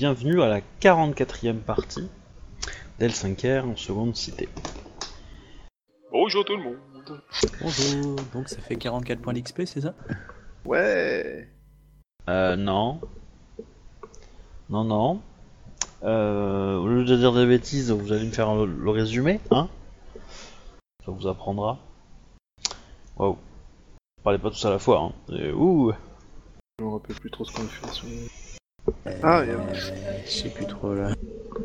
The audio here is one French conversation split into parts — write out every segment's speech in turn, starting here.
bienvenue à la 44e partie d'L5R en seconde cité. Bonjour tout le monde. Bonjour, donc ça fait 44 points d'XP, c'est ça? Ouais. Non. Non. Au lieu de dire des bêtises, vous allez me faire le résumé, hein? Ça vous apprendra. Waouh. Parlez pas tous à la fois, hein. Ouh. Je me rappelle plus trop ce qu'on a fait sur... Je sais plus trop là.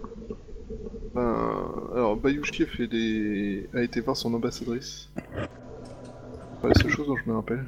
Alors, Bayouchi a été voir son ambassadrice. C'est la seule chose dont je me rappelle.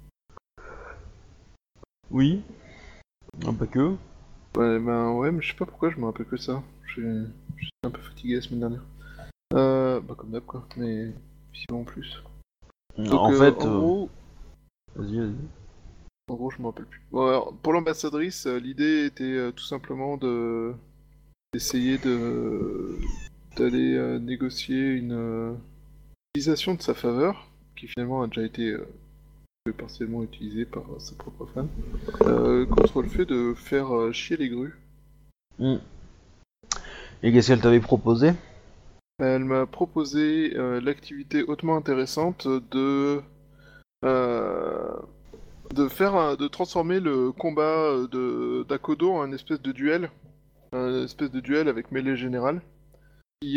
Oui. Non, pas que. Ouais, mais je sais pas pourquoi je me rappelle que ça. J'étais un peu fatigué la semaine dernière. Comme d'hab quoi, mais sinon en plus. Donc, en fait... en gros... Vas-y. En gros, je me rappelle plus. Bon, alors, pour l'ambassadrice, l'idée était tout simplement d'essayer d'aller négocier une utilisation de sa faveur, qui finalement a déjà été partiellement utilisée par sa propre femme, contre le fait de faire chier les grues. Et qu'est-ce qu'elle t'avait proposé? Elle m'a proposé l'activité hautement intéressante de transformer le combat d'Akodo en une espèce de duel. Un espèce de duel avec mêlée générale qui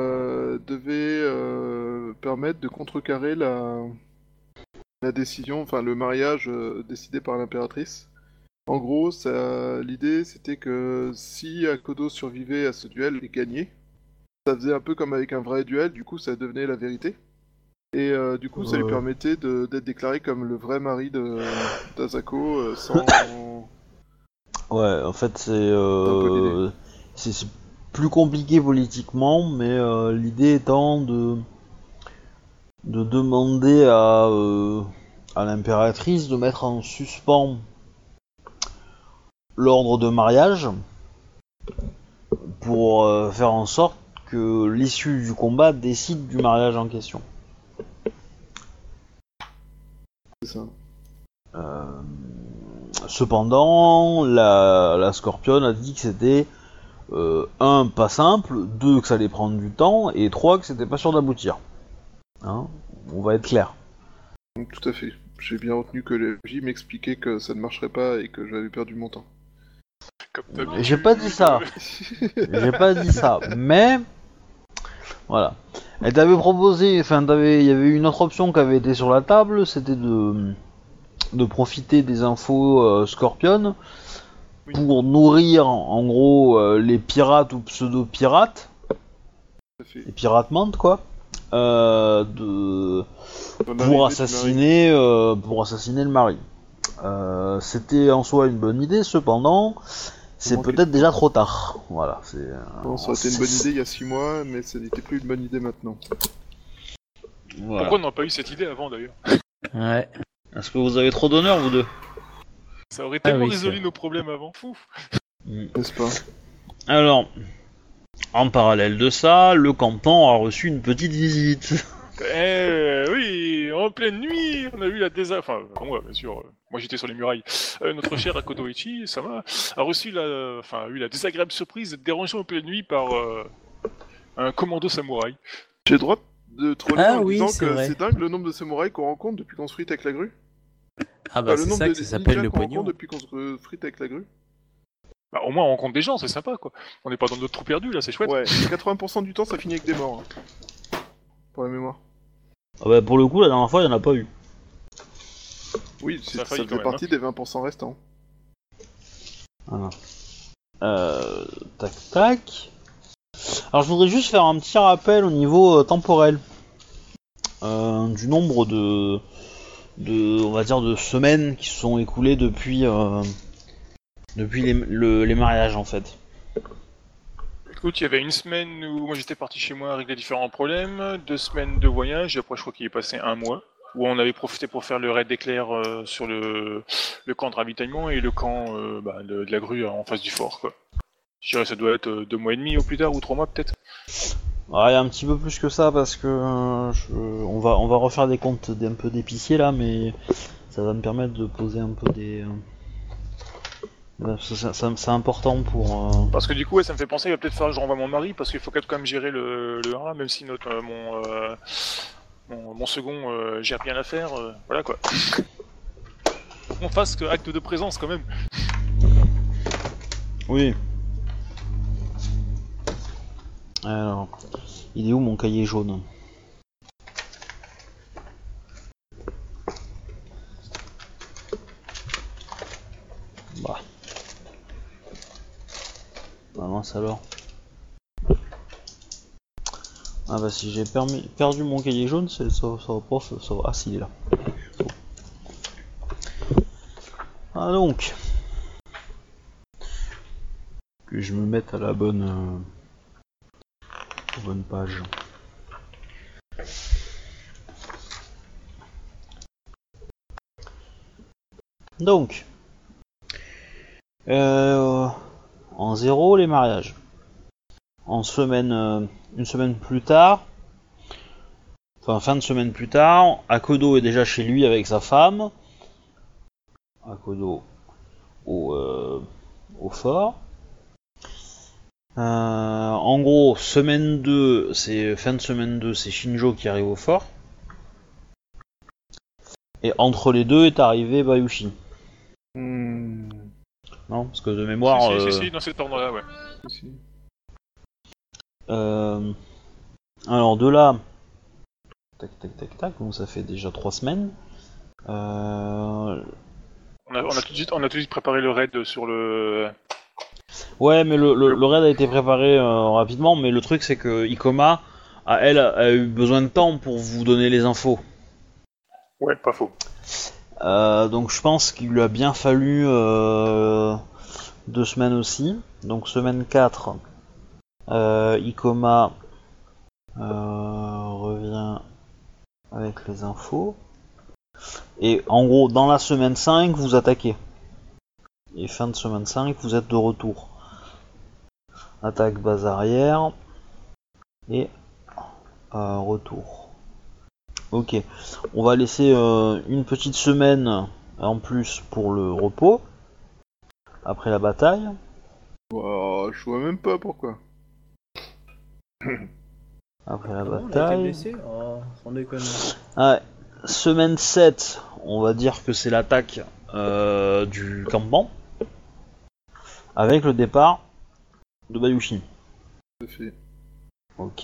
devait permettre de contrecarrer la décision, enfin le mariage décidé par l'impératrice. En gros, l'idée c'était que si Akodo survivait à ce duel et gagnait, ça faisait un peu comme avec un vrai duel, du coup ça devenait la vérité. Et du coup ça lui permettait d'être déclaré comme le vrai mari d'Asako sans... Ouais, en fait c'est plus compliqué politiquement, mais l'idée étant de demander à l'impératrice de mettre en suspens l'ordre de mariage pour faire en sorte que l'issue du combat décide du mariage en question. C'est ça. Cependant, la Scorpion a dit que c'était 1, pas simple, 2, que ça allait prendre du temps, et 3, que c'était pas sûr d'aboutir. Hein, on va être clair. Donc, tout à fait. J'ai bien retenu que le MJ m'expliquait que ça ne marcherait pas et que j'avais perdu mon temps. J'ai pas dit ça. J'ai pas dit ça, mais voilà. Elle t'avait proposé, il y avait une autre option qui avait été sur la table, c'était de profiter des infos Scorpion pour nourrir en gros les pirates ou pseudo-pirates, les piratements quoi, pour assassiner le mari. C'était en soi une bonne idée, cependant, c'est peut-être déjà trop tard. Voilà. Non, ça aurait été une bonne idée il y a 6 mois, mais ça n'était plus une bonne idée maintenant. Voilà. Pourquoi on n'a pas eu cette idée avant d'ailleurs? Ouais. Est-ce que vous avez trop d'honneur, vous deux? Ça aurait tellement résolu nos problèmes avant, fou. N'est-ce pas? Alors, en parallèle de ça, le campement a reçu une petite visite. Oui, en pleine nuit, on a eu la enfin, ouais, bien sûr, moi j'étais sur les murailles. Notre cher Akodo Ichi, Sama, a eu la désagréable surprise d'être dérangé en pleine nuit par un commando samouraï. J'ai le droit de troller en disant que vrai. c'est dingue le nombre de samouraïs qu'on rencontre depuis qu'on se frite avec la grue. Ah bah le c'est nombre ça de que ça s'appelle ninjas le qu'on rencontre pognon. depuis qu'on se frite avec la grue. Bah, au moins on rencontre des gens, c'est sympa quoi. On n'est pas dans notre trou perdu là, c'est chouette. Ouais, 80% du temps ça finit avec des morts. Hein. Pour la mémoire. Ah bah, pour le coup, la dernière fois, il n'y en a pas eu. Oui, ça faillit faisait quand partie des 20% restants. Voilà. Tac. Alors, je voudrais juste faire un petit rappel au niveau temporel du nombre on va dire, de semaines qui se sont écoulées depuis les mariages en fait. Écoute, il y avait une semaine où moi j'étais parti chez moi régler différents problèmes, 2 semaines de voyage, et après je crois qu'il est passé 1 mois, où on avait profité pour faire le raid d'éclair sur le camp de ravitaillement et le camp de la grue en face du fort quoi. Je dirais ça doit être 2 mois et demi au plus tard, ou 3 mois peut-être. Ah, il y a un petit peu plus que ça parce que on va refaire des comptes un peu d'épicier là, mais ça va me permettre de poser un peu C'est important pour... Parce que du coup, ouais, ça me fait penser, il va peut-être falloir que je renvoie mon mari, parce qu'il faut quand même gérer le rat, même si mon second gère bien l'affaire, voilà quoi. Faut qu'on fasse acte de présence quand même. Oui. Alors, il est où mon cahier jaune? Bah. Ah mince alors. Ah bah si j'ai perdu mon cahier jaune, ça va pas, ça va. Ah si, il est là. Ah donc. Que je me mette à la bonne page. Donc. En 0 les mariages. En semaine, une semaine plus tard, enfin fin de semaine plus tard, Akodo est déjà chez lui avec sa femme. Akodo au fort. En gros, semaine 2, c'est fin de semaine 2, c'est Shinjo qui arrive au fort. Et entre les deux est arrivé Bayushi. Non, parce que de mémoire. Si, dans cet ordre-là, ouais. Si. Alors de là, tac, donc ça fait déjà 3 semaines. On a tout de suite préparé le raid sur le. Ouais, mais le raid a été préparé rapidement, mais le truc c'est que Ikoma a eu besoin de temps pour vous donner les infos. Ouais, pas faux. Donc je pense qu'il lui a bien fallu 2 semaines aussi. Donc semaine 4, Ikoma revient avec les infos. Et en gros, dans la semaine 5, vous attaquez. Et fin de semaine 5, vous êtes de retour. Attaque base arrière. Et retour. Ok. On va laisser une petite semaine en plus pour le repos. Après la bataille. Wow, je vois même pas pourquoi. Après la Ah bon, on a été bataille. blessé? Oh, sans déconner. Ouais. Semaine 7, on va dire que c'est l'attaque du campement. Avec le départ de Bayushi. Tout à fait. Ok.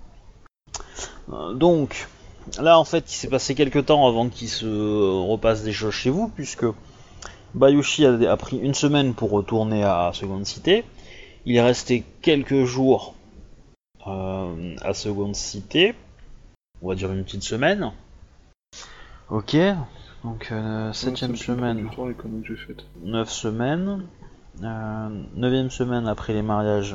Donc, là en fait, il s'est passé quelques temps avant qu'il se repasse des choses chez vous, puisque Bayushi a pris une semaine pour retourner à Seconde Cité. Il est resté quelques jours à Seconde Cité. On va dire une petite semaine. Ok. Donc, 7ème semaine. 9 semaines. 9ème semaine après les mariages.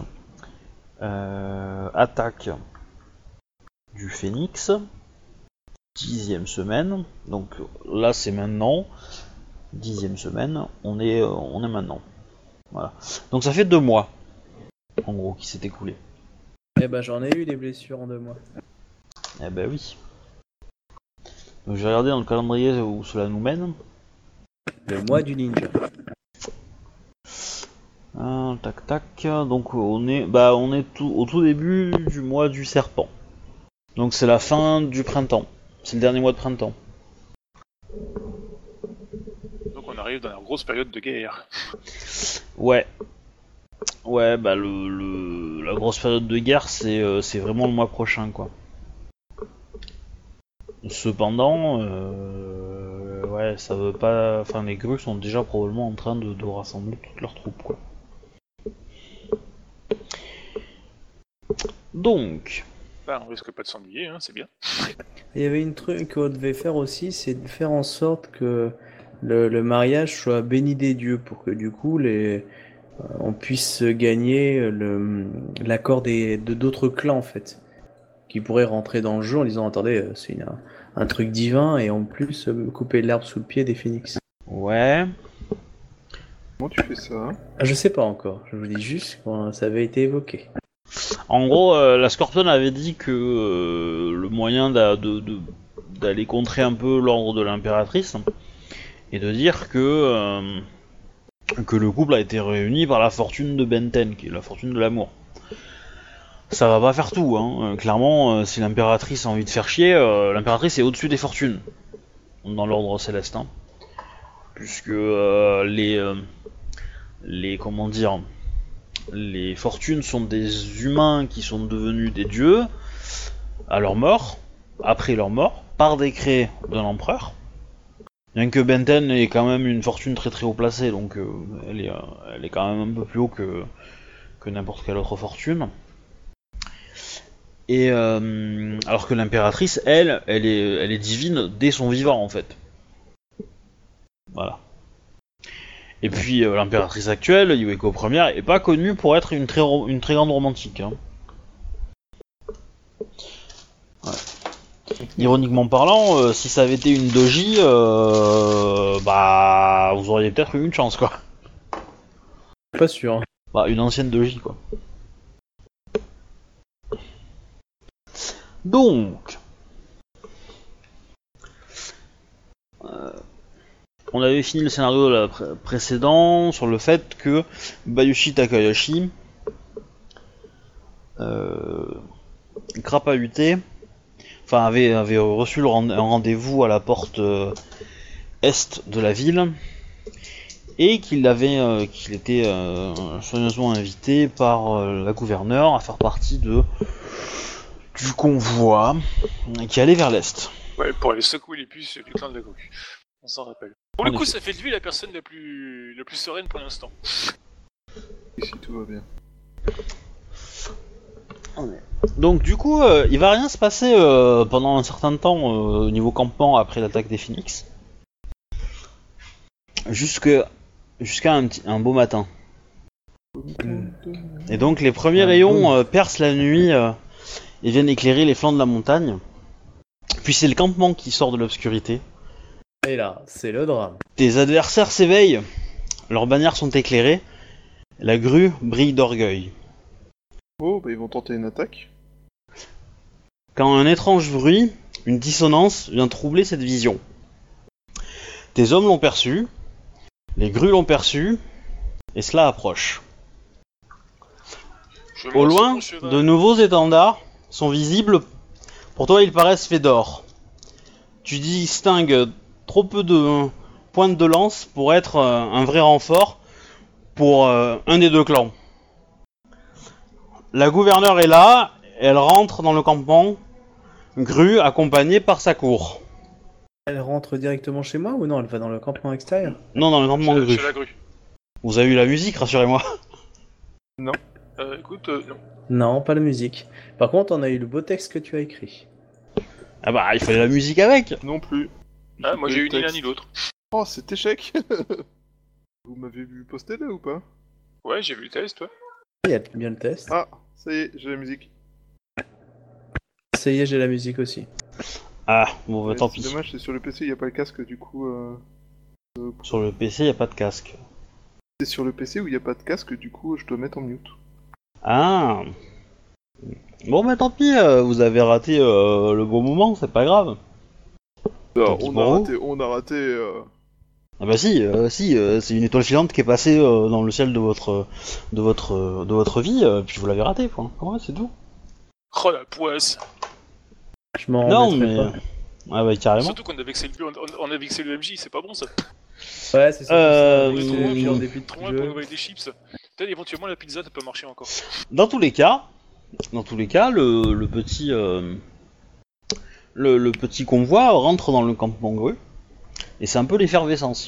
Attaque du Phénix. 10ème semaine. Donc là c'est maintenant. 10ème semaine. On est maintenant. Voilà. Donc ça fait 2 mois. En gros qui s'est écoulé. Eh ben j'en ai eu des blessures en 2 mois. Eh ben oui. Donc j'ai regardé dans le calendrier où cela nous mène. Le mois du ninja. Tac. Donc on est au tout début du mois du serpent. Donc c'est la fin du printemps. C'est le dernier mois de printemps. Donc on arrive dans la grosse période de guerre. Ouais. Ouais, bah la grosse période de guerre c'est vraiment le mois prochain quoi. Cependant, ouais, ça veut pas. Enfin, les grues sont déjà probablement en train de rassembler toutes leurs troupes, quoi. Donc. Bah, on risque pas de s'ennuyer, hein, c'est bien. Il y avait une truc qu'on devait faire aussi, c'est de faire en sorte que le mariage soit béni des dieux pour que du coup on puisse gagner l'accord de d'autres clans en fait, qui pourraient rentrer dans le jeu en disant attendez c'est un truc divin et en plus couper l'herbe sous le pied des phénix. Ouais. Comment tu fais ça hein? Je sais pas encore, je vous dis juste que ça avait été évoqué. En gros, la Scorpion avait dit que le moyen d'aller contrer un peu l'ordre de l'impératrice est de dire que que le couple a été réuni par la fortune de Benten, qui est la fortune de l'amour. Ça va pas faire tout, hein. Clairement, si l'impératrice a envie de faire chier, l'impératrice est au-dessus des fortunes, dans l'ordre céleste. Hein. Puisque comment dire, les fortunes sont des humains qui sont devenus des dieux à leur mort, après leur mort, par décret de l'empereur. Bien que Benten ait quand même une fortune très très haut placée, donc elle est quand même un peu plus haut que n'importe quelle autre fortune. Et alors que l'impératrice, elle est divine dès son vivant en fait. Voilà. Et puis l'impératrice actuelle, Yueko Ier, est pas connue pour être une très grande romantique. Hein. Ouais. Ironiquement parlant, si ça avait été une doji, bah vous auriez peut-être eu une chance quoi. Pas sûr. Bah une ancienne doji quoi. Donc, on avait fini le scénario de la précédent sur le fait que Bayushi Takahashi crapahuté, enfin avait reçu un rendez-vous à la porte est de la ville et qu'il était soigneusement invité par la gouverneure à faire partie du convoi qui allait vers l'est. Ouais, pour aller secouer les puces du clan de la coque. On s'en rappelle. Pour le coup, ça fait de lui la personne la plus sereine pour l'instant. Ici, tout va bien. Donc du coup, il va rien se passer pendant un certain temps au niveau campement après l'attaque des Phoenix. Jusqu'à un beau matin. Et donc les premiers rayons percent la nuit et viennent éclairer les flancs de la montagne. Puis c'est le campement qui sort de l'obscurité. Et là, c'est le drame. Tes adversaires s'éveillent, leurs bannières sont éclairées, la grue brille d'orgueil. Oh, bah ils vont tenter une attaque. Quand un étrange bruit, une dissonance vient troubler cette vision. Tes hommes l'ont perçu, les grues l'ont perçu, et cela approche. Au loin, de nouveaux étendards sont visibles. Pour toi, ils paraissent faits d'or. Tu distingues trop peu de pointes de lance pour être un vrai renfort pour un des deux clans. La gouverneure est là, elle rentre dans le campement, grue accompagnée par sa cour. Elle rentre directement chez moi ou non? Elle va dans le campement extérieur? Non, dans le campement grue. Chez la grue. Vous avez eu la musique, rassurez-moi. Non. Écoute, non. Non, pas la musique. Par contre, on a eu le beau texte que tu as écrit. Ah bah, il fallait la musique avec. Non plus. Ah, moi j'ai eu ni l'un ni l'autre. Oh, c'est échec. Vous m'avez vu poster là ou pas? Ouais, j'ai vu le test, toi. Il y a bien le test. Ah, ça y est, j'ai la musique. Ça y est, j'ai la musique aussi. Ah, bon bah Mais tant c'est pis. dommage, c'est sur le PC, il n'y a pas le casque du coup. Sur le PC, y a pas de casque. C'est sur le PC où il n'y a pas de casque, du coup je dois mettre en mute. Ah. Bon bah tant pis, vous avez raté le bon moment, c'est pas grave. Alors, pis on, pour a vous. raté, on a raté. Ah bah si, c'est une étoile filante qui est passée dans le ciel de votre vie, puis vous l'avez raté, quoi. Ouais, c'est tout. Oh la poisse. Je m'en Non remettrai mais... Ah bah carrément. Surtout qu'on a vexé le MJ, c'est pas bon ça. pas. Ouais, c'est ça. On est trop loin, Puis en puis début de trop loin pour jeu. envoyer des chips. Peut-être éventuellement la pizza ça peut marcher encore. Dans tous les cas, le petit... Le petit convoi rentre dans le campement grue, et c'est un peu l'effervescence.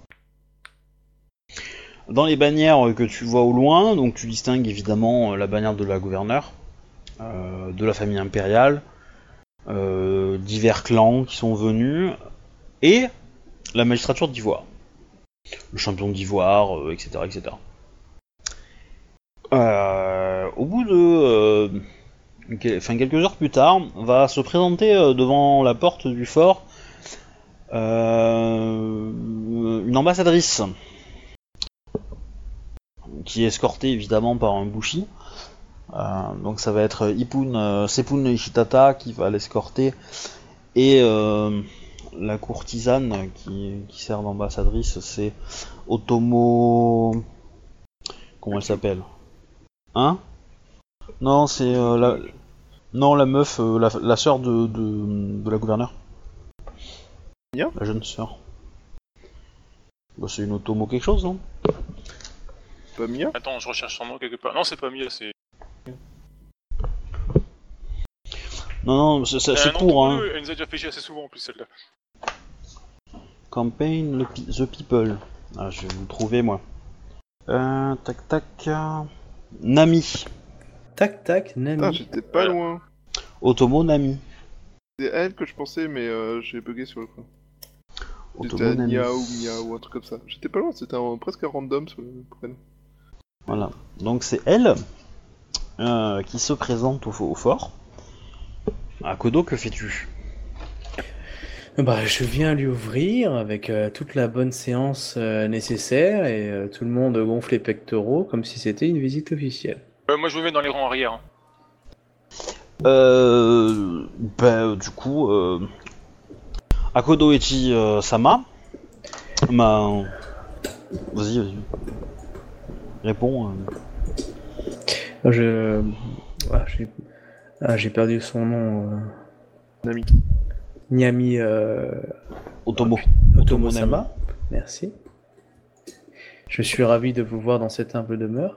Dans les bannières que tu vois au loin, donc tu distingues évidemment la bannière de la gouverneure, de la famille impériale, divers clans qui sont venus, et la magistrature d'Ivoire. Le champion d'Ivoire, etc. etc. Au bout de... quelques heures plus tard, va se présenter devant la porte du fort une ambassadrice qui est escortée évidemment par un bushi. Donc ça va être Sepun Ishitata qui va l'escorter et la courtisane qui sert d'ambassadrice, c'est Otomo... Comment elle s'appelle? Hein? Non, c'est Non, la meuf, la sœur de la gouverneure. Mia? La jeune sœur. Bah, c'est une Otomo quelque chose, non? Pas Mia? Attends, je recherche son nom quelque part. Non, c'est pas Mia, c'est... Non, c'est un nom court, hein. Elle nous a déjà fait chier assez souvent en plus, celle-là. Campaign the People. Ah, je vais vous trouver, moi. Tac tac. Nami. Tac tac, Nami. Ah, j'étais pas loin. Otomo Nami. C'est elle que je pensais, mais j'ai bugué sur le coup. Otomo C'était Nami. Nia ou Mia ou un truc comme ça. J'étais pas loin, c'était presque un random sur le prénom. Voilà. Donc c'est elle qui se présente au fort. Akodo, que fais-tu? Bah, je viens lui ouvrir avec toute la bonne séance nécessaire et tout le monde gonfle les pectoraux comme si c'était une visite officielle. Moi, je me mets dans les rangs arrière. Hein. Du coup, Akodo Echi Sama. Vas-y. Réponds. J'ai perdu son nom. Nami. Niami Otomo. Otomo-sama. Merci. Je suis ravi de vous voir dans cette humble demeure.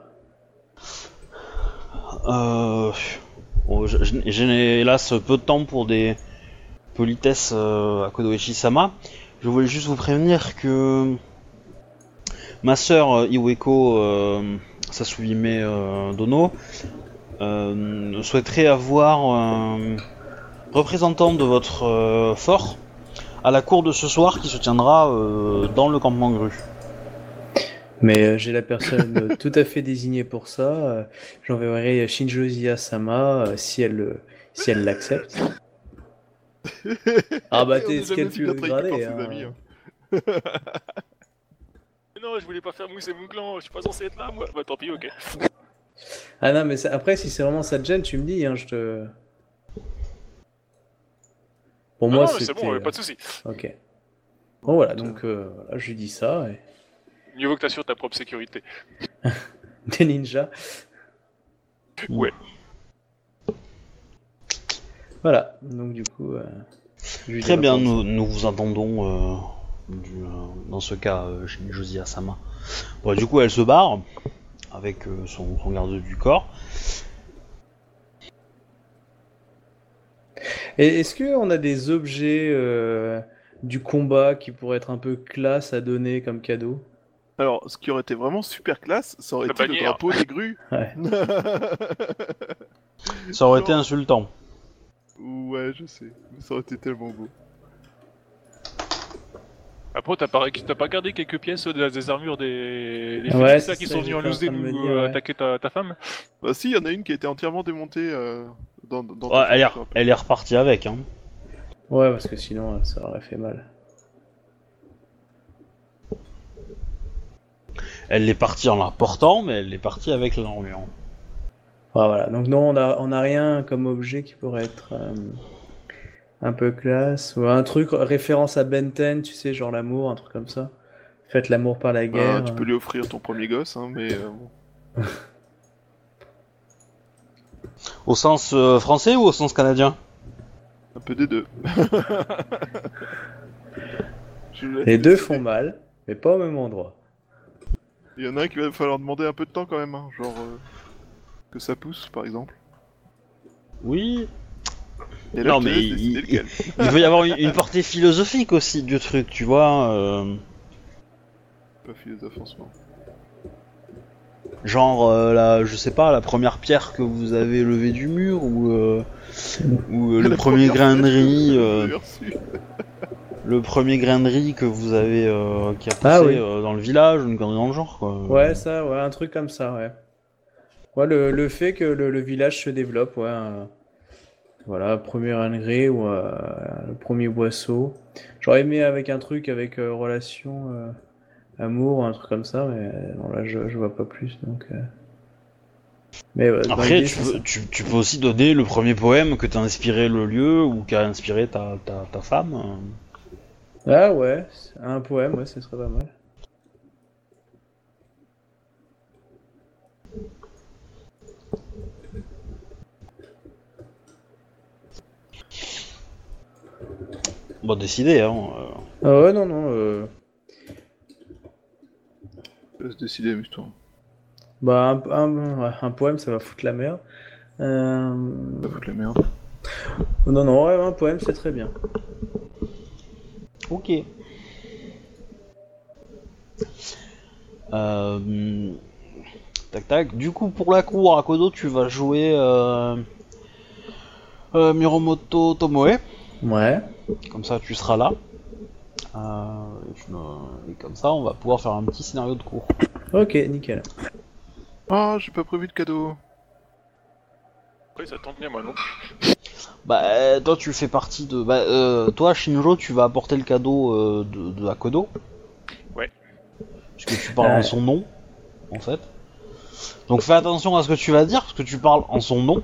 J'ai hélas peu de temps pour des politesses à Kodoechi-sama. Je voulais juste vous prévenir que ma sœur Iweko Sasuhime Dono souhaiterait avoir un représentant de votre fort à la cour de ce soir qui se tiendra dans le campement Grue. Mais j'ai la personne tout à fait désignée pour ça. J'enverrai Shinjozia Sama si elle l'accepte. Ah bah t'es ce qu'elle plus gradé. Hein. Non, je voulais pas faire mousser mon clan, je suis pas censé être là, moi. Bah tant pis, ok. Ah non, mais après, si c'est vraiment ça te gêne, tu me dis, hein, je te... Pour moi, c'est bon, pas de soucis. Ok. Bon voilà, donc là, je lui dis ça. Et... Mieux vaut que t'assures ta propre sécurité. Des ninjas. Ouais. Voilà, donc du coup... Très bien, nous vous attendons dans ce cas, Josia Sama. Bon, du coup, elle se barre avec son garde du corps. Et est-ce qu'on a des objets du combat qui pourraient être un peu classe à donner comme cadeau? Alors, ce qui aurait été vraiment super classe, ça aurait La été le bannière. drapeau des grues. Ouais. Ça aurait été insultant. Ouais, je sais. Mais ça aurait été tellement beau. Après, t'as pas gardé quelques pièces des armures des Ouais, Phoenix, c'est qui ça, sont venus en j'étais en loose train de me nous dire, ouais. attaquer ta femme? Bah si, il y en a une qui a été entièrement démontée dans Ouais, elle est repartie avec. Hein. Ouais, parce que sinon, ça aurait fait mal. Elle est partie en la portant, mais elle est partie avec l'armure. Ah, voilà, donc non, on a rien comme objet qui pourrait être un peu classe, ou un truc référence à Ben 10, tu sais, genre l'amour, un truc comme ça. Faites l'amour par la guerre. Tu peux lui offrir ton premier gosse, hein, mais bon. Au sens français ou au sens canadien? Un peu des deux. Les deux font mal, mais pas au même endroit. Il y en a un qui va falloir demander un peu de temps quand même, hein, genre que ça pousse par exemple. Oui. Et là, Non, je te mais laisse décider lequel. il peut y avoir une portée philosophique aussi du truc, tu vois. Pas philosophe en ce moment. Genre, je sais pas, la première pierre que vous avez levée du mur ou le La premier première grain de flèche riz. que vous avez reçue. Le premier grain de riz que vous avez qui a poussé Ah oui. dans le village, une connerie dans le genre quoi. Ouais, ça, ouais, un truc comme ça, ouais. Ouais, le fait que le village se développe, ouais. Voilà, premier engrais ou le premier boisseau. J'aurais aimé avec un truc avec relation amour, un truc comme ça, mais bon, là je vois pas plus donc. Mais dans Après, l'idée, tu peux aussi donner le premier poème que t'as inspiré le lieu ou qu'a inspiré ta femme. Ah ouais, un poème, ouais, ce serait pas mal. Bon, décidé, hein. Ah ouais, non, non. Laisse décider, amuse-toi. Bah, ouais, un poème, ça va foutre la merde. Ça fout la merde. Non, non, ouais, un poème, c'est très bien. Ok. Tac tac. Du coup, pour la cour, à Kodo, tu vas jouer Miromoto Tomoe. Ouais. Comme ça, tu seras là. Et comme ça, on va pouvoir faire un petit scénario de cours. Ok, nickel. Ah, j'ai pas prévu de cadeau. Après, ça tombe bien, moi non. Bah, toi, tu fais partie de. Bah, toi, Shinjo, tu vas apporter le cadeau de Akodo. Ouais. Puisque tu parles en son nom, en fait. Donc fais attention à ce que tu vas dire, parce que tu parles en son nom.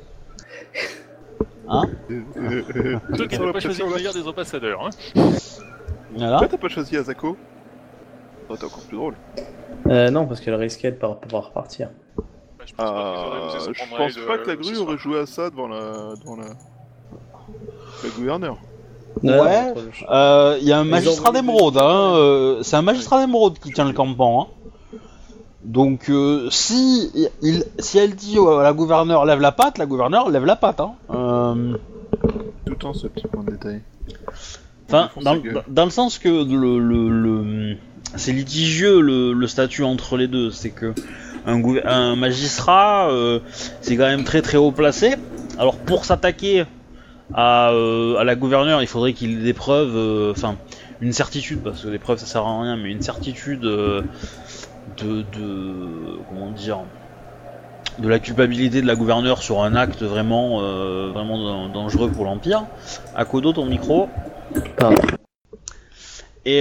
Hein? Toi qui n'as pas choisi le meilleur des ambassadeurs, hein. Voilà. Pourquoi t'as pas choisi Asako? Oh, t'es encore plus drôle. Non, parce qu'elle risquait de pas pouvoir repartir. Bah, je pense pas qu'ils auraient osé s'en Je prendre pense à elle, pas que la ce grue soir. aurait joué à ça devant la gouverneure. Ouais. entre le- Il y a un Ils magistrat ont voulu d'émeraude, des- hein. C'est un magistrat d'émeraude qui tient le campement, hein. Donc si elle dit à la gouverneure lève la patte, la gouverneure lève la patte, hein. Tout en ce petit point de détail. Enfin, Ils font sa gueule. dans le sens que c'est litigieux le statut entre les deux. C'est que un magistrat, c'est quand même très très haut placé. Alors pour s'attaquer à la gouverneure, il faudrait qu'il ait des preuves, enfin une certitude, parce que les preuves ça sert à rien, mais une certitude de comment dire, de la culpabilité de la gouverneure sur un acte vraiment dangereux pour l'Empire. Akodo, ton micro. Pardon. Et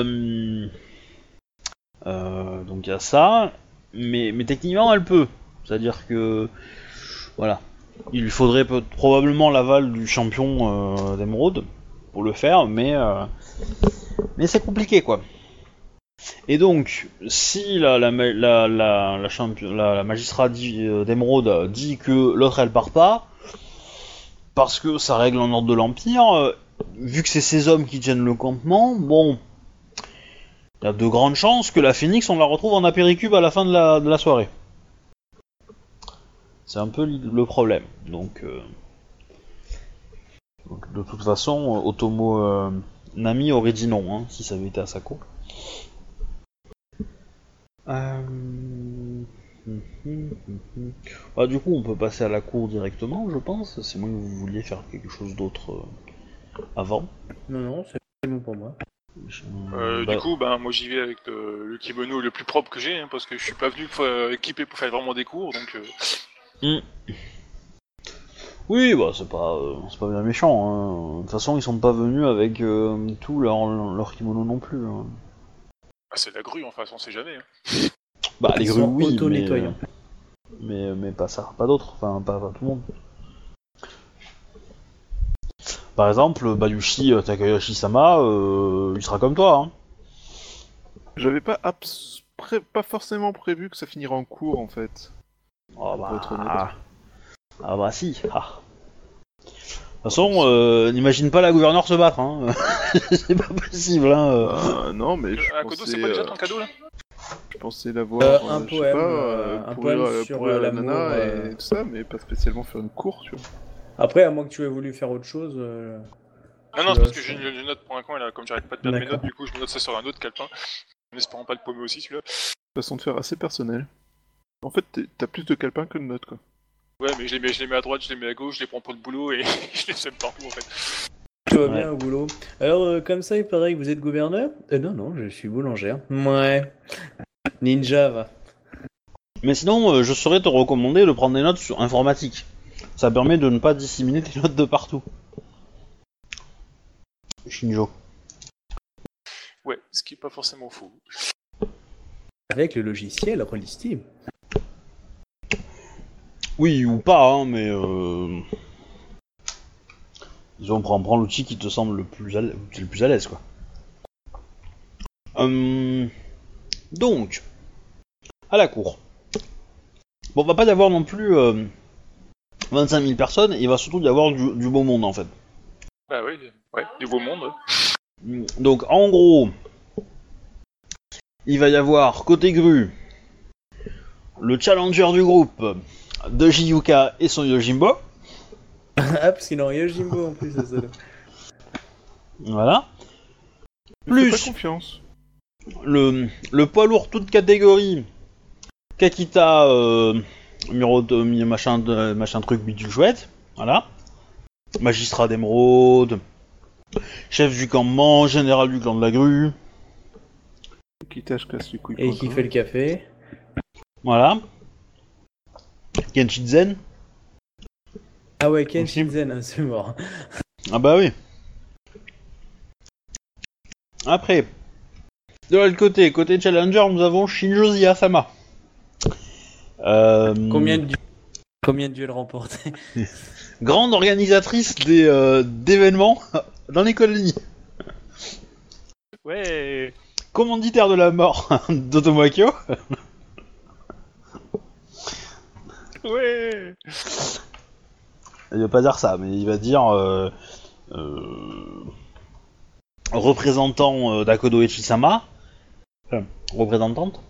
donc il y a ça, mais techniquement elle peut. C'est-à-dire que voilà, il lui faudrait probablement l'aval du champion d'émeraude pour le faire, mais c'est compliqué quoi. Et donc, si la magistrat d'émeraude dit que l'autre elle part pas, parce que ça règle en ordre de l'Empire, vu que c'est ces hommes qui tiennent le campement, bon, il y a de grandes chances que la Phoenix on la retrouve en apéricube à la fin de la soirée. C'est un peu le problème. Donc de toute façon, Otomo Nami aurait dit non, hein, si ça avait été Asako. Bah, du coup, on peut passer à la cour directement, je pense. C'est moins que vous vouliez faire quelque chose d'autre avant. Non, non, c'est bon pour moi. Bah, Du coup, moi j'y vais avec le kimono le plus propre que j'ai, hein, parce que je suis pas venu équipé pour faire vraiment des cours, donc. oui, bah c'est pas bien méchant. Hein. De toute façon, ils sont pas venus avec tout leur kimono non plus. Hein. Ah, c'est de la grue, enfin, on sait jamais. Hein. Bah les Ils grues sont oui, auto-nettoyants. mais pas ça, pas d'autres. Enfin, pas tout le monde. Par exemple, Bayushi Takayoshi-sama, il sera comme toi. Hein. J'avais pas pas forcément prévu que ça finirait en cours en fait. Oh Pour être honnête. Ah bah si. Ah. De toute façon, n'imagine pas la gouverneure se battre. Hein. C'est pas possible. Hein. Non, mais je Kodo, pensais, c'est pas déjà ton cadeau là? je pensais la voir, un je sais poème, pas, un pourrir, poème sur pourrir la l'amour, nana et tout ça, mais pas spécialement faire une cour, tu vois. Après, à moins que tu aies voulu faire autre chose. Non, Tu c'est parce que lâches, j'ai une note pour un coin là, comme j'arrête pas de perdre mes D'accord. notes, du coup je me note ça sur un autre calepin. En espérant pas le paumer aussi celui-là. Façon de faire assez personnelle. En fait, t'as plus de calepins que de notes, quoi. Ouais, mais je les mets à droite, je les mets à gauche, je les prends pour le boulot et je les sème partout en fait. Tout va Ouais. bien au boulot. Alors, comme ça, il paraît que vous êtes gouverneur? Non, non, je suis boulangère. Ouais. Ninja, va. Mais sinon, je saurais te recommander de prendre des notes sur informatique. Ça permet de ne pas disséminer tes notes de partout. Shinjo. Ouais, ce qui est pas forcément faux. Avec le logiciel Rollisteam. Oui, ou pas, hein, mais disons, prends l'outil qui te semble le plus à l'aise, quoi. Donc, à la cour. Bon, va pas y avoir non plus 25 000 personnes, il va surtout y avoir du beau monde en fait. Bah oui, ouais, du beau monde. Donc, en gros, il va y avoir côté grue le challenger du groupe de Jiyuka et son Yojimbo. Ah, parce qu'il est en Yojimbo en plus, ça. Voilà. Je fais pas Plus confiance. le poids lourd toute catégorie Kakita machin truc bidule chouette. Voilà. Magistrat d'émeraude, chef du campement, général du clan de la grue. Qui tâche casse les couilles. Et qui fait le café. Voilà. Kenshizen. Ah ouais, Ken Shinzen, hein, c'est mort. Ah bah oui. Après, de l'autre côté challenger, nous avons Shinjo Ziyasama. Combien de duels remportés? Grande organisatrice d'événements dans les colonies. Ouais. Commanditaire de la mort d'Otomakyo. Ouais. Il va pas dire ça, mais il va dire représentant d'Akodo Echisama. Enfin, représentante.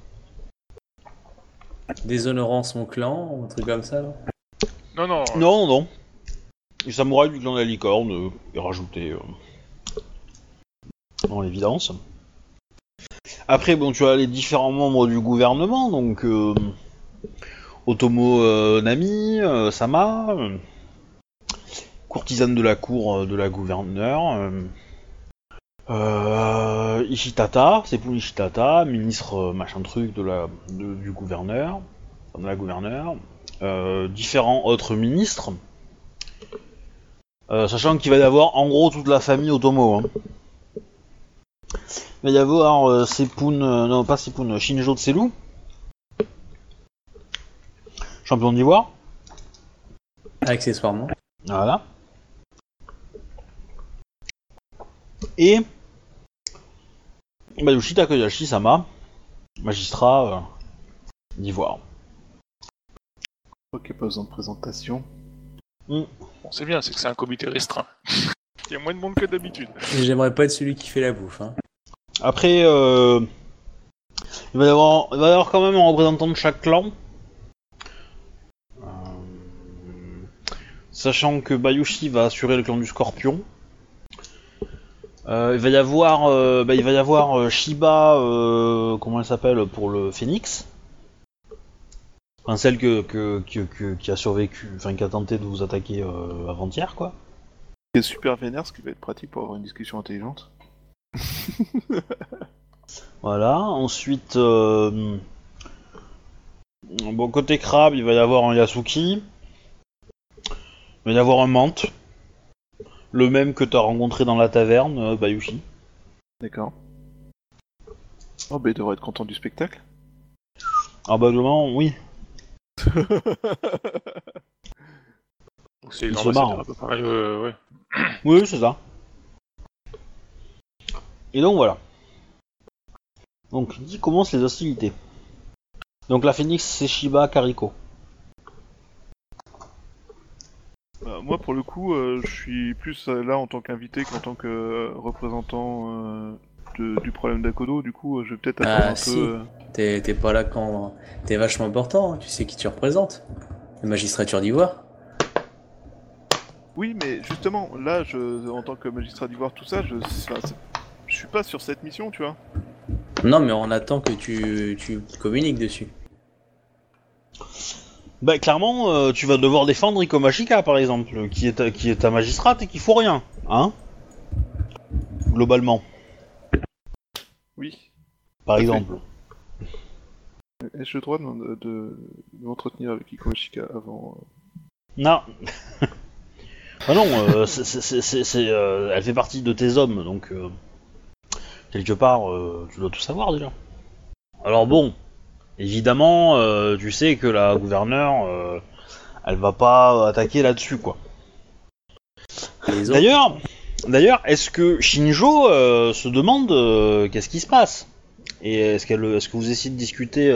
Déshonorant son clan, ou un truc comme ça, là. Non. Non. Les samouraïs du clan de la licorne est rajouté dans l'évidence. Après, bon, tu as les différents membres du gouvernement, donc Otomo Nami, Sama, courtisane de la cour de la gouverneure, Ishitata, c'est pour Ishitata, ministre machin truc du gouverneur, de la gouverneure, différents autres ministres, sachant qu'il va y avoir en gros toute la famille Otomo. Hein. Il va y avoir Shinjo Tselu, champion d'ivoire. Accessoirement. Voilà. Et Bayushi Takayashi-sama, magistrat d'ivoire. Ok, pas besoin de présentation. Bon, c'est bien, c'est que c'est un comité restreint. Il y a moins de monde que d'habitude. Et j'aimerais pas être celui qui fait la bouffe, hein. Après, il va y avoir quand même un représentant de chaque clan. Sachant que Bayushi va assurer le clan du Scorpion. Il va y avoir Shiba, comment elle s'appelle, pour le Phoenix. Enfin, celle qui a survécu, enfin qui a tenté de vous attaquer avant-hier, quoi. C'est super vénère, ce qui va être pratique pour avoir une discussion intelligente. Voilà, ensuite, bon, côté crabe, il va y avoir un Yasuki. Il va y avoir un Mante. Le même que t'as rencontré dans la taverne, Bayushi. D'accord. Oh, bah il devrait être content du spectacle. Ah bah globalement, oui. C'est Il normal, se marre. c'est à peu près, ouais. Oui, c'est ça. Et donc voilà. Donc, qui commence les hostilités. Donc la Phoenix, c'est Shiba Kariko. Moi, pour le coup, je suis plus là en tant qu'invité qu'en tant que représentant du problème d'Akodo. Du coup, je vais peut-être attendre peu. T'es pas là quand. T'es vachement important, hein. Tu sais qui tu représentes. La magistrature d'Ivoire. Oui, mais justement, là, en tant que magistrat d'ivoire, tout ça, je suis pas sur cette mission, tu vois. Non, mais on attend que tu communiques dessus. Bah clairement, tu vas devoir défendre Iko Mashika par exemple, qui est ta magistrate et qui fout rien, hein. Globalement, Oui. par Tout à exemple. Ai-je le droit de m'entretenir avec Iko Mashika avant Non. Ah non, elle fait partie de tes hommes, donc quelque part, tu dois tout savoir déjà. Alors bon, évidemment, tu sais que la gouverneure, elle va pas attaquer là-dessus, quoi. Les autres. D'ailleurs, est-ce que Shinjo se demande qu'est-ce qui se passe? Et est-ce que vous essayez de discuter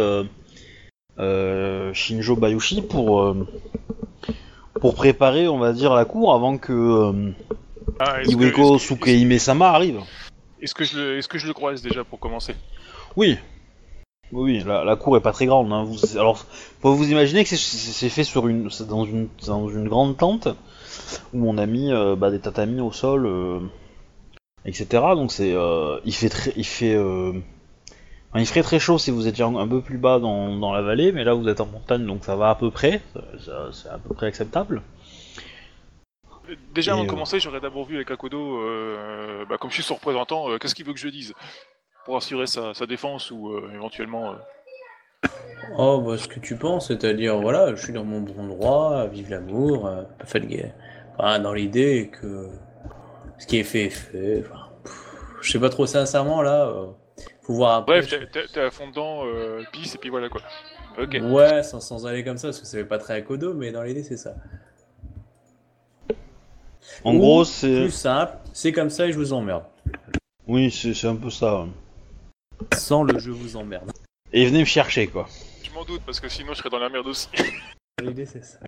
Shinjo Bayushi pour préparer, on va dire, la cour avant que Iweko Sukeime-sama arrive? Est-ce que je le croise déjà pour commencer? Oui. Oui, la cour est pas très grande. Hein. Alors, faut vous imaginer que c'est fait c'est dans une grande tente où on a mis des tatamis au sol, etc. Donc il ferait très chaud si vous étiez un peu plus bas dans la vallée, mais là vous êtes en montagne, donc ça va à peu près. C'est à peu près acceptable. Déjà, avant de commencer, j'aurais d'abord vu avec Akodo, comme je suis son représentant, qu'est-ce qu'il veut que je dise pour assurer sa défense ou éventuellement... Oh, bah, ce que tu penses, c'est-à-dire, voilà, je suis dans mon bon droit, vive l'amour, pas fait de guerre. Enfin, dans l'idée que ce qui est fait est fait. Enfin, je sais pas trop sincèrement, là. Faut voir après. Bref, t'es à fond dedans, pisse, et puis voilà quoi. Ok. Ouais, sans aller comme ça, parce que ça fait pas très Akodo, mais dans l'idée, c'est ça. En gros, c'est... Plus simple, c'est comme ça et je vous emmerde. Oui, c'est un peu ça. Sans le je vous emmerde. Et venez me chercher, quoi. Je m'en doute, parce que sinon je serais dans la merde aussi. L'idée, c'est ça.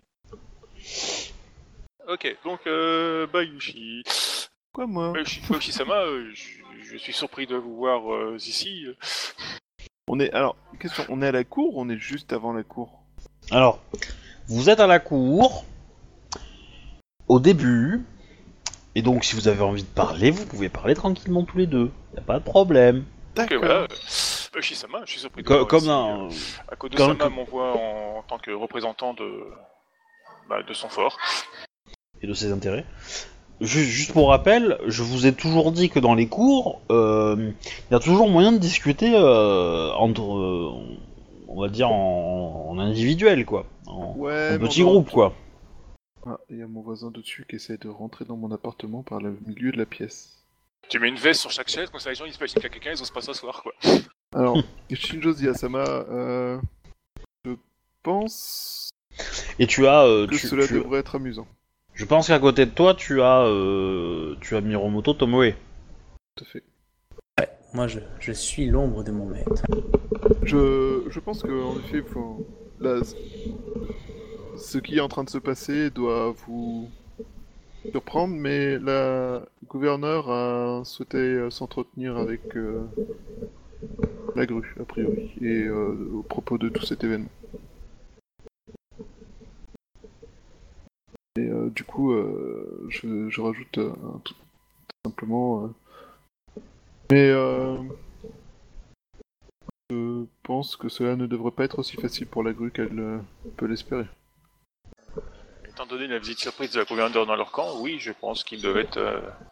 Ok, donc Bayushi. Quoi, moi Bayushi-sama, je suis surpris de vous voir ici. Alors, question, on est à la cour ou on est juste avant la cour? Alors, vous êtes à la cour, au début, et donc si vous avez envie de parler, vous pouvez parler tranquillement tous les deux. Y a pas de problème. D'accord. Ok, voilà. Bayushi-sama, je suis surpris de vous voir ici. Akodo-sama m'envoie en tant que représentant de son fort. Et de ses intérêts. Juste pour rappel, je vous ai toujours dit que dans les cours, il y a toujours moyen de discuter entre, on va dire, en individuel, quoi. En petit groupe, quoi. Ah, il y a mon voisin dessus qui essaie de rentrer dans mon appartement par le milieu de la pièce. Tu mets une veste sur chaque chaise, comme ça les gens ils s'imaginent qu'il y a quelqu'un, ils osent pas s'asseoir, quoi. Alors, Shinjo Ziyasama, je pense Et tu as... que cela devrait être amusant. Je pense qu'à côté de toi, tu as Miromoto Tomoe. Tout à fait. Ouais, moi je suis l'ombre de mon maître. Je pense qu'en effet, là, ce qui est en train de se passer doit vous surprendre, mais le gouverneur a souhaité s'entretenir avec la grue, a priori, et au propos de tout cet événement. Et du coup, je rajoute un truc, simplement... Mais je pense que cela ne devrait pas être aussi facile pour la grue qu'elle peut l'espérer. Étant donné la visite surprise de la gouverneur dans leur camp, oui, je pense qu'ils doivent être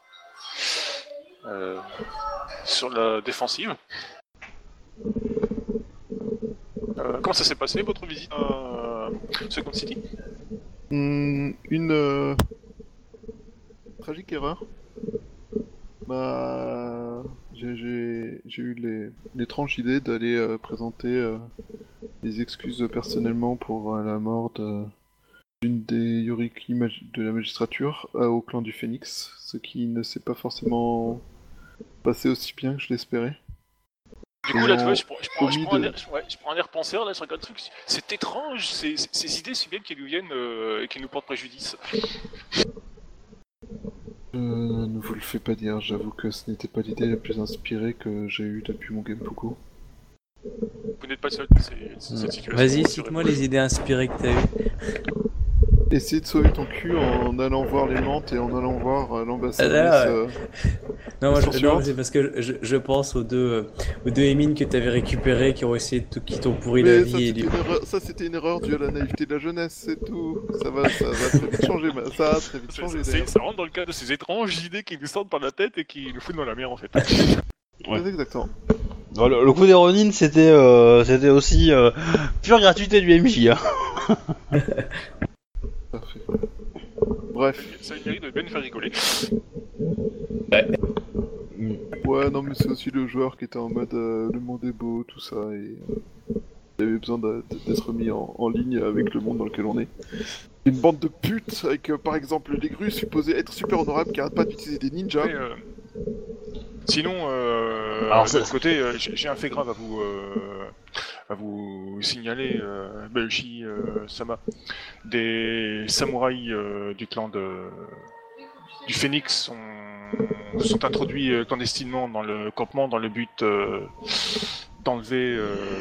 sur la défensive. Comment ça s'est passé, votre visite à Second City? Une tragique erreur. J'ai eu l'étrange idée d'aller présenter des excuses personnellement pour la mort d'une des Yoriki de la magistrature au clan du Phénix, ce qui ne s'est pas forcément passé aussi bien que je l'espérais. Du coup, là, tu vois, je prends un air penseur, là, je regarde le truc. C'est étrange, ces idées si bien qu'elles nous viennent et qui nous portent préjudice. Ne vous le fais pas dire, j'avoue que ce n'était pas l'idée la plus inspirée que j'ai eue depuis mon Genpuku. Vous n'êtes pas seul dans cette situation. Vas-y, cite-moi les idées inspirées que t'as eues. Essayer de sauver ton cul en allant voir les Mantes et en allant voir l'ambassadrice. Non, c'est parce que je pense aux deux émines que t'avais récupérées qui ont essayé qui t'ont pourri la vie. Ça, c'était une erreur due à la naïveté de la jeunesse, c'est tout. Ça va très vite changer. Ça a très vite changé. Ça rentre dans le cadre de ces étranges idées qui nous sortent par la tête et qui nous foutent dans la mer, en fait. Ouais. Exactement. Le coup des Ronin, c'était aussi pure gratuité du MJ. Hein. Parfait. Bref. Ça a le mérite de bien faire rigoler. Ouais, non, mais c'est aussi le joueur qui était en mode le monde est beau, tout ça, et il avait besoin d'être remis en ligne avec le monde dans lequel on est. Une bande de putes avec, par exemple, les grues supposées être super honorables qui arrêtent pas d'utiliser des ninjas. Sinon, Alors, de l'autre côté, j'ai un fait grave à vous signaler, Belchi, Sama. Des samouraïs du clan du Phénix sont introduits clandestinement dans le campement dans le but d'enlever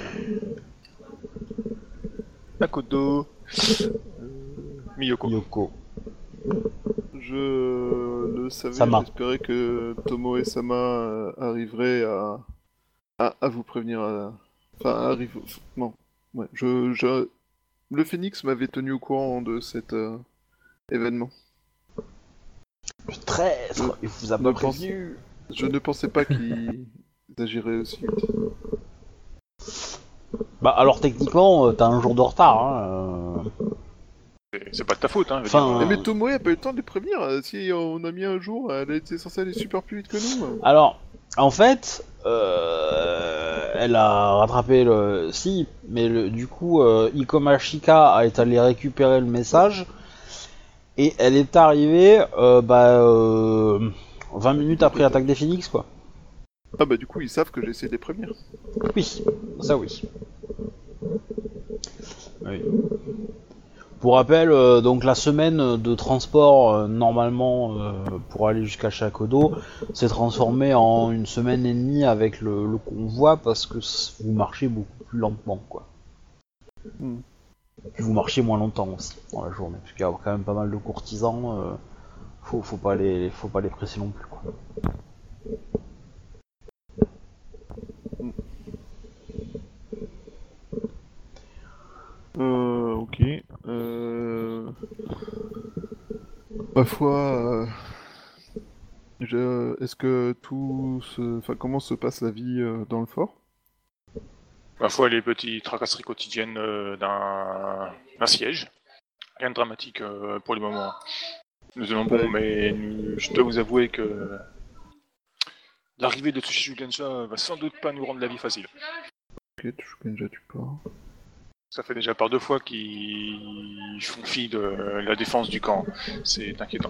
Akodo Miyoko. Je le savais, Sama. j'espérais que Tomo et Sama arriveraient à vous prévenir. Enfin, non. Ouais, le Phénix m'avait tenu au courant de cet événement. Le traître, il vous a pas prévenu. Je ne pensais pas qu'ils agiraient aussi vite. Bah alors techniquement, t'as un jour de retard. Hein, C'est pas de ta faute, hein. Enfin, Mais Tomoe a pas eu le temps de les prévenir. Si on a mis un jour, elle était censée aller super plus vite que nous. Alors, en fait, elle a rattrapé le... Si, mais du coup, Ikoma Shika a été allé récupérer le message, et elle est arrivée 20 minutes après l'attaque des Phoenix, quoi. Ah bah du coup, ils savent que j'ai essayé de les prévenir. Oui, ça oui. Oui. Pour rappel, donc la semaine de transport, normalement, pour aller jusqu'à Shakodo, s'est transformée en une semaine et demie avec le convoi, parce que vous marchez beaucoup plus lentement, quoi. Puis vous marchez moins longtemps aussi, dans la journée, parce qu'il y a quand même pas mal de courtisans, faut pas les presser non plus, quoi. Ok. Ma foi, est-ce que enfin, comment se passe la vie dans le fort? Ma foi, les petites tracasseries quotidiennes d'un siège. Rien de dramatique pour le moment. Nous allons bon, mais je dois vous avouer que l'arrivée de Tsushigensha va sans doute pas nous rendre la vie facile. Ok, Tsushigensha, tu pars. Ça fait déjà par 2 fois qu'ils font fi de la défense du camp. C'est inquiétant.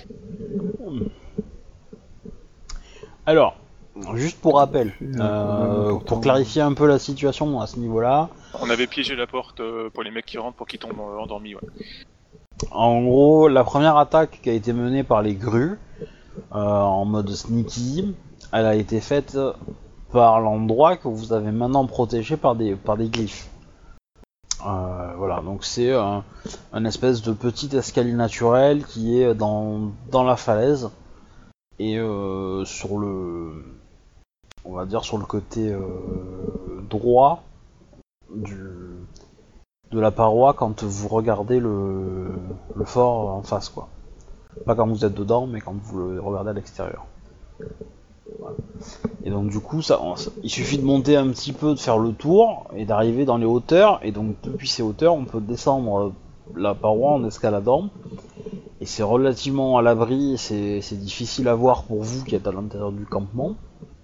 Alors, juste pour rappel, pour clarifier un peu la situation à ce niveau-là, On avait piégé la porte pour les mecs qui rentrent pour qu'ils tombent endormis, ouais. en gros, la première attaque qui a été menée par les grues, en mode sneaky, elle a été faite par l'endroit que vous avez maintenant protégé par des glyphes. Voilà, donc c'est un espèce de petit escalier naturel qui est dans la falaise et sur le, on va dire sur le côté droit de la paroi quand vous regardez le fort en face, quoi. Pas quand vous êtes dedans, mais quand vous le regardez à l'extérieur. Voilà. Et donc du coup, il suffit de monter un petit peu, de faire le tour et d'arriver dans les hauteurs. Et donc depuis ces hauteurs, on peut descendre la paroi en escaladant. Et c'est relativement à l'abri, c'est difficile à voir pour vous qui êtes à l'intérieur du campement.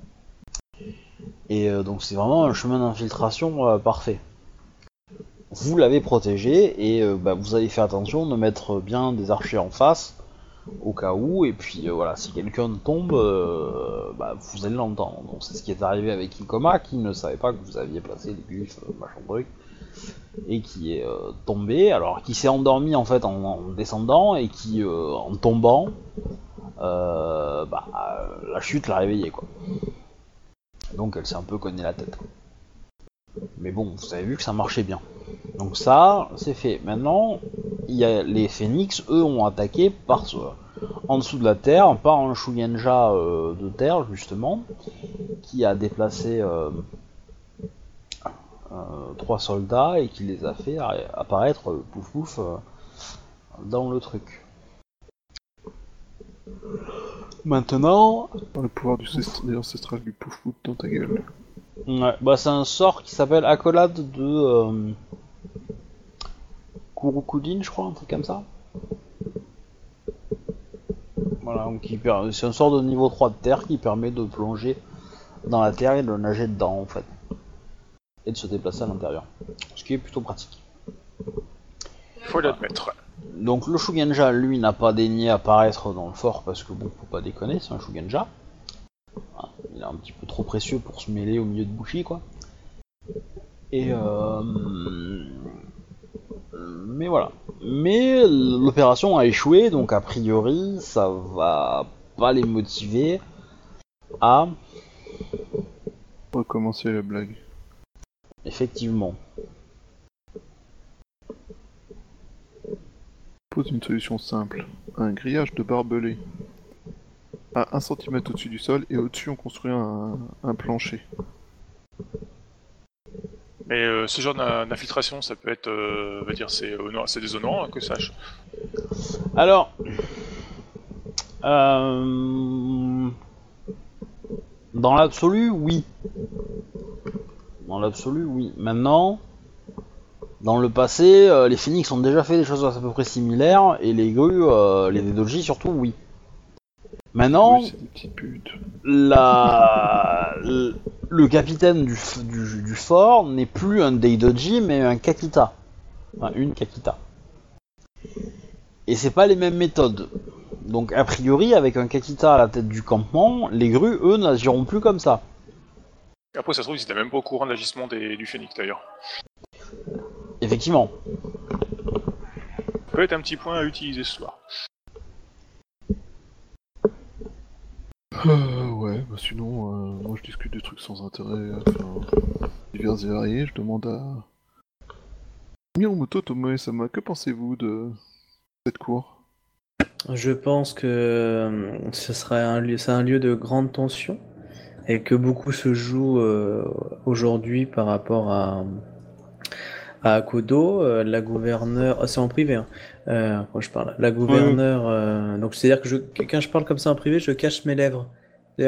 Et donc c'est vraiment un chemin d'infiltration parfait. Vous l'avez protégé et vous avez fait attention de mettre bien des archers en face au cas où, et puis voilà, si quelqu'un tombe, vous allez l'entendre. Donc c'est ce qui est arrivé avec Ikoma, qui ne savait pas que vous aviez placé les glyphes, machin truc, et qui est tombé, alors qui s'est endormi en fait en descendant, et qui en tombant, la chute l'a réveillé, quoi. Donc elle s'est un peu cogné la tête, quoi. Mais bon, vous avez vu que ça marchait bien. Donc ça, c'est fait. Maintenant, il y a les Phoenix, eux, ont attaqué en dessous de la terre, par un Shugenja de terre, justement, qui a déplacé 3 soldats et qui les a fait apparaître pouf pouf dans le truc. Maintenant... Par le pouvoir de l'ancestral du pouf pouf dans ta gueule. Ouais, c'est un sort qui s'appelle Accolade de Kurukudin, je crois, un truc comme ça. Voilà, donc c'est un sort de niveau 3 de terre qui permet de plonger dans la terre et de nager dedans, en fait. Et de se déplacer à l'intérieur. Ce qui est plutôt pratique. Faut l'admettre. Donc le Shugenja, lui, n'a pas daigné apparaître dans le fort parce que bon, faut pas déconner, c'est un Shugenja. Il est un petit peu trop précieux pour se mêler au milieu de Bushi, quoi. Et mais voilà. Mais l'opération a échoué, donc a priori, ça va pas les motiver à... Recommencer la blague. Effectivement. Pose une solution simple. Un grillage de barbelés. À 1 cm au-dessus du sol, et au-dessus on construit un plancher. Mais ce genre d'infiltration, ça peut être, c'est déshonorant, hein, que sache. Alors... Dans l'absolu, oui. Dans l'absolu, oui. Maintenant, dans le passé, les Phoenix ont déjà fait des choses à peu près similaires, et les grues, les Dedoji surtout, oui. Maintenant, Oui, c'est des petites putes. le capitaine du fort n'est plus un Daidoji, mais un Kakita. Enfin, une Kakita. Et c'est pas les mêmes méthodes. Donc, a priori, avec un Kakita à la tête du campement, les grues, eux, n'agiront plus comme ça. Après, ça se trouve, ils étaient même pas au courant de l'agissement du Phoenix, d'ailleurs. Effectivement. Ça peut être un petit point à utiliser ce soir. Ouais, bah sinon, moi je discute des trucs sans intérêt, divers et variés. Je demande à Miyamoto Tomoe-sama, que pensez-vous de cette cour? Je pense que ce serait c'est un lieu de grande tension et que beaucoup se joue aujourd'hui par rapport à Akodo. La gouverneure, c'est en privé, hein. Quand je parle, la gouverneure, donc c'est-à-dire que quand je parle comme ça en privé, je cache mes lèvres. C'est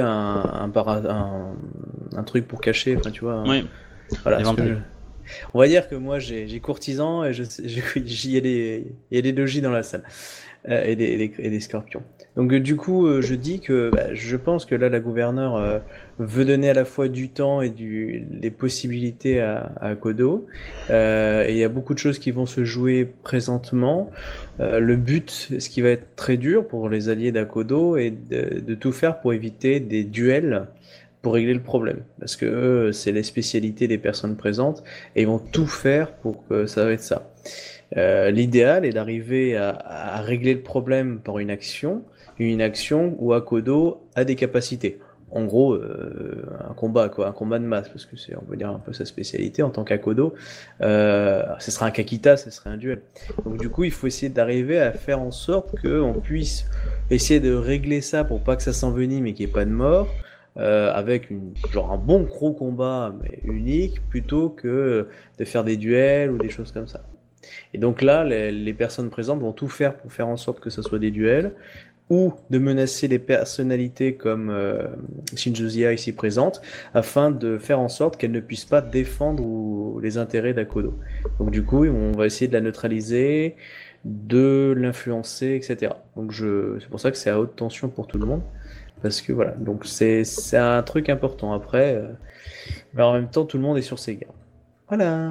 un truc pour cacher, enfin tu vois. Oui. Voilà. On va dire que moi j'ai courtisan et il y a des logis dans la salle. Et des scorpions. Donc du coup, je dis que je pense que là, la gouverneure veut donner à la fois du temps et des possibilités à Kodo. Et il y a beaucoup de choses qui vont se jouer présentement. Le but, ce qui va être très dur pour les alliés d'Akodo, est de tout faire pour éviter des duels pour régler le problème. Parce que eux, c'est les spécialités des personnes présentes et ils vont tout faire pour que ça va être ça. L'idéal est d'arriver à régler le problème par une action où Akodo a des capacités. En gros, un combat de masse, parce que c'est, on va dire, un peu sa spécialité en tant qu'Akodo. Ce sera un Kakita, ce serait un duel. Donc du coup, il faut essayer d'arriver à faire en sorte qu'on puisse essayer de régler ça pour pas que ça s'envenime et qu'il n'y ait pas de mort. Avec un bon gros combat mais unique, plutôt que de faire des duels ou des choses comme ça. Et donc là, les personnes présentes vont tout faire pour faire en sorte que ce soit des duels, ou de menacer les personnalités comme Shinjo Zia ici présente, afin de faire en sorte qu'elles ne puissent pas défendre les intérêts d'Akodo. Donc du coup, on va essayer de la neutraliser, de l'influencer, etc. Donc c'est pour ça que c'est à haute tension pour tout le monde, parce que voilà, donc c'est un truc important. Après, mais en même temps, tout le monde est sur ses gardes. Voilà.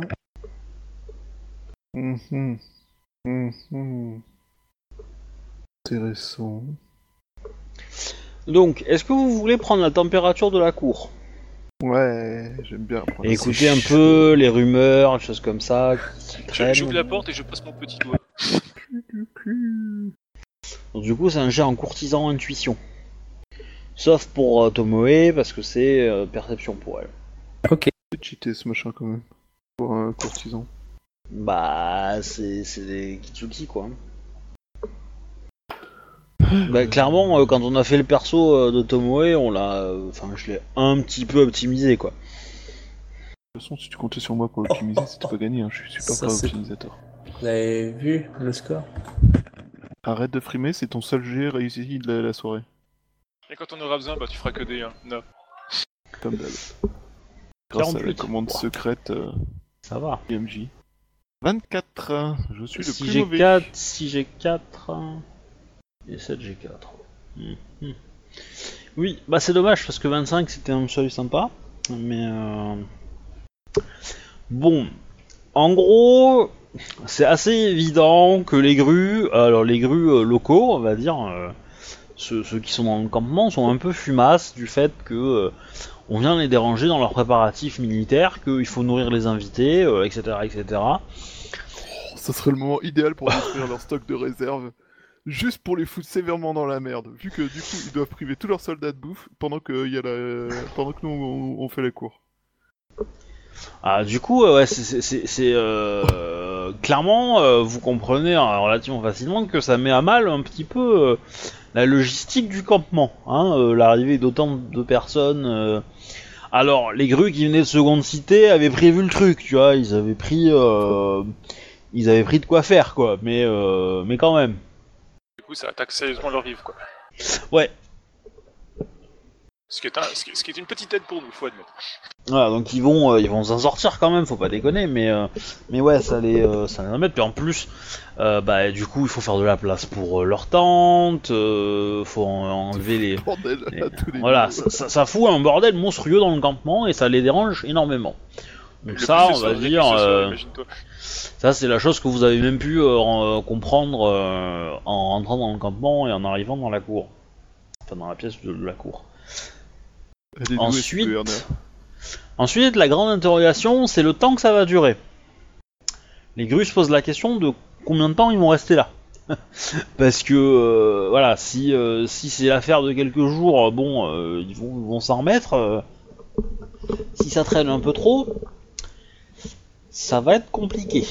Intéressant. Donc, est-ce que vous voulez prendre la température de la cour? Ouais, j'aime bien. Et écouter un peu les rumeurs, des choses comme ça. J'ouvre la porte et je passe mon petit doigt. Donc, du coup, c'est un jet en courtisan intuition. Sauf pour Tomoe, parce que c'est perception pour elle. Ok. C'est cheaté ce machin quand même. Pour un courtisan. Bah, c'est des Kitsuki quoi. Bah, clairement, quand on a fait le perso de Tomoe, je l'ai un petit peu optimisé quoi. De toute façon, si tu comptais sur moi pour optimiser, c'était pas gagné, hein. Je suis super pas optimisateur. Vous avez vu le score? Arrête de frimer, c'est ton seul jet réussi de la soirée. Et quand on aura besoin, tu feras que des 1. No. Comme d'hab. Grâce à la commande secrète ça va. IMJ. 24, je suis le Si plus j'ai mauvais. 4, si j'ai 4 et 7 j'ai 4. Oui, bah c'est dommage parce que 25 c'était un seuil sympa, mais bon, en gros, c'est assez évident que les grues locaux, on va dire, ceux qui sont dans le campement sont un peu fumasses du fait que on vient les déranger dans leurs préparatifs militaires, qu'il faut nourrir les invités, etc., etc. Ça serait le moment idéal pour détruire leur stock de réserve. Juste pour les foutre sévèrement dans la merde, vu que du coup ils doivent priver tous leurs soldats de bouffe pendant que nous on fait la cour. Ah, du coup, ouais, c'est clairement, vous comprenez relativement facilement que ça met à mal un petit peu la logistique du campement, hein, l'arrivée d'autant de personnes. Alors, les grues qui venaient de seconde cité avaient prévu le truc, tu vois, ils avaient pris de quoi faire, quoi, mais quand même. Du coup, ça attaque sérieusement leur vivre, quoi. Ouais. Ce qui est une petite aide pour nous, faut admettre. Voilà, donc ils vont s'en sortir quand même, faut pas déconner, mais ouais, ça les embête. Puis en plus, du coup, il faut faire de la place pour leur tente, faut enlever les. Bordel, à tous les Voilà, niveaux. ça fout un bordel monstrueux dans le campement et ça les dérange énormément. Donc Le ça, plus on ce va soir, dire, ce soir, imagine-toi. ça c'est la chose que vous avez même pu comprendre en rentrant dans le campement et en arrivant dans la cour, enfin dans la pièce de la cour. Elle est douée, cette gouverneure. Ensuite, la grande interrogation, c'est le temps que ça va durer. Les grues se posent la question de combien de temps ils vont rester là. Parce que, voilà, si c'est l'affaire de quelques jours, ils vont s'en remettre. Si ça traîne un peu trop, ça va être compliqué.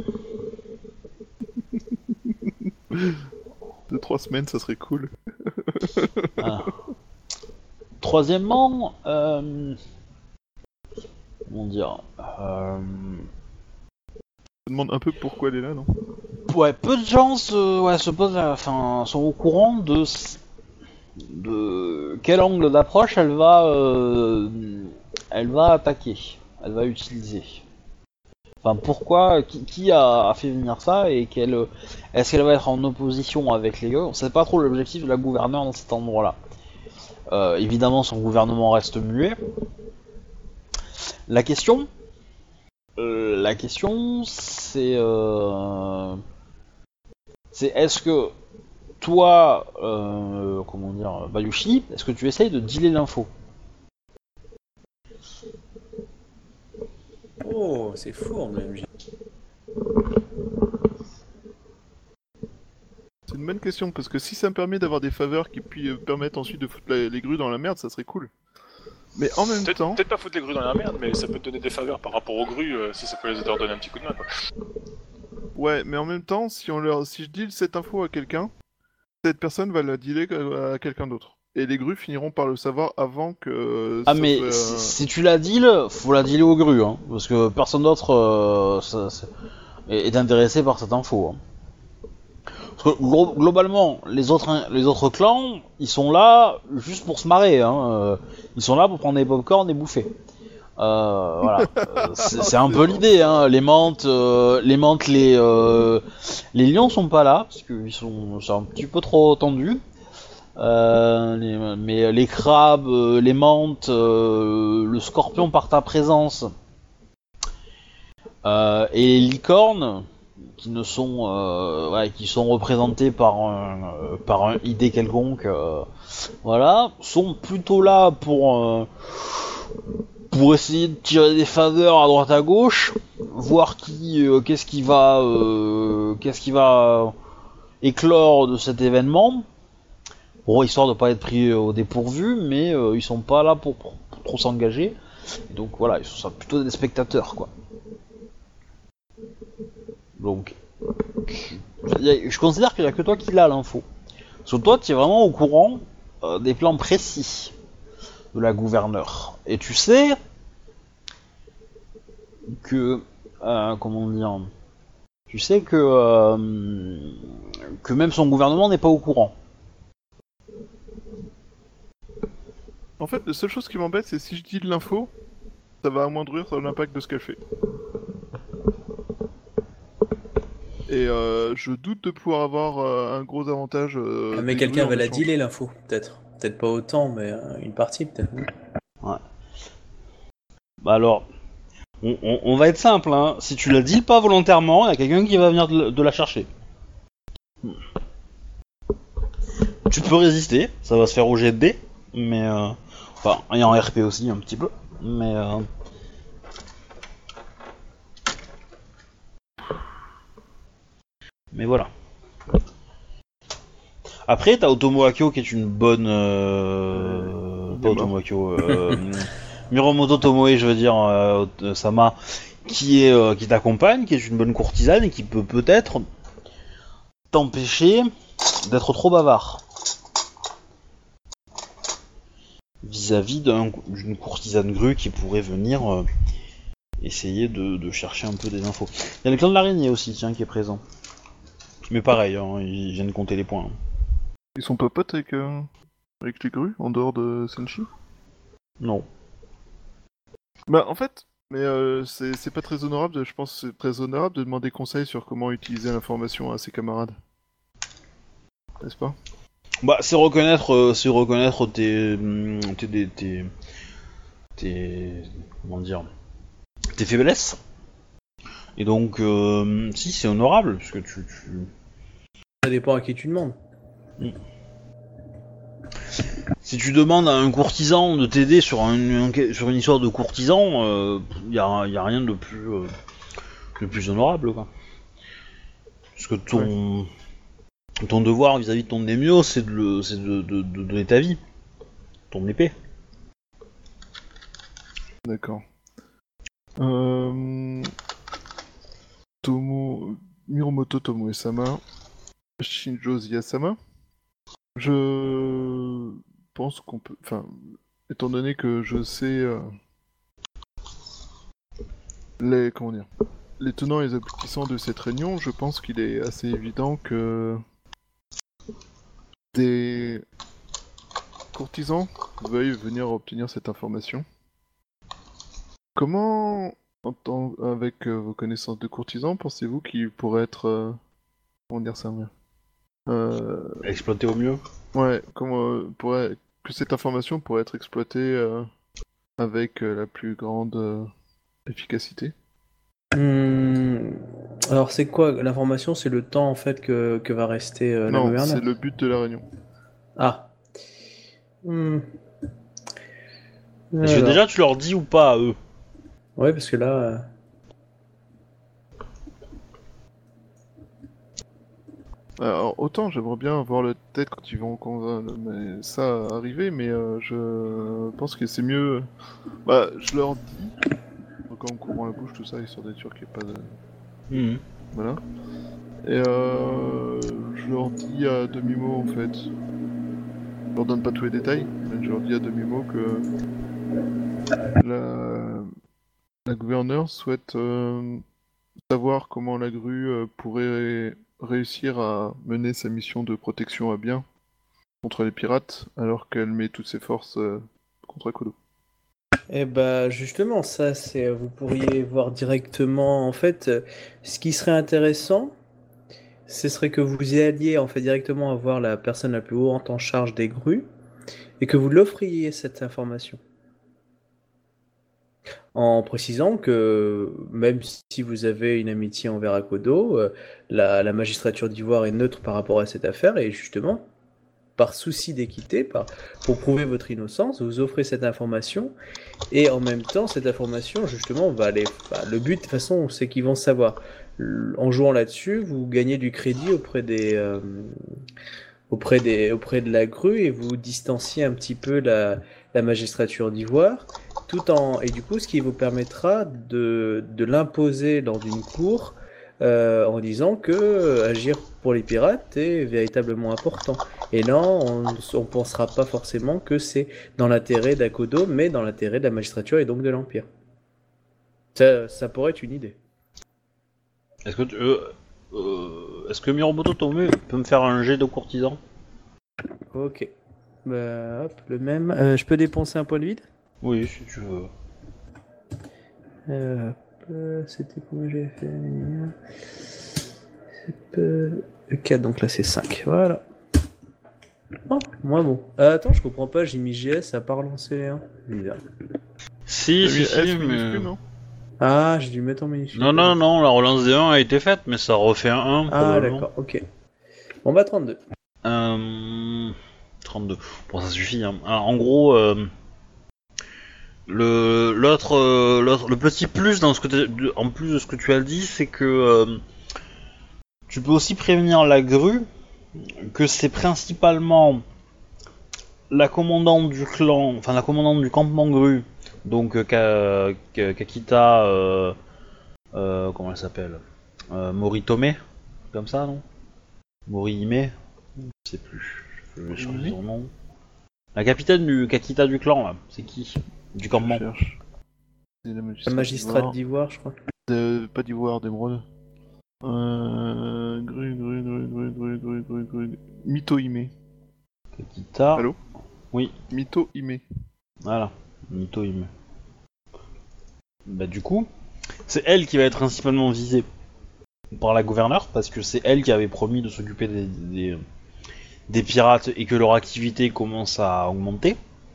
2-3 semaines, ça serait cool. Voilà. Troisièmement, comment dire, Je me demande un peu pourquoi elle est là, non? ouais, peu de gens se posent, sont au courant de quel angle d'approche elle va attaquer, elle va utiliser. Enfin, pourquoi, qui a fait venir ça et est-ce qu'elle va être en opposition avec les gars? On sait pas trop l'objectif de la gouverneure dans cet endroit-là. Évidemment, son gouvernement reste muet. La question, c'est est-ce que toi, comment dire, Bayushi, est-ce que tu essayes de dealer l'info? Oh, c'est fourbe, MJ. C'est une bonne question, parce que si ça me permet d'avoir des faveurs qui puis permettent ensuite de foutre les grues dans la merde, ça serait cool. Mais en même temps... Peut-être pas foutre les grues dans la merde, mais ça peut te donner des faveurs par rapport aux grues, si ça peut leur donner un petit coup de main, quoi. Ouais, mais en même temps, si je deal cette info à quelqu'un, cette personne va la dealer à quelqu'un d'autre. Et les grues finiront par le savoir avant que... Ah mais si tu la deals, faut la dealer aux grues, hein, parce que personne d'autre est intéressé par cette info. Hein. Parce que globalement, les autres clans, ils sont là juste pour se marrer. Hein, ils sont là pour prendre des popcorn et bouffer. Voilà, c'est un peu l'idée. Hein. Les mantes, les lions sont pas là parce que c'est un petit peu trop tendu. Mais les crabes, les mantes, le scorpion par ta présence et les licornes qui ne sont qui sont représentés par un idée quelconque, voilà, sont plutôt là pour essayer de tirer des faveurs à droite à gauche, voir qu'est-ce qui va éclore de cet événement. Bon, histoire de pas être pris au dépourvu, mais ils sont pas là pour trop s'engager. Donc voilà, ils sont plutôt des spectateurs, quoi. Donc, je considère qu'il y a que toi qui l'as l'info. Parce que toi, tu es vraiment au courant des plans précis de la gouverneure. Et tu sais que, comment dire, tu sais que même son gouvernement n'est pas au courant. En fait, la seule chose qui m'embête, c'est si je dis de l'info, ça va amoindrir l'impact de ce qu'elle fait. Et je doute de pouvoir avoir un gros avantage. Mais quelqu'un va la dealer l'info, peut-être. Peut-être pas autant, mais une partie peut-être. Ouais. Bah alors, on va être simple, hein. Si tu la deals pas volontairement, il y a quelqu'un qui va venir de la chercher. Tu peux résister, ça va se faire au jet de dés, mais enfin, et en RP aussi un petit peu, mais voilà. Après, t'as Otomo Akio qui est une bonne. Pas Otomo Akio. Miromoto Tomoe, je veux dire, Sama, qui t'accompagne, qui est une bonne courtisane et qui peut peut-être t'empêcher d'être trop bavard vis-à-vis d'une courtisane grue qui pourrait venir essayer de chercher un peu des infos. Il y a le clan de l'araignée aussi, tiens, qui est présent. Mais pareil, hein, ils viennent compter les points. Ils sont pas potes avec les grues, en dehors de Senshi? Non. Bah en fait, mais c'est pas très honorable, je pense que c'est très honorable de demander conseil sur comment utiliser l'information à ses camarades. N'est-ce pas? Bah c'est reconnaître comment dire, tes faiblesses. Et donc si c'est honorable parce que tu... Ça dépend à qui tu demandes. Si tu demandes à un courtisan de t'aider sur une histoire de courtisan, y a rien de plus honorable, quoi. Parce que ton devoir vis-à-vis de ton daimyo, c'est de donner ta vie, ton épée. D'accord. Miromoto Tomoe-sama, Shinjo Ziyasama. Je pense qu'on peut... Enfin, étant donné que je sais les tenants et les aboutissants de cette réunion, je pense qu'il est assez évident que des courtisans veuillent venir obtenir cette information. Comment, avec vos connaissances de courtisans, pensez-vous qu'il pourrait être... comment dire ça mieux Exploiter au mieux. Ouais, que cette information pourrait être exploitée avec la plus grande efficacité. Alors c'est quoi l'information? C'est le temps en fait que va rester la Non, gouvernante. c'est le but de la réunion. Ah. Est-ce que déjà tu leur dis ou pas à eux? Ouais, parce que là. Alors, autant j'aimerais bien voir la tête quand ils vont ça arriver, mais je pense que c'est mieux. Bah, je leur dis, en couvrant la bouche, tout ça, histoire d'être sûr qu'il n'y ait pas de. Voilà. Et je leur dis à demi-mot en fait. Je leur donne pas tous les détails, mais je leur dis à demi-mot que la gouverneure souhaite savoir comment la grue pourrait réussir à mener sa mission de protection à bien contre les pirates, alors qu'elle met toutes ses forces contre Akodo. Eh bah justement, ça c'est vous pourriez voir directement en fait ce qui serait intéressant, ce serait que vous y alliez en fait directement à voir la personne la plus haute en charge des grues et que vous l'offriez cette information. En précisant que même si vous avez une amitié envers Akodo, la magistrature d'Ivoire est neutre par rapport à cette affaire et justement, par souci d'équité, pour prouver votre innocence, vous offrez cette information et en même temps, cette information justement va aller... le but de toute façon, c'est qu'ils vont savoir. En jouant là-dessus, vous gagnez du crédit auprès de la grue et vous distanciez un petit peu la magistrature d'Ivoire. Et du coup, ce qui vous permettra de l'imposer dans une cour en disant que agir pour les pirates est véritablement important. Et non, on pensera pas forcément que c'est dans l'intérêt d'Akodo, mais dans l'intérêt de la magistrature et donc de l'Empire. Ça pourrait être une idée. Est-ce que Miromoto Tomoe peut me faire un jet de courtisan? Ok. Bah, hop, le même. Je peux dépenser un point de vide? Oui, si tu veux. C'était combien j'avais fait? 4, donc là c'est 5. Voilà. Oh, moins bon. Attends, je comprends pas, j'ai mis GS, ça a pas relancé les 1. Bizarre. Si, mais... non? Ah, j'ai dû mettre en minuscule. Non, la relance des 1 a été faite, mais ça refait un 1. Ah, d'accord, ok. Bon bah 32. 32. Bon, ça suffit. Hein. Alors, en gros, le petit plus dans en plus de ce que tu as dit, c'est que tu peux aussi prévenir la grue que c'est principalement la commandante du clan, enfin la commandante du campement grue, donc Kakita, comment elle s'appelle, Moritome, comme ça, non? Morihime, je sais plus, je vais changer son nom. La capitaine du Kakita du clan là, c'est qui? Du campement. C'est La magistrate d'Ivoire, je crois. Pas d'Ivoire, d'émeraude. Mito-Hime. Kakita. Allô? Oui. Mito-Hime. Voilà, Mito-Hime. Bah du coup, c'est elle qui va être principalement visée par la gouverneure, parce que c'est elle qui avait promis de s'occuper des pirates et que leur activité commence à augmenter.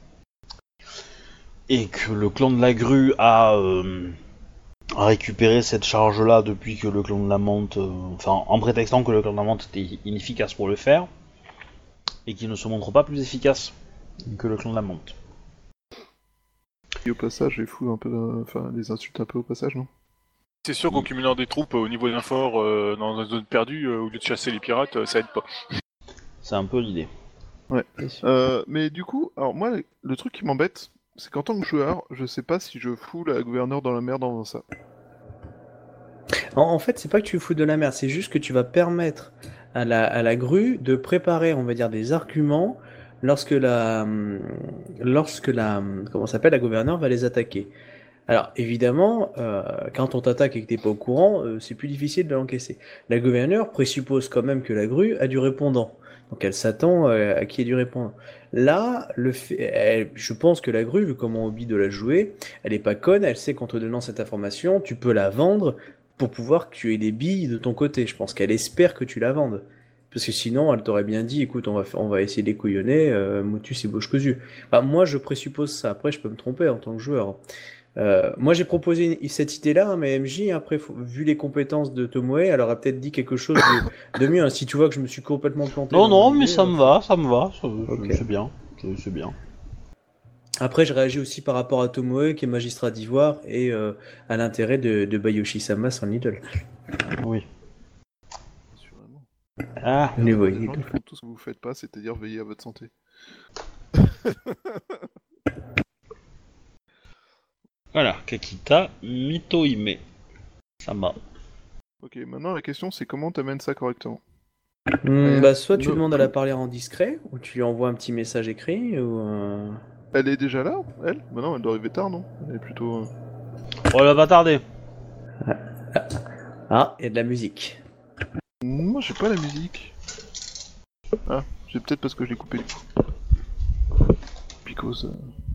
Et que le clan de la grue a récupéré cette charge-là depuis que le clan de la menthe... enfin, en prétextant que le clan de la menthe était inefficace pour le faire, et qu'il ne se montre pas plus efficace que le clan de la menthe. Et au passage, les fous un peu... Enfin, les insultes un peu au passage, non? C'est sûr qu'en cumulant des troupes au niveau d'un fort dans une zone perdue, au lieu de chasser les pirates, ça aide pas. C'est un peu l'idée. Ouais. Mais du coup, alors moi, le truc qui m'embête, c'est qu'en tant que joueur, je sais pas si je fous la gouverneure dans la merde en faisant ça. En fait, c'est pas que tu fous de la merde, c'est juste que tu vas permettre à la grue de préparer, on va dire, des arguments lorsque la comment ça s'appelle, la gouverneure va les attaquer. Alors, évidemment, quand on t'attaque et que t'es pas au courant, c'est plus difficile de l'encaisser. La gouverneure présuppose quand même que la grue a du répondant. Donc elle s'attend à qu'il y ait du répondant. Là, je pense que la grue, vu comment on oublie de la jouer, elle est pas conne, elle sait qu'en te donnant cette information, tu peux la vendre pour pouvoir que tu aies des billes de ton côté. Je pense qu'elle espère que tu la vendes. Parce que sinon, elle t'aurait bien dit, écoute, on va essayer d'écouillonner, motus et bouche cousue. Enfin, moi, je présuppose ça. Après, je peux me tromper en tant que joueur. Moi j'ai proposé cette idée-là, hein, mais MJ, après, vu les compétences de Tomoe, elle aura peut-être dit quelque chose de mieux. Hein. Si tu vois que je me suis complètement planté. Non, mais ça me va, Ok. c'est bien, c'est bien. Après, je réagis aussi par rapport à Tomoe, qui est magistrat d'Ivoire, et à l'intérêt de Bayoshi-sama sans Lidl. Oui. Assurément. Ah, Il y a Niveau des gens Lidl. qui font tout ce que vous faites pas, c'est-à-dire veiller à votre santé. voilà, Kakita Mitohime. Ça va. Ok, maintenant la question c'est comment t'amènes ça correctement. Soit tu No- demandes à la parler en discret, ou tu lui envoies un petit message écrit, ou... Elle est déjà là, elle? Bah non, elle doit arriver tard, non? Elle est plutôt... Oh, elle va pas tarder. Ah, il y a de la musique. Moi j'ai pas la musique. Ah, c'est peut-être parce que je l'ai coupé du coup. Because...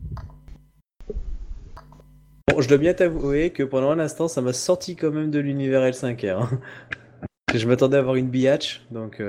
Bon, je dois bien t'avouer que pendant un instant, ça m'a sorti quand même de l'univers L5R. Hein. Je m'attendais à avoir une biatch, donc...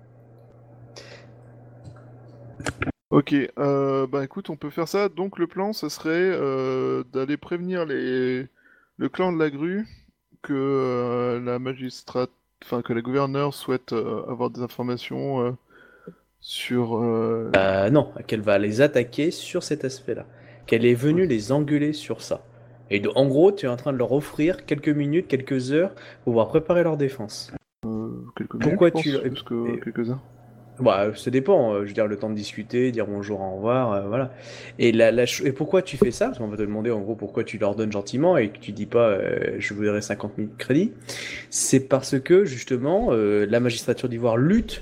Ok, bah écoute, on peut faire ça. Donc le plan, ça serait d'aller prévenir le clan de la grue que la magistrate, enfin que la gouverneure souhaite avoir des informations sur... Non, qu'elle va les attaquer sur cet aspect-là. Qu'elle est venue les engueuler sur ça. Et en gros, tu es en train de leur offrir quelques minutes, quelques heures pour pouvoir préparer leur défense. quelques Pourquoi minutes, je tu- pense, plus que quelques-uns. Bah, ça dépend. Je veux dire, le temps de discuter, dire bonjour, au revoir, voilà. Et, et pourquoi tu fais ça? Parce qu'on va te demander en gros pourquoi tu leur donnes gentiment et que tu dis pas je voudrais 50 000 crédits. C'est parce que justement, la magistrature d'Ivoire lutte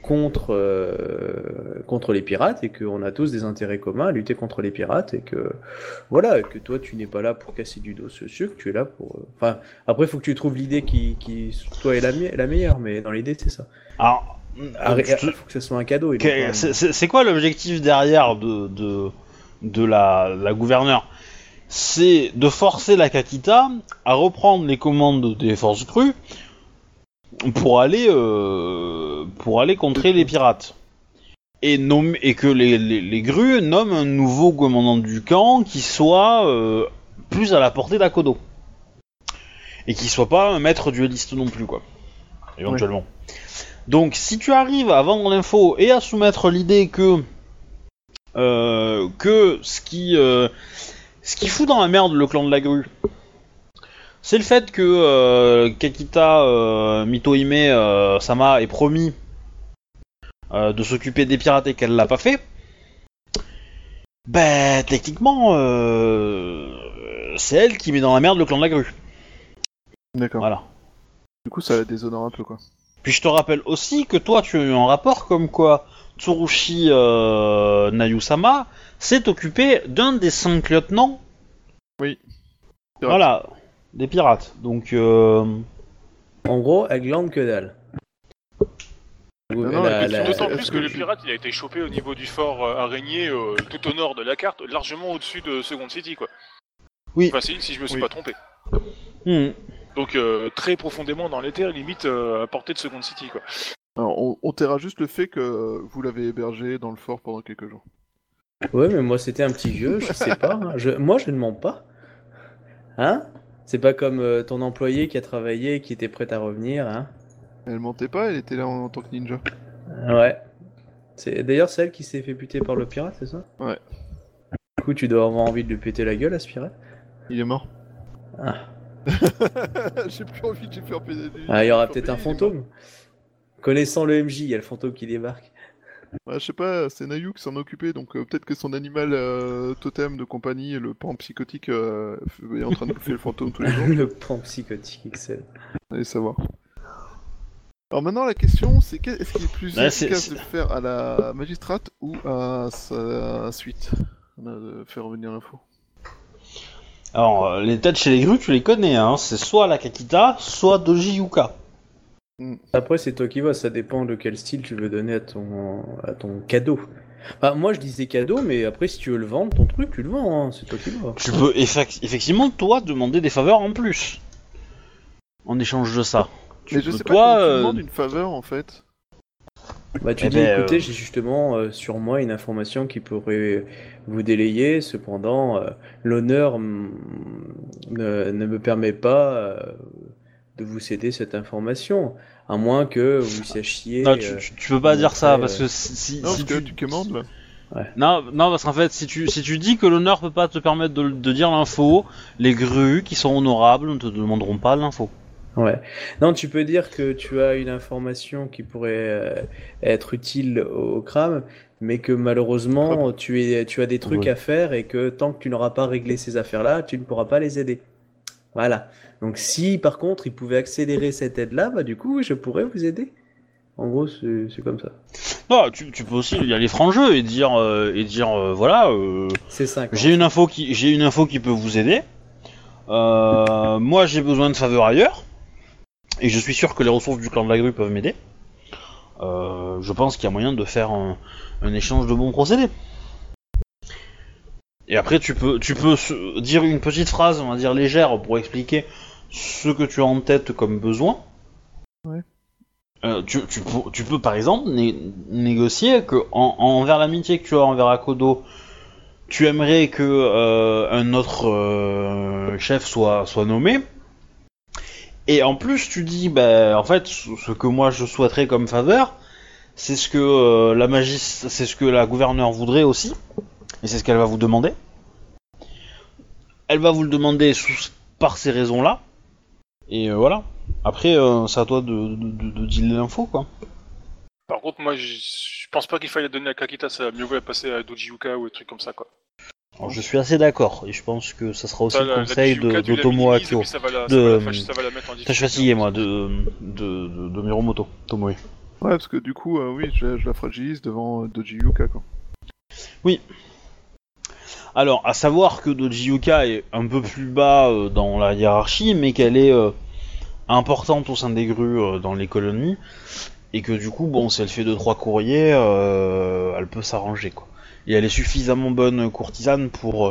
contre les pirates et qu'on a tous des intérêts communs à lutter contre les pirates et que voilà, que toi tu n'es pas là pour casser du dos ce sucre, tu es là pour. Enfin, après, il faut que tu trouves l'idée qui toi est la meilleure, mais dans l'idée, c'est ça. Alors, Il faut que ça soit un cadeau. Et non pas un- c'est quoi l'objectif derrière de la gouverneure? C'est de forcer la Kakita à reprendre les commandes des forces crues pour aller contrer les pirates. Et que les grues nomment un nouveau commandant du camp qui soit plus à la portée d'Akodo. Et qui soit pas un maître dueliste non plus, quoi. Éventuellement. Donc, si tu arrives à vendre l'info et à soumettre l'idée que que ce qui fout dans la merde le clan de la grue, c'est le fait que Kakita Mitohime Sama ait promis de s'occuper des pirates et qu'elle l'a pas fait. Ben, techniquement, c'est elle qui met dans la merde le clan de la grue. D'accord. Voilà. Du coup, ça la déshonore un peu, quoi. Puis je te rappelle aussi que toi, tu as eu un rapport comme quoi Tsurushi Nayusama s'est occupé d'un des 5 lieutenants. Oui. Pirates. Voilà, des pirates. Donc, En gros, elle glande que dalle. Non, D'autant plus que le pirate il a été chopé au niveau du fort araignée tout au nord de la carte, largement au-dessus de Second City quoi. Oui. Enfin si je me suis pas trompé. hmm. Donc très profondément dans les terres, limite à portée de Second City quoi. Alors, on taira juste le fait que vous l'avez hébergé dans le fort pendant quelques jours. Ouais, mais moi c'était un petit vieux, je sais pas. Hein. Moi je ne mens pas. Hein? C'est pas comme ton employé qui a travaillé et qui était prêt à revenir, hein? Elle mentait pas, elle était là en tant que ninja. Ouais. D'ailleurs celle qui s'est fait buter par le pirate, c'est ça? Ouais. Du coup, tu dois avoir envie de lui péter la gueule à ce pirate? Il est mort. Ah. J'ai plus envie de lui faire péter. Ah, il y aura peut-être un fantôme. Connaissant le MJ, il y a le fantôme qui débarque. Ouais, je sais pas, c'est Nayu qui s'en occupait, donc peut-être que son animal totem de compagnie, le pan psychotique, est en train de bouffer le fantôme tous les jours. Le pan psychotique XL. Allez savoir. Alors maintenant la question c'est est-ce qu'il est plus Ouais, efficace de le faire à la magistrate ou à sa suite de faire revenir l'info. Alors, les têtes chez les grues, tu les connais, hein. C'est soit la Kakita, soit Doji Yuka. Après, c'est toi qui vois, ça dépend de quel style tu veux donner à ton cadeau. Bah, moi je disais cadeau, mais après, si tu veux le vendre, ton truc, tu le vends, hein. C'est toi qui vois. Tu peux effectivement, toi, demander des faveurs en plus. En échange de ça. Mais je sais pas toi, comment tu demandes une faveur en fait. Bah, tu dis, écoutez, j'ai justement sur moi une information qui pourrait vous délayer, cependant, l'honneur ne me permet pas de vous céder cette information, à moins que vous sachiez... Non, tu peux pas dire ça, parce que Non, si parce que tu commandes là. Ouais. Non, parce qu'en fait, si tu dis que l'honneur peut pas te permettre de dire l'info, les grues qui sont honorables ne te demanderont pas l'info. Ouais. Non, tu peux dire que tu as une information qui pourrait être utile au crâne, mais que malheureusement tu as des trucs à faire et que tant que tu n'auras pas réglé ces affaires-là, tu ne pourras pas les aider. Voilà. Donc si par contre il pouvait accélérer cette aide-là, bah du coup je pourrais vous aider. En gros, c'est comme ça. Non, tu peux aussi y aller franc-jeu et dire voilà. C'est 5. J'ai une info qui peut vous aider. Moi, j'ai besoin de faveurs ailleurs. Et je suis sûr que les ressources du clan de la grue peuvent m'aider. Je pense qu'il y a moyen de faire un échange de bons procédés. Et après, tu peux dire une petite phrase, on va dire légère, pour expliquer ce que tu as en tête comme besoin. Ouais. Tu peux par exemple négocier que envers l'amitié que tu as envers Akodo, tu aimerais que un autre chef soit nommé. Et en plus, tu dis, en fait, ce que moi je souhaiterais comme faveur, c'est ce que c'est ce que la gouverneure voudrait aussi, et c'est ce qu'elle va vous demander. Elle va vous le demander par ces raisons-là, et voilà. Après, c'est à toi de dealer l'info, quoi. Par contre, moi, je pense pas qu'il fallait donner à Kakita, ça mieux vaut la passer à Doji Yuka ou des trucs comme ça, quoi. Alors, je suis assez d'accord, et je pense que ça sera aussi Ça, le conseil d'Otomo Akio. Ça va la mettre en difficulté. T'as fatigué, moi, de Miromoto, Tomoe. Ouais, parce que du coup, oui, je la fragilise devant Doji Yuka, quoi. Oui. Alors, à savoir que Doji Yuka est un peu plus bas dans la hiérarchie, mais qu'elle est importante au sein des grues dans les colonies, et que du coup, bon, si elle fait 2-3 courriers, elle peut s'arranger, quoi. Et elle est suffisamment bonne courtisane pour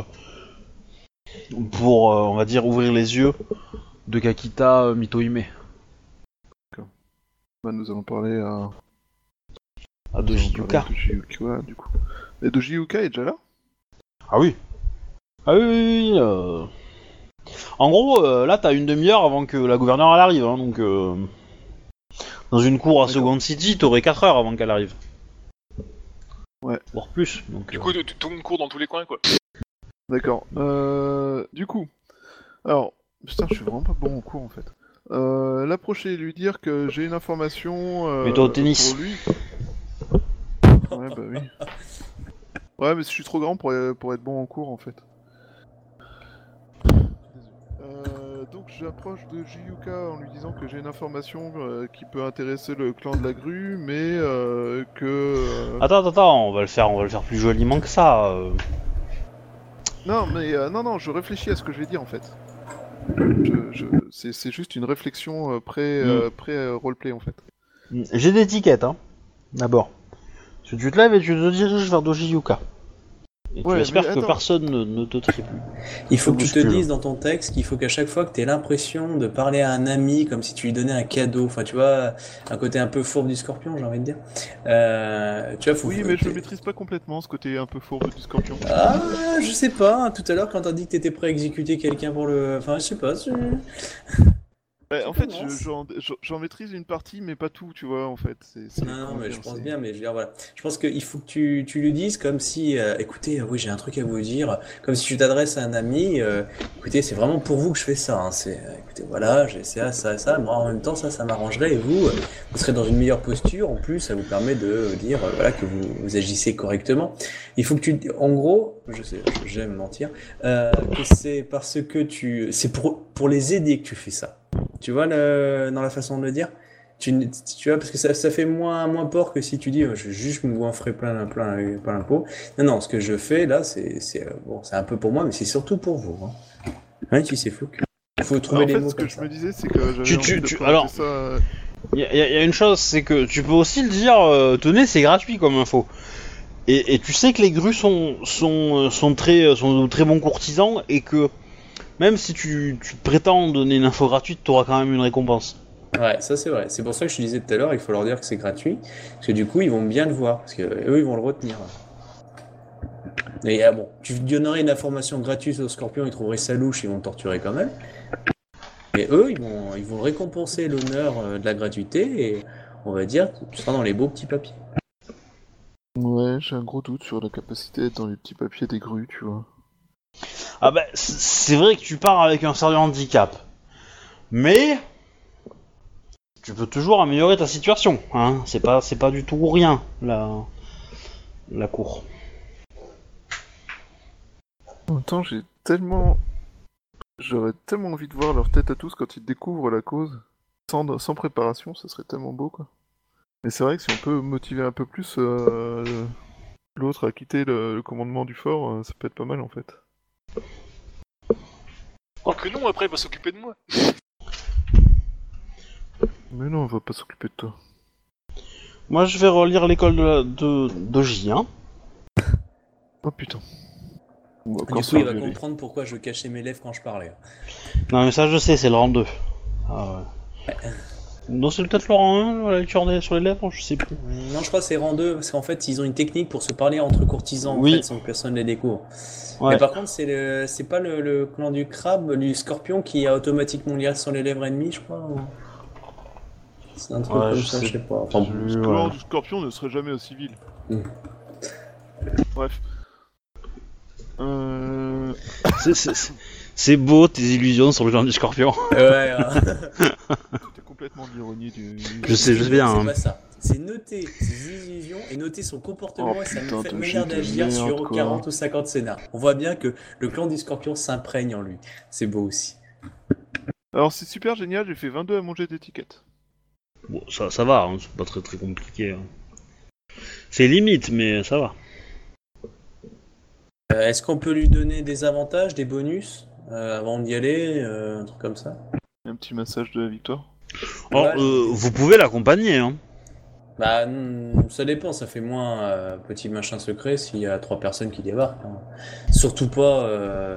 on va dire, ouvrir les yeux de Kakita Mitohime. D'accord. Bah, nous allons parler À Doji Yuka. Doji Yuka, du coup. Mais Doji Yuka est déjà là? Ah oui. Ah oui. En gros, là, t'as une demi-heure avant que la gouverneure elle arrive, hein, donc dans une cour à Second City, t'aurais 4 heures avant qu'elle arrive. voire plus. Donc, Du coup, tout le monde court dans tous les coins, quoi. D'accord. Du coup, alors, putain, je suis vraiment pas bon en cours en fait. L'approcher, lui dire que j'ai une information Mets-toi au tennis. pour lui. Ouais, bah oui. Ouais, mais je suis trop grand pour être bon en cours en fait. Donc j'approche de Jiyuka en lui disant que j'ai une information qui peut intéresser le clan de la grue, mais que... Attends, on va le faire plus joliment que ça. Non, mais non, je réfléchis à ce que je vais dire en fait. C'est juste une réflexion pré-roleplay en fait. J'ai des tickets, hein. D'abord. Tu te lèves et tu te diriges vers Dojiyuka. Et tu espères que personne ne te triple. Il faut que tu te dises dans ton texte qu'il faut qu'à chaque fois que tu aies l'impression de parler à un ami comme si tu lui donnais un cadeau, enfin tu vois, un côté un peu fourbe du scorpion, j'ai envie de dire. Tu vois, Oui, mais je le maîtrise pas complètement, ce côté un peu fourbe du scorpion. Ah, je sais pas, hein, tout à l'heure quand t'as dit que t'étais prêt à exécuter quelqu'un pour le... Enfin, je sais pas, Ouais, en fait, j'en maîtrise une partie, mais pas tout, tu vois, en fait. Non, mais je pense bien, mais je veux dire, voilà. Je pense qu'il faut que tu lui dises comme si, écoutez, oui, j'ai un truc à vous dire, comme si tu t'adresses à un ami, écoutez, c'est vraiment pour vous que je fais ça, hein, écoutez, voilà, j'ai ça, moi en même temps, ça m'arrangerait, et vous serez dans une meilleure posture, en plus, ça vous permet de dire, voilà, que vous agissez correctement. Il faut que en gros, je sais, j'aime mentir, que c'est parce que c'est pour les aider que tu fais ça. Tu vois dans la façon de le dire, tu vois, parce que ça fait moins peur que si tu dis je juste me goinfrer plein la peau. Non, ce que je fais là, c'est bon, c'est un peu pour moi, mais c'est surtout pour vous. Hein. Ouais, tu sais, Flouk. Il faut trouver les mots. En fait, ce que je me disais, c'est que j'avais alors, ça. Il y a une chose, c'est que tu peux aussi le dire, tenez, c'est gratuit comme info. Et tu sais que les grues sont de très bons courtisans et que même si tu prétends donner une info gratuite, tu auras quand même une récompense. Ouais, ça c'est vrai. C'est pour ça que je te disais tout à l'heure, il faut leur dire que c'est gratuit. Parce que du coup, ils vont bien le voir. Parce que eux, ils vont le retenir. Et bon, tu donnerais une information gratuite aux scorpions, ils trouveraient ça louche, ils vont te torturer quand même. Mais eux, ils vont récompenser l'honneur de la gratuité et on va dire que tu seras dans les beaux petits papiers. Ouais, j'ai un gros doute sur la capacité d'être dans les petits papiers des grues, tu vois. Ah bah, c'est vrai que tu pars avec un sérieux handicap. Mais tu peux toujours améliorer ta situation, hein. C'est pas du tout rien, la cour. En même temps, j'aurais tellement envie de voir leur tête à tous quand ils découvrent la cause. Sans préparation, ça serait tellement beau, quoi. Mais c'est vrai que si on peut motiver un peu plus l'autre à quitter le commandement du fort, ça peut être pas mal, en fait. Oh que non, après il va s'occuper de moi. Mais non, on va pas s'occuper de toi. Moi, je vais relire l'école de J, hein. Oh putain. Du coup, il va comprendre pourquoi je cachais mes lèvres quand je parlais. Non, mais ça, je sais, c'est le rang 2. Ah ouais. Non, c'est peut-être le rang 1, la lecture sur les lèvres, je sais plus. Non, je crois que c'est rang 2, parce qu'en fait, ils ont une technique pour se parler entre courtisans, oui. en fait, sans que personne les découvre. Ouais. Mais par contre, c'est pas le clan du crabe, du scorpion, qui a automatiquement lié sur les lèvres ennemies, je crois. Ou... C'est un truc comme ça, je sais pas. Enfin, le clan du scorpion ne serait jamais aussi vil. Bref. C'est beau tes illusions sur le clan du scorpion. Ouais. C'était complètement l'ironie du... Je sais bien. C'est pas ça. C'est noter ses illusions et noter son comportement et sa manière d'agir sur 40 ou 50 scénars. On voit bien que le clan du scorpion s'imprègne en lui. C'est beau aussi. Alors c'est super génial, j'ai fait 22 à mon jet d'étiquette. Bon, ça va, hein, c'est pas très très compliqué. Hein. C'est limite, mais ça va. Est-ce qu'on peut lui donner des avantages, des bonus avant d'y aller, un truc comme ça? Un petit massage de la victoire. Alors, vous pouvez l'accompagner, hein. Bah, ça dépend, ça fait moins petit machin secret s'il y a 3 personnes qui débarquent. Hein. Surtout pas,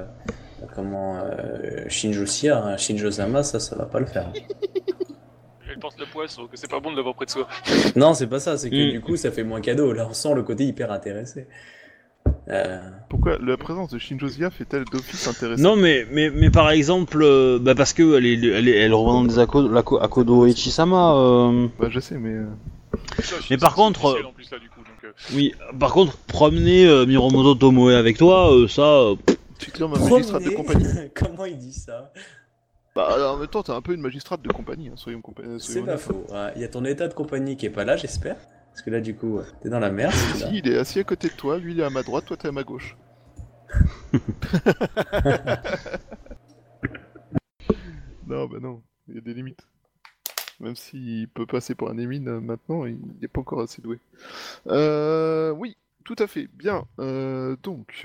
Shinjo-sia, hein. Shinjo-sama, ça va pas le faire. Elle porte le poisson, que c'est pas bon de l'avoir près de soi. Non, c'est pas ça, c'est que du coup, ça fait moins cadeau. Là, on sent le côté hyper intéressé. Pourquoi la présence de Shinjo-sia fait-elle d'office intéressante? Non, mais par exemple, parce que elle représente des Akodo Ichisama. Bah, je sais, mais. Mais par contre, En plus, là, du coup, donc, Oui, par contre, promener Miromoto Tomoe avec toi, ça... Tu te ma magistrate de compagnie. Comment il dit ça? Bah, en même temps, t'es un peu une magistrate de compagnie, hein, soyons C'est pas honnêtes. faux. Ouais, il y a ton état de compagnie qui est pas là, j'espère. Parce que là, du coup, t'es dans la merde. Si, il est assis à côté de toi, lui il est à ma droite, toi t'es à ma gauche. Non, bah non, il y a des limites. Même s'il peut passer pour un émine maintenant, il n'est pas encore assez doué. Oui, tout à fait, bien. Donc,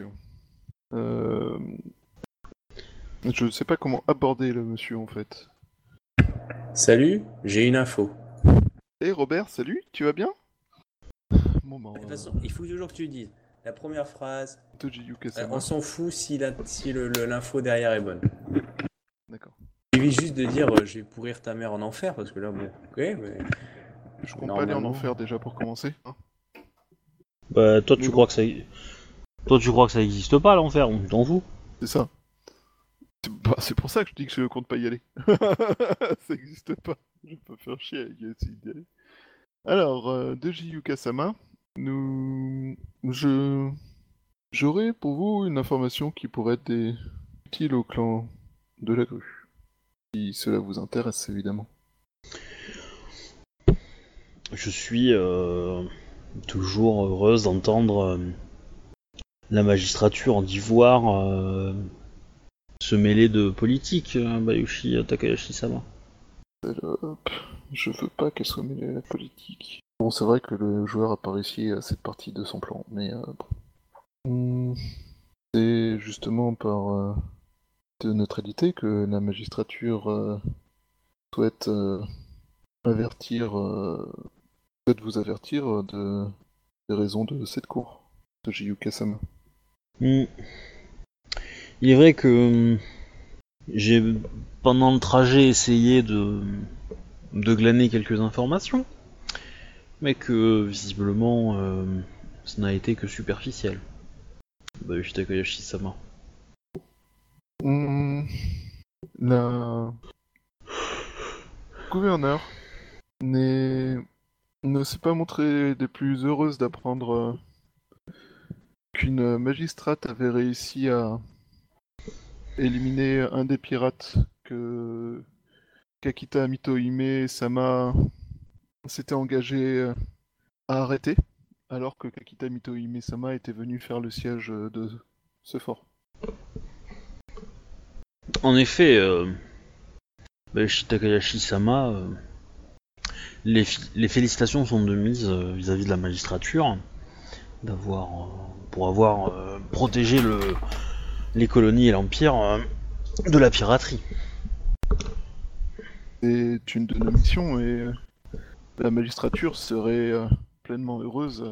je sais pas comment aborder le monsieur en fait. Salut, j'ai une info. Hé Robert, salut, tu vas bien? Bon, bah, De toute façon, il faut toujours que tu dises la première phrase. Toji Yukasama. On s'en fout si l'info derrière est bonne. D'accord. Il suffit juste de dire je vais pourrir ta mère en enfer parce que là, bon, ok, mais. Je compte pas aller en enfer déjà pour commencer. Hein. Bah, toi, tu crois que ça... Toi, tu crois que ça existe pas, l'enfer, on t'en fout. C'est ça. C'est pour ça que je dis que je compte pas y aller. Ça existe pas. Je vais pas faire chier avec essayer d'y aller. Alors, Toji Yukasama, j'aurais pour vous une information qui pourrait être utile au clan de la grue. Si cela vous intéresse, évidemment. Je suis toujours heureuse d'entendre la magistrature d'Ivoire se mêler de politique, Bayushi Takahashi-sama. Je veux pas qu'elle soit mêlée à la politique. Bon, c'est vrai que le joueur a pas réussi à cette partie de son plan, mais bon. C'est justement par de neutralité que la magistrature souhaite vous avertir des raisons de cette cour, de Jiyuka-sama. Il est vrai que j'ai, pendant le trajet, essayé de glaner quelques informations, mais que, visiblement, ça n'a été que superficiel. Bayushi Takahashi-sama. La gouverneure ne s'est pas montrée des plus heureuses d'apprendre qu'une magistrate avait réussi à éliminer un des pirates que Kakita Mitohime-sama s'était engagé à arrêter, alors que Kakita Mitohime-sama était venu faire le siège de ce fort. En effet, Bayushi Takahashi-sama, les félicitations sont de mise vis-à-vis de la magistrature pour avoir protégé les colonies et l'empire de la piraterie. C'est une de nos missions et la magistrature serait pleinement heureuse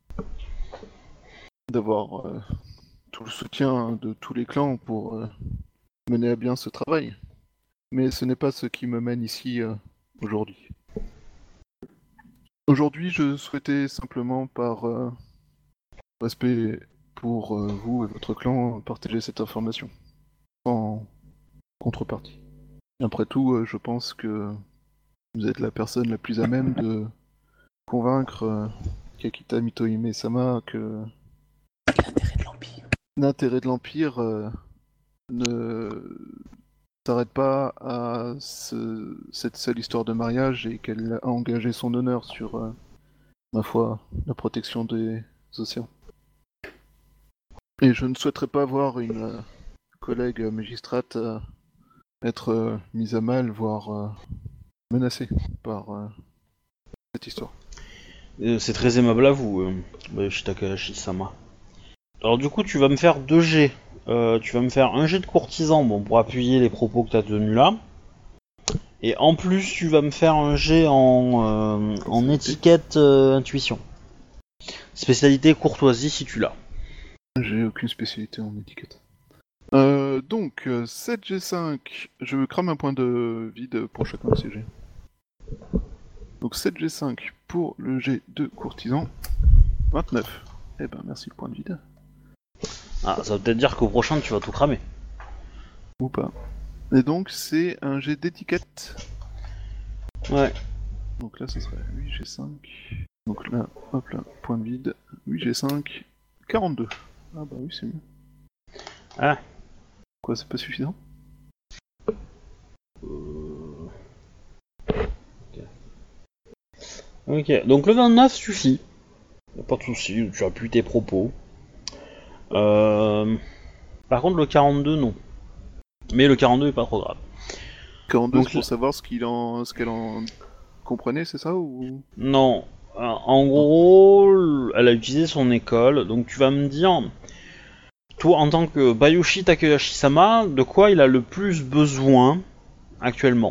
d'avoir tout le soutien de tous les clans pour mener à bien ce travail. Mais ce n'est pas ce qui me mène ici aujourd'hui. Aujourd'hui, je souhaitais simplement, par respect pour vous et votre clan, partager cette information. Sans contrepartie. Après tout, je pense que vous êtes la personne la plus à même de convaincre Kakita Mitohime-sama que l'intérêt de l'Empire ne s'arrête pas à cette seule histoire de mariage et qu'elle a engagé son honneur sur, ma foi, la protection des océans. Et je ne souhaiterais pas voir une collègue magistrate être mise à mal, voire menacée par cette histoire. C'est très aimable à vous, Bayushi Takahashi-sama. Alors du coup, tu vas me faire 2 jets. Tu vas me faire un jet de courtisan, bon, pour appuyer les propos que tu as tenus là. Et en plus, tu vas me faire un jet en étiquette intuition. Spécialité courtoisie si tu l'as. J'ai aucune spécialité en étiquette. Donc, 7G5, je crame un point de vide pour chacun de ces jets. Donc 7G5 pour le jet de courtisan, 29. Eh ben merci le point de vide. Ah, ça veut peut-être dire qu'au prochain tu vas tout cramer. Ou pas. Et donc c'est un jet d'étiquette. Ouais. Donc là ce serait 8G5. Donc là, hop là, point de vide. Oui, j'ai 5. 42. Ah bah oui, c'est mieux. Ah. Quoi, c'est pas suffisant? Ok, donc le 29 suffit. Y a pas de soucis, tu as pu tes propos. Par contre, le 42, non. Mais le 42 est pas trop grave. 42, Donc, c'est pour savoir ce qu'elle en comprenait, c'est ça ou... Non. En gros, elle a utilisé son école, donc tu vas me dire, toi, en tant que Bayushi Takahashi-sama, de quoi il a le plus besoin actuellement?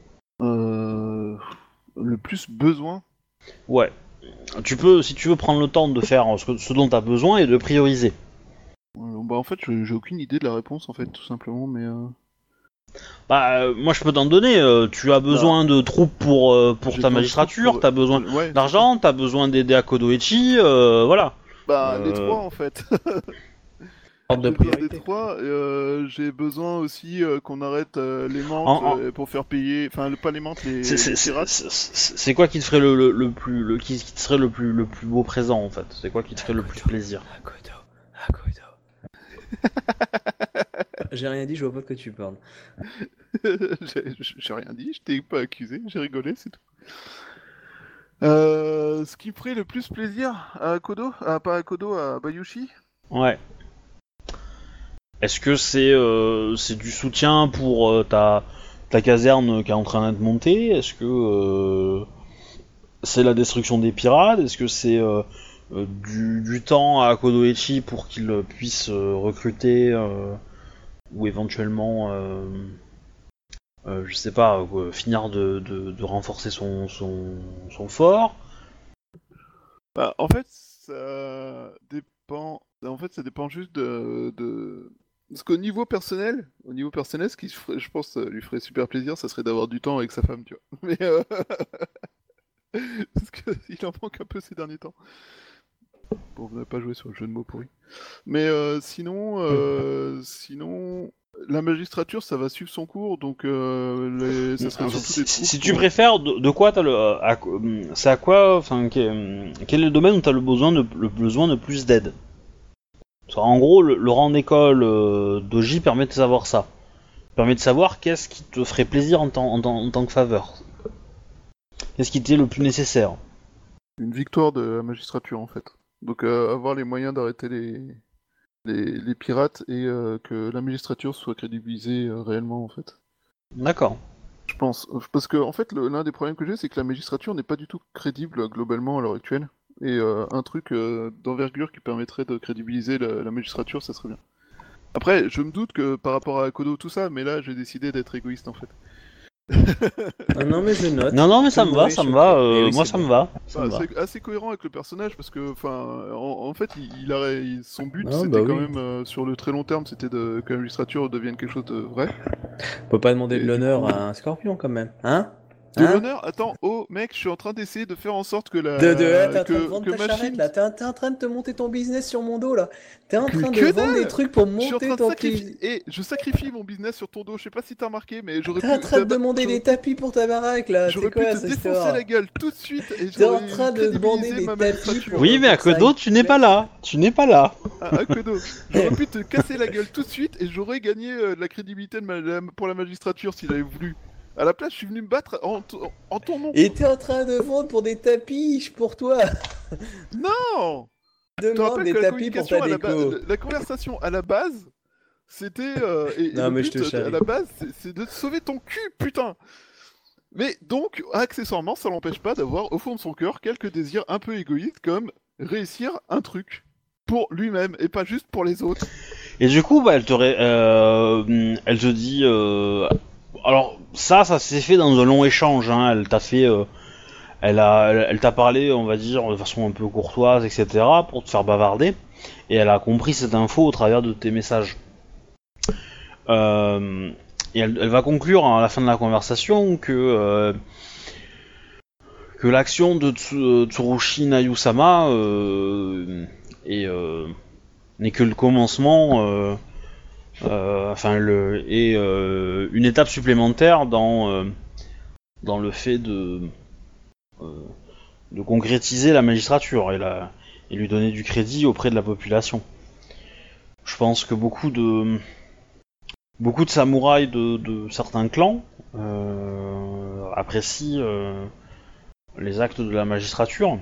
Le plus besoin? Ouais. Tu peux, si tu veux prendre le temps de faire ce dont tu as besoin et de prioriser. Bah en fait, j'ai aucune idée de la réponse, en fait, tout simplement, mais... Moi je peux t'en donner. Tu as besoin de troupes pour j'ai ta besoin de magistrature, troupes pour- t'as besoin Ouais, d'argent, t'as besoin d'aider à Kodoichi, voilà. Bah, les Euh, trois, en fait. Ordre de J'ai besoin des priorité. trois, j'ai besoin aussi qu'on arrête les En- menthes en- pour faire payer... Enfin, pas les menthes, les pirates. C'est quoi qui te ferait le plus qui te serait le plus beau présent en fait? C'est quoi qui te ferait le plus plaisir? Akodo. J'ai rien dit, je vois pas de quoi tu parles. J'ai rien dit, je t'ai pas accusé, j'ai rigolé, c'est tout. Ce qui me ferait le plus plaisir à Kodo, pas à Kodo, à Bayushi. Ouais. Est-ce que c'est du soutien pour ta caserne qui est en train d'être montée? Est-ce que c'est la destruction des pirates? Est-ce que c'est du temps à Kodoichi pour qu'il puisse recruter ou éventuellement, je sais pas, finir de renforcer son fort? Bah, en fait, ça dépend. En fait, ça dépend juste Parce qu'au niveau personnel, ce qui, je pense, lui ferait super plaisir, ça serait d'avoir du temps avec sa femme, tu vois. Mais parce qu'il en manque un peu ces derniers temps. Bon, vous n'avez pas joué sur le jeu de mots pourri. Mais sinon, la magistrature, ça va suivre son cours, donc ça serait surtout des troupes Si tu préfères, de quoi t'as c'est à quoi, enfin, quel est le domaine où t'as le besoin de plus d'aide? Parce qu'en gros, le rang d'école d'Oji permet de savoir ça. Permet de savoir qu'est-ce qui te ferait plaisir en tant que faveur. Qu'est-ce qui t'est le plus nécessaire. une victoire de la magistrature, en fait. Donc avoir les moyens d'arrêter les pirates et que la magistrature soit crédibilisée réellement, en fait. D'accord. Je pense. Parce que, en fait, l'un des problèmes que j'ai, c'est que la magistrature n'est pas du tout crédible globalement à l'heure actuelle. Et un truc d'envergure qui permettrait de crédibiliser la magistrature, ça serait bien. Après, je me doute que par rapport à Kodo, tout ça, mais là, j'ai décidé d'être égoïste, en fait. Ah non, mais je note. Non, mais ça me va, Mourrai ça me choqué. va. Eh oui, Moi, c'est ça bon. me va. Ça Bah, me va. c'est assez cohérent avec le personnage parce que, enfin, en fait, son but, Ah, c'était bah quand oui. même sur le très long terme, c'était que la magistrature devienne quelque chose de vrai. On peut pas demander Et de du l'honneur coup- à un scorpion quand même. Hein? De Hein? l'honneur. Attends, oh mec, je suis en train d'essayer de faire en sorte que T'es en train de que vendre ta machine. charrette là, t'es en train de te monter ton business sur mon dos là. T'es en Que train de dalle vendre des trucs pour Je suis en train monter de ton sacrifier. business. Et je sacrifie mon business sur ton dos. Je sais pas si t'as remarqué, mais j'aurais T'es pu. en train de demander des tapis pour ta baraque là. C'est J'aurais pu quoi te cette défoncer histoire? la gueule tout de suite et T'es en j'aurais train de demander crédibilisé des ma tapis magistrature. pour- Oui, mais à ça Kodo, aille tu n'es pas plaisir. là. Tu n'es pas là. À Kodo. J'aurais pu te casser la gueule tout de suite et j'aurais gagné de la crédibilité pour la magistrature s'il avait voulu. À la place, je suis venu me battre en ton nom. Et t'es en train de vendre pour des tapis pour toi. Non. Je te Demande rappelle des que la tapis pour communication ta à déco. la conversation à la base, c'était et Non, le mais je but te charrie. à la base, c'est de sauver ton cul, putain. Mais donc, accessoirement, ça l'empêche pas d'avoir au fond de son cœur quelques désirs un peu égoïstes comme réussir un truc pour lui-même et pas juste pour les autres. Et du coup, elle te dit. Alors ça s'est fait dans un long échange. Hein. Elle t'a fait, elle t'a parlé, on va dire, de façon un peu courtoise, etc., pour te faire bavarder. Et elle a compris cette info au travers de tes messages. Et elle va conclure à la fin de la conversation que l'action de Tsurushi Nayusama n'est que le commencement. Est une étape supplémentaire dans le fait concrétiser la magistrature et lui donner du crédit auprès de la population. Je pense que beaucoup de samouraïs de certains clans apprécient les actes de la magistrature.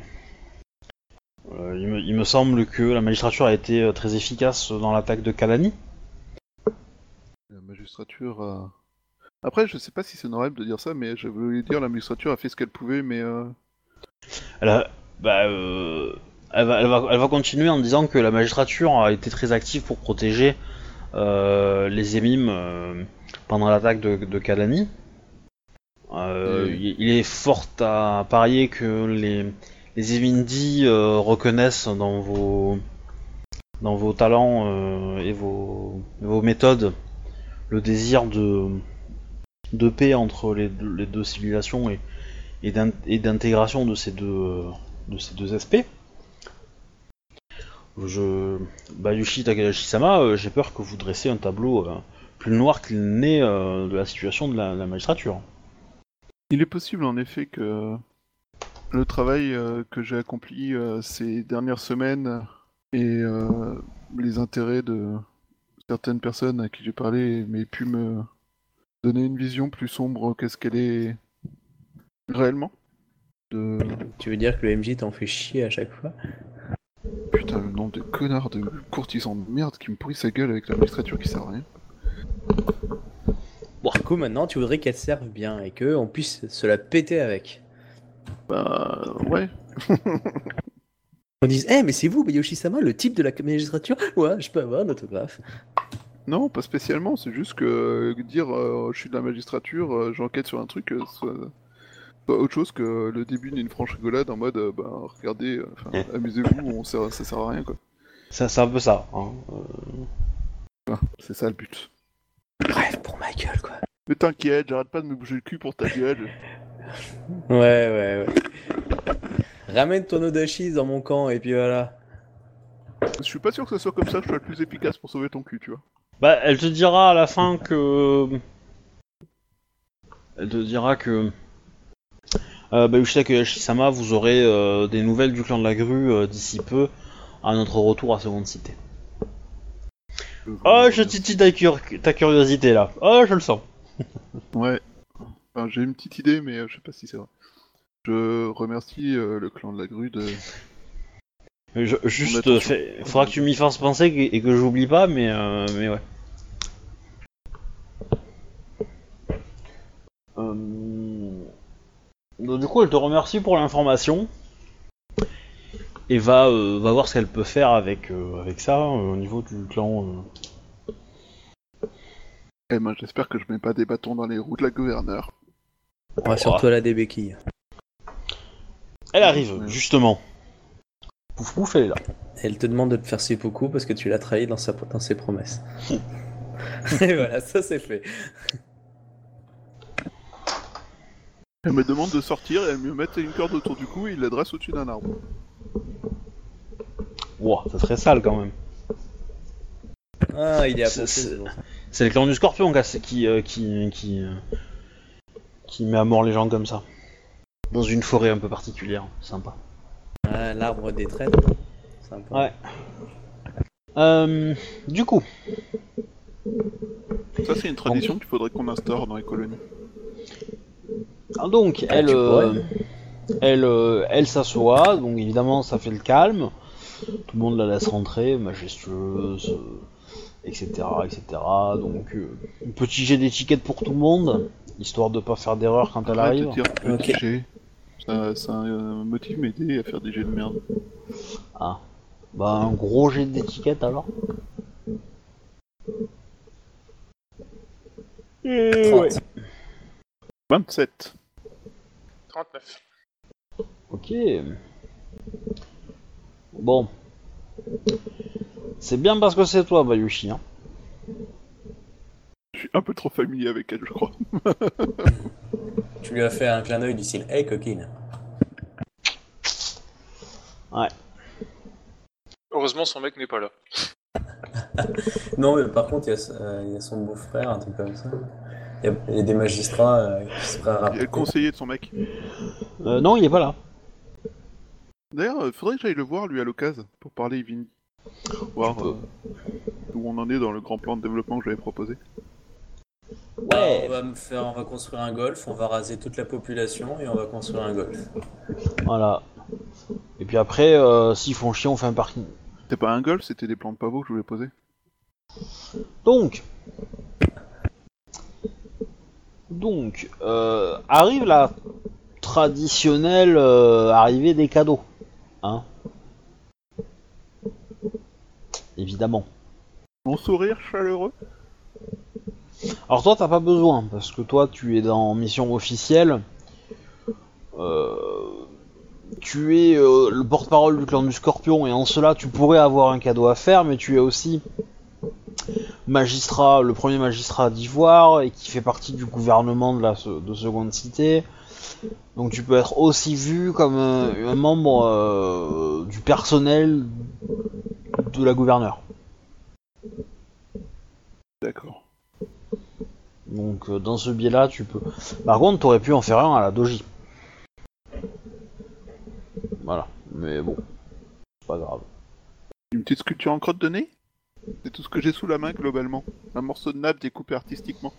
Il me semble que la magistrature a été très efficace dans l'attaque de Kalani. La magistrature a... Après, je sais pas si c'est normal de dire ça, mais je voulais dire la magistrature a fait ce qu'elle pouvait, mais... Elle va continuer en disant que la magistrature a été très active pour protéger les émimes pendant l'attaque de Kalani. Il est fort à parier que les Émindis reconnaissent dans vos talents et vos méthodes le désir de paix entre les deux civilisations et d'intégration de ces deux aspects. Bayushi Takahashi-sama, j'ai peur que vous dressez un tableau plus noir qu'il n'est de la situation de la magistrature. Il est possible en effet que le travail que j'ai accompli ces dernières semaines et les intérêts de certaines personnes à qui j'ai parlé m'aient pu me donner une vision plus sombre qu'est-ce qu'elle est réellement. Tu veux dire que le MJ t'en fait chier à chaque fois? Putain, le nombre de connards de courtisans de merde qui me pourrissent sa gueule avec la magistrature qui sert à rien. Bon. Du coup, maintenant, tu voudrais qu'elle serve bien et qu'on puisse se la péter avec. Bah, ouais. On dise, mais c'est vous, Bayushi-sama, le type de la magistrature? Ouais, je peux avoir un autographe. Non, pas spécialement, c'est juste que dire je suis de la magistrature, j'enquête sur un truc, soit autre chose que le début d'une franche rigolade en mode regardez, amusez-vous, ça sert à rien quoi. C'est un peu ça. Hein. C'est ça le but. Bref, pour ma gueule quoi. Mais t'inquiète, j'arrête pas de me bouger le cul pour ta gueule. Ouais. Ramène ton Odashi dans mon camp et puis voilà. Je suis pas sûr que ce soit comme ça que je sois le plus efficace pour sauver ton cul, tu vois. Bah, elle te dira à la fin que... Bayushi Takahashi-sama, vous aurez des nouvelles du clan de la grue d'ici peu, à notre retour à Seconde Cité. Oh, je titille ta curiosité là. Oh, je le sens. Ouais. Enfin, j'ai une petite idée, mais je sais pas si c'est vrai. Je remercie le clan de la grue de... faudra que tu m'y fasses penser et que j'oublie pas, mais ouais. Donc, du coup, elle te remercie pour l'information et va voir ce qu'elle peut faire avec ça au niveau du clan. Eh ben, j'espère que je mets pas des bâtons dans les roues de la gouverneure. On va surtout à la des béquilles. Elle arrive, justement. Pouf pouf, elle est là. Elle te demande de te faire seppuku parce que tu l'as trahi dans ses promesses. Et voilà, ça c'est fait. Elle me demande de sortir et elle me met une corde autour du cou et il la dresse au-dessus d'un arbre. Wow, ça serait sale quand même. Ah, il est à penser. C'est le clan du Scorpion qui met à mort les gens comme ça. Dans une forêt un peu particulière, sympa. Ah, l'arbre des traînes. Sympa. Ouais. Du coup. Ça, c'est une tradition qu'il faudrait qu'on instaure dans les colonies. Donc, elle s'assoit, donc évidemment, ça fait le calme. Tout le monde la laisse rentrer, majestueuse, etc. Donc, un petit jet d'étiquette pour tout le monde, histoire de pas faire d'erreur quand elle arrive. Petit jet. Ça motive m'aider à faire des jets de merde. Ah. Bah, un gros jet d'étiquette alors. 30. 27. 39. Ok. Bon. C'est bien parce que c'est toi, Bayushi. Hein. Je suis un peu trop familier avec elle, je crois. Tu lui as fait un clin d'œil du style « Hey, coquine ». Ouais. Heureusement, son mec n'est pas là. Non, mais par contre, il y a son beau-frère, un truc comme ça. Il y a des magistrats qui se prêtent à Il est le conseiller de son mec. Non, il est pas là. D'ailleurs, faudrait que j'aille le voir, lui, à l'occasion, pour parler Vin. Voir où on en est dans le grand plan de développement que j'avais proposé. Ouais. On va construire un golf, on va raser toute la population et on va construire un golf. Voilà. Et puis après, s'ils font chier, on fait un parking. C'était pas un golf, c'était des plans de pavots que je voulais poser. Donc, arrive la traditionnelle arrivée des cadeaux. Hein. Évidemment. Mon sourire chaleureux. Alors toi, t'as pas besoin, parce que toi, tu es en mission officielle. Tu es le porte-parole du clan du Scorpion, et en cela, tu pourrais avoir un cadeau à faire, mais tu es aussi magistrat, le premier magistrat d'Ivoire, et qui fait partie du gouvernement de Seconde Cité. Donc tu peux être aussi vu comme un membre du personnel de la gouverneure. D'accord. Donc dans ce biais-là, tu peux... Par contre, t'aurais pu en faire un à la doji. Voilà, mais bon, c'est pas grave. Une petite sculpture en crotte de nez. C'est tout ce que j'ai sous la main globalement. Un morceau de nappe découpé artistiquement.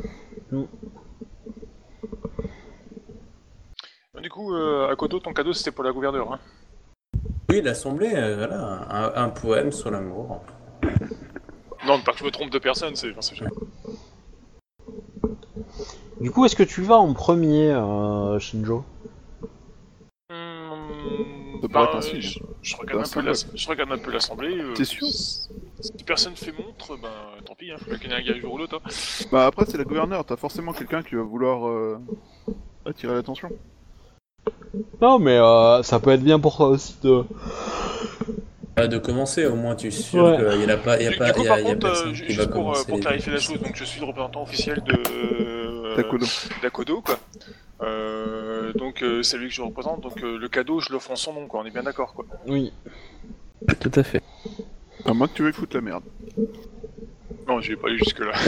Du coup, Akodo, ton cadeau c'était pour la gouverneure. Hein. Oui, l'assemblée, voilà, un poème sur l'amour. Non, pas que je me trompe de personne, c'est... Du coup, est-ce que tu vas en premier, Shinjo? Ça pourrait être un signe. Je regarde un peu l'assemblée. T'es sûr? Si personne fait montre, ben tant pis, hein, faut bien qu'il y ait un gars un jour ou l'autre. Hein. Bah après c'est la gouverneure, t'as forcément quelqu'un qui va vouloir attirer l'attention. Non, mais ça peut être bien pour toi aussi de... De commencer, au moins tu es sûr Ouais. qu'il n'y a pas, Du coup, par contre, personne qui va juste pour commencer. clarifier la chose, donc je suis le représentant officiel d'Akodo, quoi. Donc c'est lui que je représente, donc le cadeau je l'offre en son nom, quoi. On est bien d'accord, quoi. Oui. Tout à fait. À moins que tu veuilles foutre la merde. Non, j'y vais pas aller jusque là.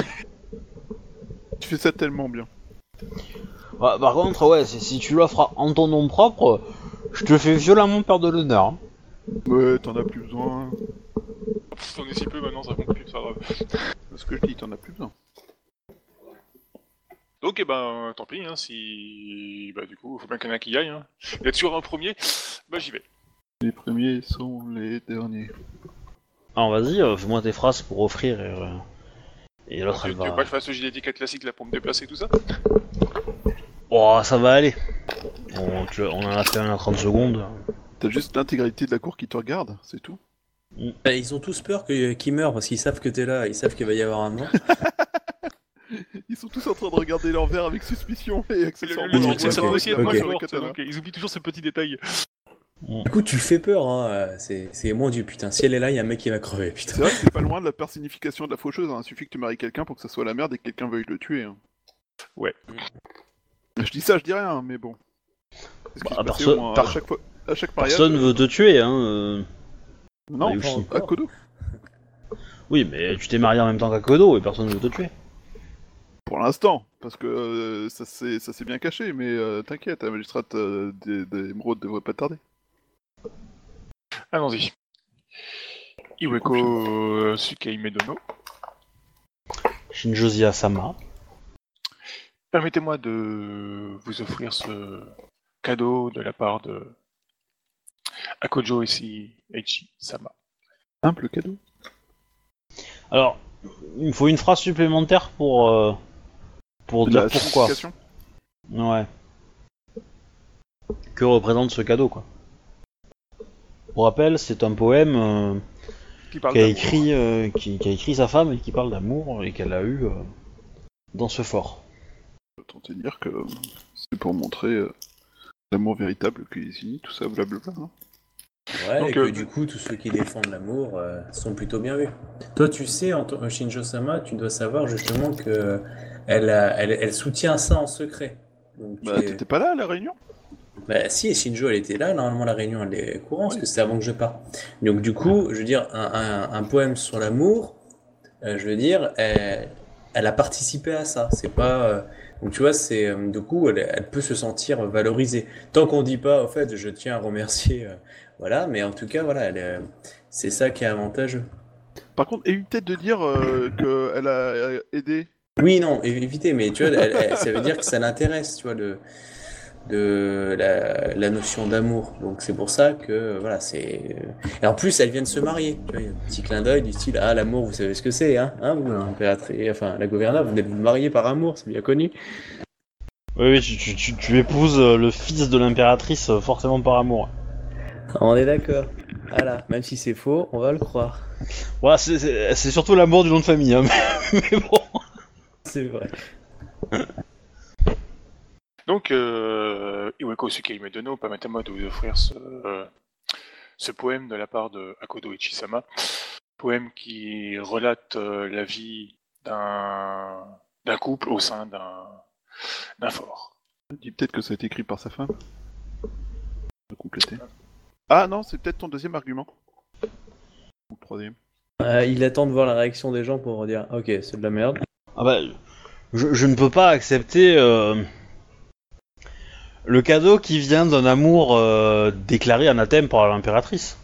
Tu fais ça tellement bien. Ouais, par contre, ouais, si tu l'offres en ton nom propre, je te fais violemment perdre de l'honneur. Hein. Ouais, t'en as plus besoin. On est si peu maintenant, ça compte plus, c'est pas grave. C'est ce que je dis, t'en as plus besoin. Donc, eh ben, tant pis, hein, si... Bah, du coup, faut bien qu'il y en ait un qui y aille, hein. Et être sûr un premier, bah, j'y vais. Les premiers sont les derniers. Alors vas-y, fais-moi tes phrases pour offrir et l'autre Tu elle veux pas va... que je fasse le JDT classique, là, pour me déplacer, tout ça? Oh, ça va aller. On en a fait un à 30 secondes. T'as juste l'intégralité de la cour qui te regarde, c'est tout. Ils ont tous peur qu'il meure parce qu'ils savent que t'es là, ils savent qu'il va y avoir un mort. Ils sont tous en train de regarder leur verre avec suspicion et accessoirement Le leur truc, c'est que ça voisin peut aussi être avec moi la qui est main morte, sur le donc katana. ils oublient toujours ce petit détail. Du coup, tu le fais peur, hein. C'est mon dieu, putain. Si elle est là, il y a un mec qui va crever, putain. C'est vrai que c'est pas loin de la personnification de la faucheuse, hein. Il suffit que tu maries quelqu'un pour que ça soit la merde et que quelqu'un veuille le tuer. Hein. Ouais. Je dis ça, je dis rien, mais bon. C'est ce qui Bah, se passait perso- au moins, par- à chaque mariage. Personne veut te tuer, hein. Non, Ryushi. à Kodo. Oui, mais tu t'es marié en même temps qu'Akodo et personne veut te tuer. Pour l'instant, parce que ça s'est bien caché, mais t'inquiète, la magistrate d'Emeraude devrait pas tarder. Allons-y. Iweko Sukai Medono. Shinjo Sama. Permettez-moi de vous offrir ce cadeau de la part de Akojo ici, Eichi Sama. Simple cadeau. Alors, il me faut une phrase supplémentaire pour dire La pourquoi. signification. Ouais. Que représente ce cadeau, quoi. Pour rappel, c'est un poème Qui parle qu'a d'amour. écrit, qui a écrit sa femme et qui parle d'amour et qu'elle a eu dans ce fort. Autant te dire que c'est pour montrer l'amour véritable qui les unit, tout ça, blablabla. Hein. Ouais, Donc, et que du coup, tous ceux qui défendent l'amour sont plutôt bien vus. Toi, tu sais, Shinjo-sama, tu dois savoir justement que elle soutient ça en secret. Donc, Bah, t'étais pas là à la réunion? Bah si, Shinjo elle était là, normalement la réunion elle est courante, parce que c'était avant que je parte. Donc du coup, je veux dire, un poème sur l'amour, je veux dire, elle a participé à ça. C'est pas Donc tu vois, c'est du coup, elle peut se sentir valorisée. Tant qu'on dit pas, en fait, je tiens à remercier, voilà, mais en tout cas, voilà, c'est ça qui est avantageux. Par contre, aie une tête de dire qu'elle a aidé. Oui, non, éviter, mais tu vois, ça veut dire que ça l'intéresse, tu vois, la notion d'amour. Donc c'est pour ça que, voilà, c'est... Et en plus, elle vient de se marier, tu vois, il y a un petit clin d'œil du style, ah, l'amour, vous savez ce que c'est, hein, vous, l'impératrice, enfin, la gouverneure, vous êtes mariés par amour, c'est bien connu. Oui, tu épouses le fils de l'impératrice forcément par amour. On est d'accord. Voilà, même si c'est faux, on va le croire. Voilà, c'est surtout l'amour du nom de famille, hein, mais bon. C'est vrai. Donc, Iweko Tsukihime Dono, permettez-moi de vous offrir ce poème de la part de Akodo Ichisama. Poème qui relate la vie d'un couple au sein d'un fort. Dis peut-être que ça a été écrit par sa femme. On va compléter. Ah non, c'est peut-être ton deuxième argument. Ou le troisième. Il attend de voir la réaction des gens pour dire ok, c'est de la merde. Ah bah, je ne peux pas accepter le cadeau qui vient d'un amour déclaré anathème par l'impératrice.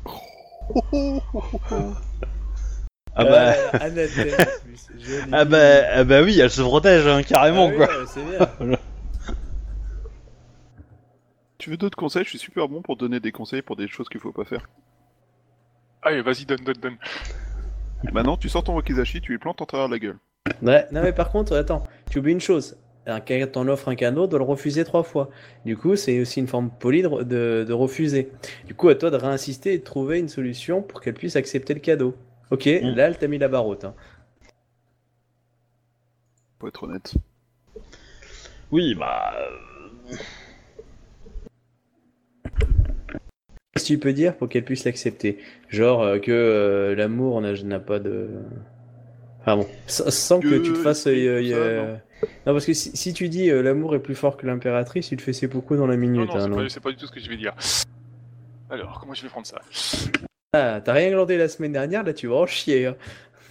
Ah bah, anathème en plus. Joli. ah bah oui, elle se protège hein, carrément Ah oui, quoi. ouais, c'est bien. Tu veux d'autres conseils? Je suis super bon pour donner des conseils pour des choses qu'il faut pas faire. Allez, vas-y, donne. Maintenant, tu sors ton wakizashi, tu lui plantes en travers de la gueule. Ouais, non mais par contre, attends, tu oublies une chose. Quand on offre un cadeau, de le refuser 3 fois. Du coup, c'est aussi une forme polie de refuser. Du coup, à toi de réinsister et de trouver une solution pour qu'elle puisse accepter le cadeau. Ok, là, elle t'a mis la barre haute. Hein. Pour être honnête. Oui, bah... Qu'est-ce que tu peux dire pour qu'elle puisse l'accepter? Genre que l'amour n'a pas de... Enfin bon, sans que tu te fasses... Non, parce que si tu dis l'amour est plus fort que l'impératrice, il te fait seppuku dans la minute. Non, c'est pas du tout ce que je vais dire. Alors, comment je vais prendre ça? Ah, t'as rien glandé la semaine dernière, là tu vas en chier. Hein.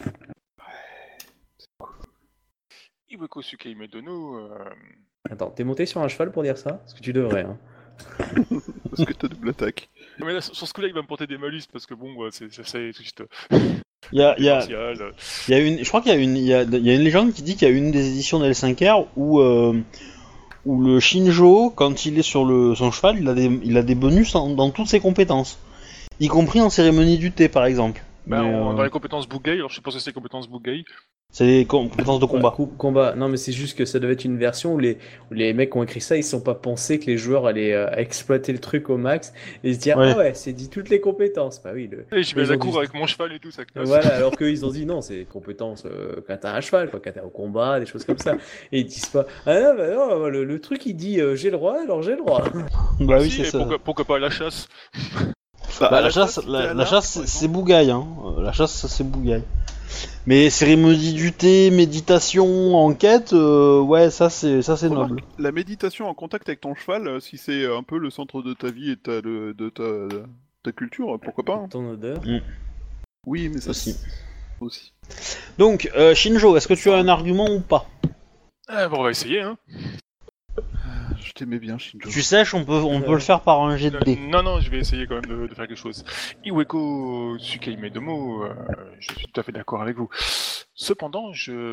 Iweko Tsukihime Dono... Attends, t'es monté sur un cheval pour dire ça? Parce que tu devrais. Hein. Parce que t'as double attaque. Mais là, sur ce coup-là, il va me porter des malus parce que bon, c'est juste... Il y a une, je crois qu'il y a une légende qui dit qu'il y a une des éditions de L5R où le Shinjo, quand il est sur son cheval, il a des bonus dans toutes ses compétences, y compris en cérémonie du thé par exemple. Dans les compétences Bugei, alors je sais pas si c'est les compétences Bugei. C'est des compétences de combat. Combat. Non, mais c'est juste que ça devait être une version où les mecs qui ont écrit ça, ils ne sont pas pensés que les joueurs allaient exploiter le truc au max et se dire ah ouais, c'est dit toutes les compétences. Bah oui. Et je vais à la cour avec mon cheval et tout ça. Voilà, alors qu'ils ont dit non, c'est compétences quand t'as un cheval, quand t'es au combat, des choses comme ça. Et ils disent pas ah non, bah non, le truc il dit j'ai le droit, alors j'ai le droit. Bah oui, si, c'est ça. Pourquoi pas la chasse? La chasse, c'est Bougaille, hein. La chasse, c'est Bougaille. Mais cérémonie du thé, méditation, enquête, ouais, ça c'est noble. La méditation en contact avec ton cheval, si c'est un peu le centre de ta vie et de ta culture, pourquoi pas hein. Ton odeur. Oui, mais ça aussi. Donc, Shinjo, est-ce que tu as un argument ou pas? Bon, on va essayer, hein. Je t'aimais bien, Shinjo. Tu sèches, on peut le faire par un jet de dés. Non, je vais essayer quand même de faire quelque chose. Iweko Tsukihime Dono, je suis tout à fait d'accord avec vous. Cependant,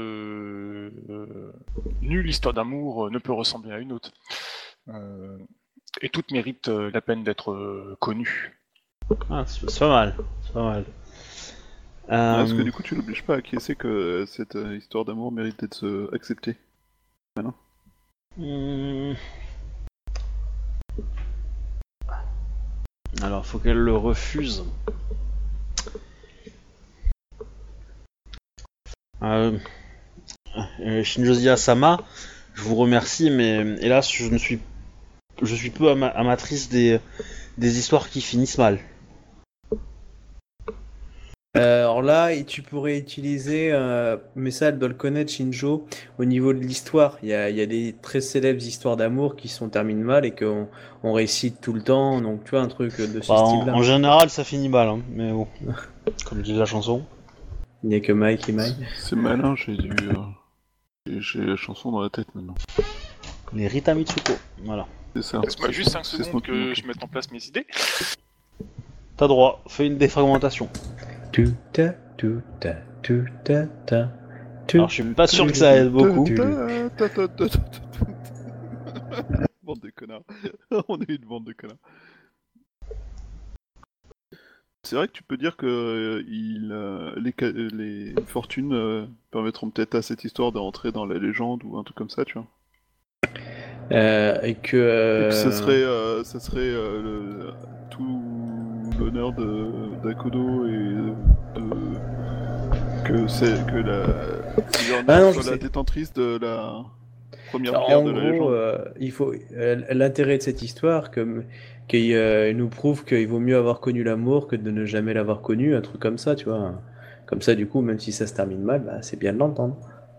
nulle histoire d'amour ne peut ressembler à une autre. Et toutes méritent la peine d'être connues. Ah, c'est pas mal. C'est pas mal. Est-ce que du coup tu n'obliges pas à acquiescer que cette histoire d'amour mérite d'être acceptée? Voilà. Alors, faut qu'elle le refuse. Shinjo Sama, je vous remercie, mais hélas, je suis peu amatrice des histoires qui finissent mal. Alors là, tu pourrais utiliser, mais ça, elle doit le connaître, Shinjo, au niveau de l'histoire. Il y a des très célèbres histoires d'amour qui se terminent mal et qu'on récite tout le temps. Donc, tu vois, un truc de ce style-là. En général, ça finit mal, hein, mais bon. Comme dit la chanson. Il n'y a que Mike et Mike. C'est malin, j'ai dû... J'ai la chanson dans la tête maintenant. Les Rita Mitsuko, voilà. C'est ça. Laisse-moi juste 5 C'est ce secondes mot qui me que manque. je mette en place mes idées. T'as droit, fais une défragmentation. Tout ta, tout ta, tout ta, ta. Alors je suis pas sûr que ça aide beaucoup. Bande de connards. On est une bande de connards. C'est vrai que tu peux dire que les fortunes permettront peut-être à cette histoire de rentrer dans la légende ou un truc comme ça, tu vois. Et que. Et que ça serait tout l'honneur d'Akodo et que la Ah non, soit je la sais. détentrice de la première En pierre de la gros, légende. il faut l'intérêt de cette histoire, qu'il nous prouve qu'il vaut mieux avoir connu l'amour que de ne jamais l'avoir connu, un truc comme ça, tu vois. Comme ça, du coup, même si ça se termine mal, bah, c'est bien de l'entendre.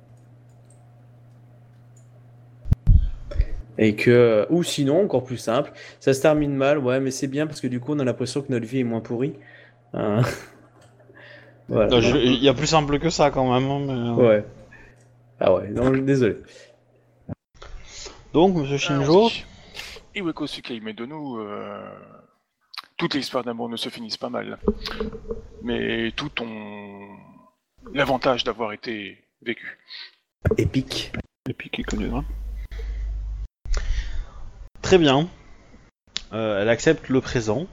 Et que, ou sinon, encore plus simple, ça se termine mal, ouais, mais c'est bien parce que du coup, on a l'impression que notre vie est moins pourrie. Hein. Voilà. Il y a plus simple que ça quand même. Hein, mais... Ouais. Ah ouais, non, désolé. Donc, monsieur Shinjo, Iweko Sukai Medono, toutes les histoires d'amour ne se finissent pas mal. Mais toutes ont l'avantage d'avoir été vécues. Épique. Et puis qui connaîtra. très bien. Elle accepte le présent.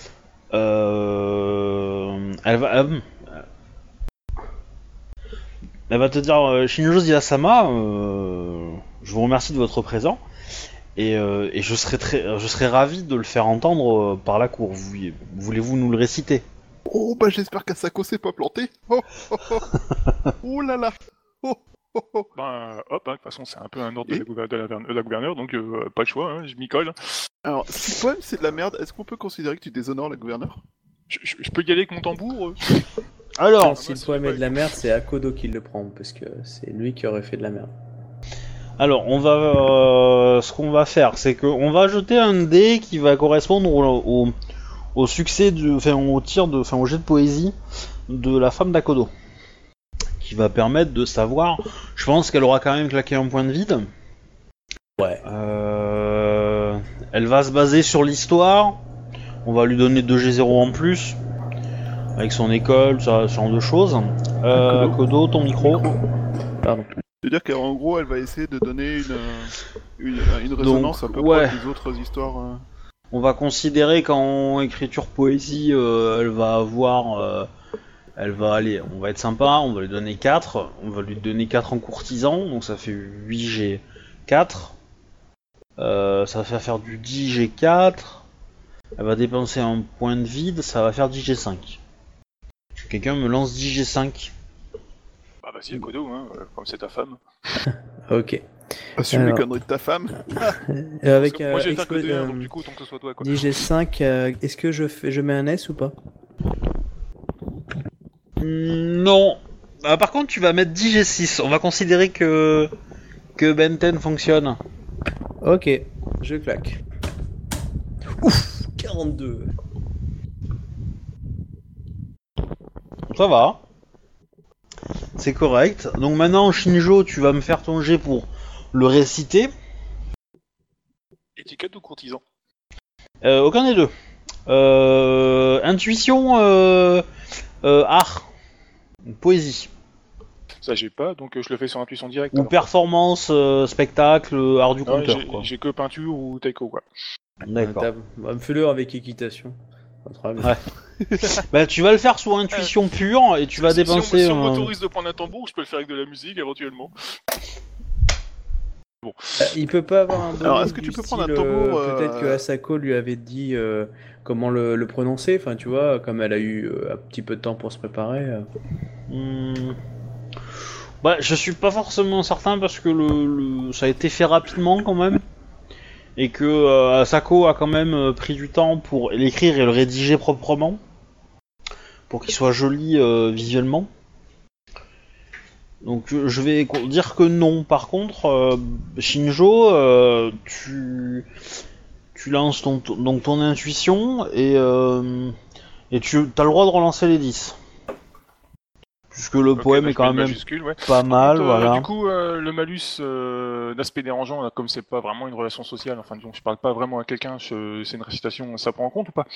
Elle va te dire, Shinjo Ziyasama, je vous remercie de votre présent. Et je serais ravi de le faire entendre par la cour. Voulez-vous nous le réciter? Oh bah j'espère qu'Asako s'est pas planté. Oh, oh, oh. Oh là là. Oh, oh, oh. Ben, hop, hein, de toute façon, c'est un peu un ordre Et de la gouverneure, donc pas de choix, hein, je m'y colle. Alors, si le poème c'est de la merde, est-ce qu'on peut considérer que tu déshonores la gouverneure? Je peux y aller avec mon tambour Alors, Si le poème est de la merde, c'est Akodo qui le prend, parce que c'est lui qui aurait fait de la merde. ce qu'on va faire, c'est qu'on va jeter un dé qui va correspondre au succès au jet de poésie de la femme d'Akodo, qui va permettre de savoir. Je pense qu'elle aura quand même claqué un point de vide. Ouais. Elle va se baser sur l'histoire. On va lui donner 2G0 en plus avec son école, ce genre de choses. Akodo, ton micro. Pardon. C'est-à-dire qu'en gros, elle va essayer de donner une résonance Donc, un peu ouais. proche des autres histoires. On va considérer qu'en écriture poésie, elle va avoir. On va être sympa, on va lui donner 4. On va lui donner 4 en courtisan, donc ça fait 8G4. Ça va faire du 10G4. Elle va dépenser un point de vide, ça va faire 10G5. Quelqu'un me lance 10G5. Bah vas-y, Akodo, hein, comme c'est ta femme. Ok. Assume les Alors. conneries de ta femme. Avec Moi j'ai fait un côté, hein, donc du coup, tant que ce soit toi, quoi. 10G5, est-ce que je mets un S ou pas? Non. Par contre, tu vas mettre 10G6. On va considérer que Ben 10 fonctionne. Ok, je claque. Ouf, 42. Ça va. C'est correct. Donc maintenant, Shinjo, tu vas me faire ton jet pour le réciter. Étiquette ou courtisan? Aucun des deux. Intuition, art, poésie. Ça j'ai pas, donc je le fais sur intuition directe. Ou alors. performance, spectacle, art du Non, conteur, quoi. j'ai que peinture ou taiko, quoi. D'accord. Bah, fais-le avec équitation. Pas de problème. Ouais. Bah, tu vas le faire sous intuition pure et tu vas dépenser. Si on m'autorise de prendre un tambour, je peux le faire avec de la musique éventuellement. Bon. Il peut pas avoir un bonus. Alors, est-ce que du tu peux prendre un style, tambour, peut-être que Asako lui avait dit comment le prononcer. Enfin, tu vois, comme elle a eu un petit peu de temps pour se préparer. Bah, je suis pas forcément certain parce que ça a été fait rapidement quand même. Et que Asako a quand même pris du temps pour l'écrire et le rédiger proprement. Pour qu'il soit joli visuellement. Donc je vais dire que non. Par contre, Shinjo, tu lances ton intuition et tu as le droit de relancer les 10. puisque le Ok, poème donc est je quand mets une même majuscule, ouais. pas mal, Contre, voilà. Du coup, le malus d'aspect dérangeant, là, comme c'est pas vraiment une relation sociale, enfin disons, je parle pas vraiment à quelqu'un, c'est une récitation, ça prend en compte ou pas?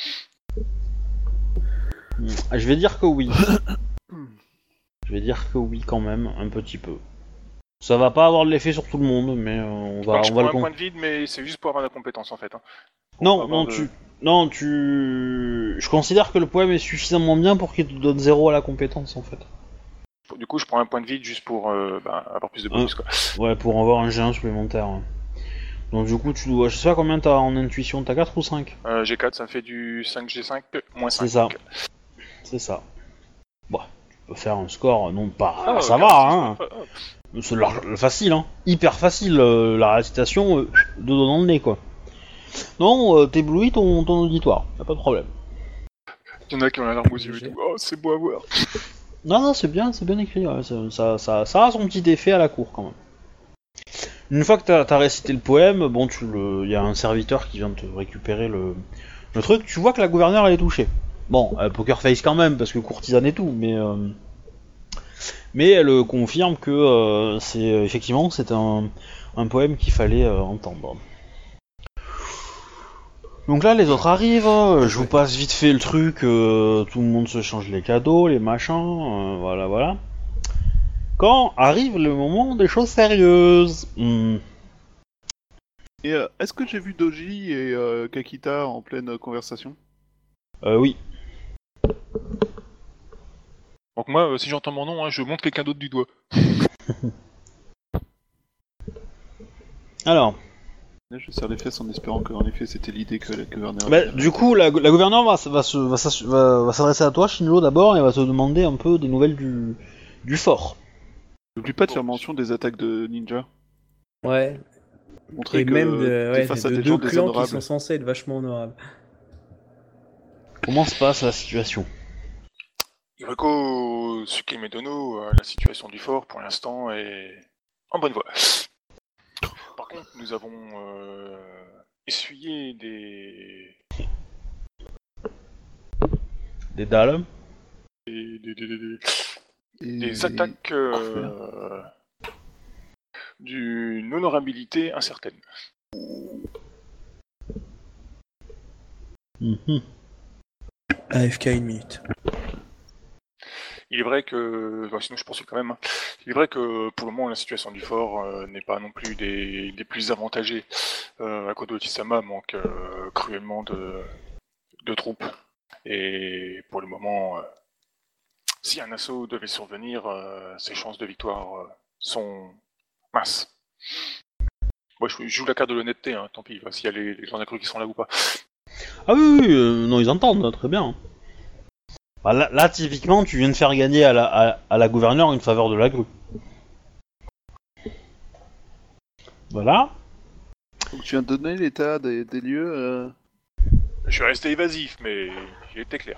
Je vais dire que oui. Je vais dire que oui quand même, un petit peu. Ça va pas avoir de l'effet sur tout le monde, mais on va, Donc je on va prends le un point de vide, mais c'est juste pour avoir la compétence en fait. Hein. Pour Non, avoir non, je considère que le poème est suffisamment bien pour qu'il te donne 0 à la compétence en fait. Du coup, je prends un point de vide juste pour avoir plus de bonus quoi. Ouais, pour avoir un G1 supplémentaire. Ouais. Donc du coup, tu dois, je sais pas combien t'as en intuition, t'as 4 ou 5? J'ai 4, ça me fait du 5G5 moins 5. C'est ça. C'est ça. Bon, tu peux faire un score, non pas... ça 46, va, hein. ouais. C'est facile, hein. Hyper facile, la récitation, de dos dans le nez, quoi. Non, t'éblouis ton auditoire, y'a pas de problème. Il y en a qui ont la larme aux yeux et tout. Oh, c'est beau à voir. Non, c'est bien écrit, ouais. Ça a son petit effet à la cour, quand même. Une fois que t'as récité le poème, bon, y a un serviteur qui vient te récupérer le truc, tu vois que la gouverneure, elle est touchée. Bon, poker face quand même, parce que courtisane et tout, mais elle confirme que effectivement c'est un poème qu'il fallait entendre. Donc là les autres arrivent, je vous passe vite fait le truc, tout le monde se change les cadeaux, les machins, voilà. Quand arrive le moment des choses sérieuses. Et est-ce que j'ai vu Doji et Kakita en pleine conversation? Oui. Donc moi, si j'entends mon nom, hein, je monte quelqu'un d'autre du doigt. Alors. Je serre les fesses en espérant qu'en effet c'était l'idée que la gouverneure... Du coup, la gouverneure va s'adresser à toi, Shinjo, d'abord, et va te demander un peu des nouvelles du fort. N'oublie pas de faire mention des attaques de ninja. Ouais. Montrer Et que même t'es face à de des deux gens clans qui déshonorables. sont censés être vachement honorables. Comment se passe la situation? Yuriko Tsukimedono, la situation du fort pour l'instant est en bonne voie. Par contre, nous avons essuyé Des dalles? des attaques d'une honorabilité incertaine. AFK une minute. Il est vrai que, sinon je poursuis quand même, hein. Il est vrai que pour le moment la situation du fort n'est pas non plus des plus avantagées. Akodo Chisama manque cruellement de troupes. Et pour le moment, si un assaut devait survenir, ses chances de victoire sont minces. Moi je joue la carte de l'honnêteté, hein, tant pis, s'il y a les gens accrus qui sont là ou pas. Ah oui, non, ils entendent, très bien. Bah, là, typiquement, tu viens de faire gagner à la gouverneure une faveur de la grue. Voilà. Donc tu viens de donner l'état des lieux. Je suis resté évasif, mais j'ai été clair.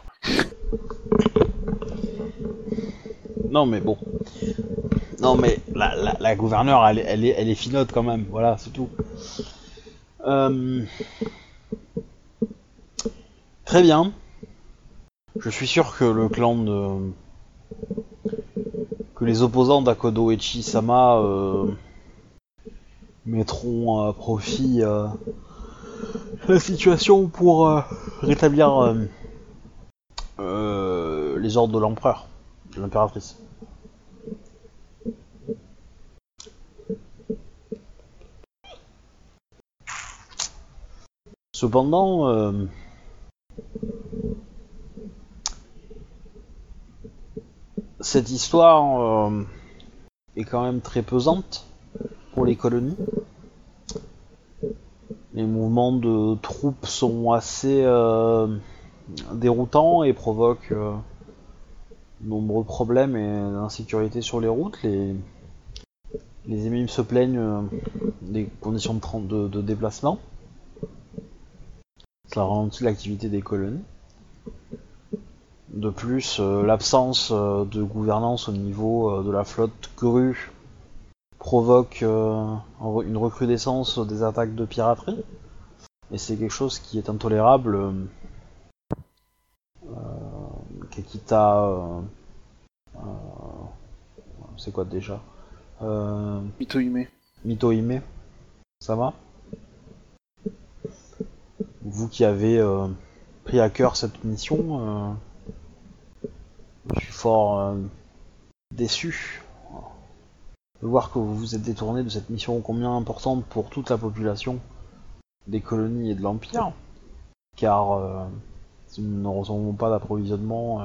Non mais bon. Non mais la gouverneure, elle est finote quand même, voilà, c'est tout. Très bien. Je suis sûr que le clan de... que les opposants d'Akodo Echi-sama mettront à profit la situation pour rétablir les ordres de l'empereur, de l'impératrice. Cependant, cette histoire est quand même très pesante pour les colonies. Les mouvements de troupes sont assez déroutants et provoquent de nombreux problèmes et d'insécurité sur les routes. Les émimes se plaignent des conditions de déplacement. Ça ralentit l'activité des colonies. De plus, l'absence de gouvernance au niveau de la flotte grue provoque une recrudescence des attaques de piraterie. Et c'est quelque chose qui est intolérable. Kakita c'est quoi déjà Mitohime. Mitohime, ça va? Vous qui avez pris à cœur cette mission, je suis fort déçu de voir que vous vous êtes détourné de cette mission combien importante pour toute la population des colonies et de l'Empire, car si nous ne recevons pas d'approvisionnement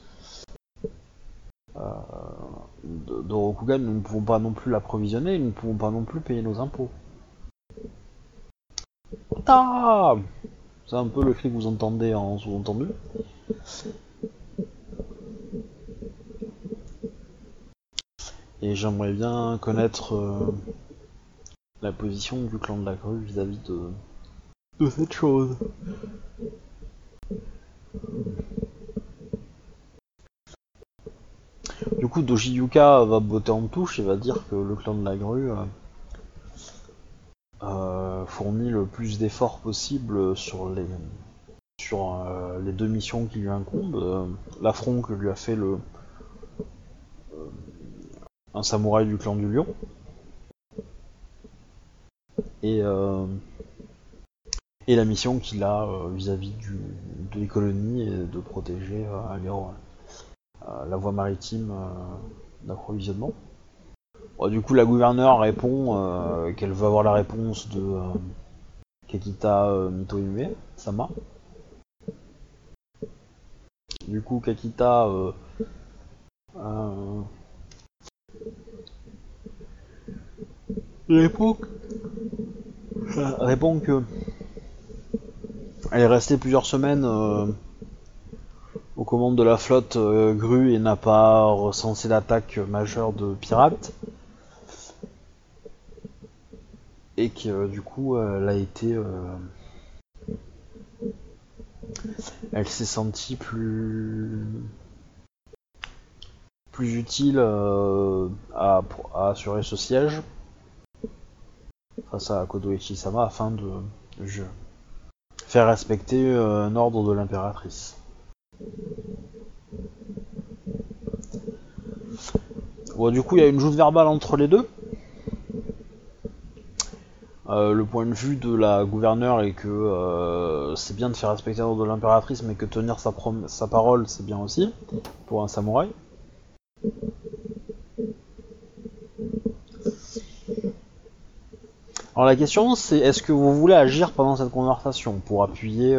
de Rokugan, nous ne pouvons pas non plus l'approvisionner, nous ne pouvons pas non plus payer nos impôts. Ah, c'est un peu le cri que vous entendez en sous-entendu. Et j'aimerais bien connaître la position du clan de la grue vis-à-vis de cette chose. Du coup, Doji Yuka va botter en touche et va dire que le clan de la grue fournit le plus d'efforts possible sur les deux missions qui lui incombent. L'affront que lui a fait un samouraï du clan du lion. Et la mission qu'il a vis-à-vis des colonies et de protéger la voie maritime d'approvisionnement. Bon, du coup, la gouverneure répond qu'elle veut avoir la réponse de Kakita Mitohime Sama. Du coup, Kakita répond que elle est restée plusieurs semaines aux commandes de la flotte grue et n'a pas recensé d'attaque majeure de pirates. Et que du coup, elle s'est sentie plus utile à assurer ce siège face à Kodoichi Sama afin de faire respecter un ordre de l'impératrice. Bon, du coup, il y a une joute verbale entre les deux. Le point de vue de la gouverneure est que c'est bien de faire respecter l'ordre de l'impératrice, mais que tenir sa parole, c'est bien aussi, pour un samouraï. Alors la question c'est, est-ce que vous voulez agir pendant cette conversation pour appuyer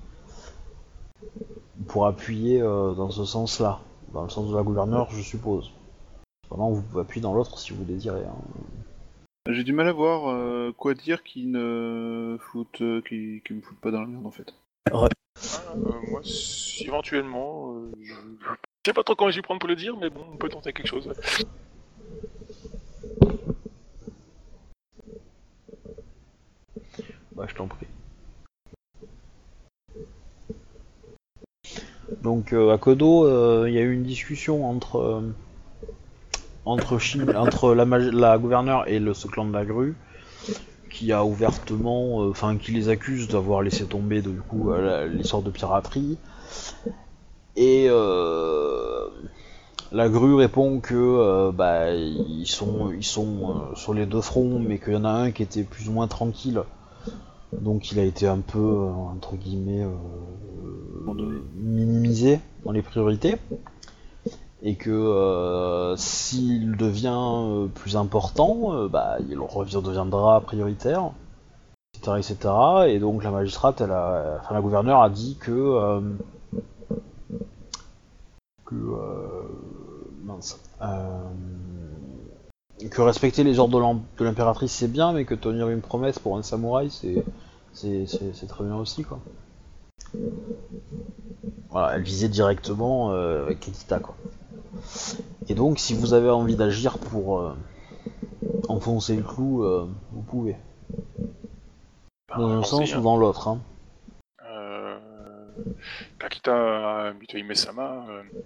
dans ce sens-là, dans le sens de la gouverneure, je suppose. Cependant, vous pouvez appuyer dans l'autre si vous le désirez. J'ai du mal à voir quoi dire qui me foute pas dans la merde en fait. Moi, éventuellement, je sais pas trop comment je vais prendre pour le dire, mais bon, on peut tenter quelque chose. Bah, je t'en prie. Donc, à Kodo, il y a eu une discussion entre la gouverneure et ce clan de la grue, qui a ouvertement, qui les accuse d'avoir laissé tomber du coup l'histoire de piraterie. Et la grue répond que ils sont sur les deux fronts, mais qu'il y en a un qui était plus ou moins tranquille. Donc il a été un peu, entre guillemets, minimisé dans les priorités. Et que s'il devient plus important, il redeviendra prioritaire, etc., etc. Et donc la magistrate, la gouverneure a dit que respecter les ordres de l'impératrice c'est bien, mais que tenir une promesse pour un samouraï c'est très bien aussi, quoi. Voilà, elle visait directement Kakita, quoi. Et donc, si vous avez envie d'agir pour enfoncer le clou, vous pouvez. Dans un sens ou dans l'autre, hein. Kakita Mitohime-sama,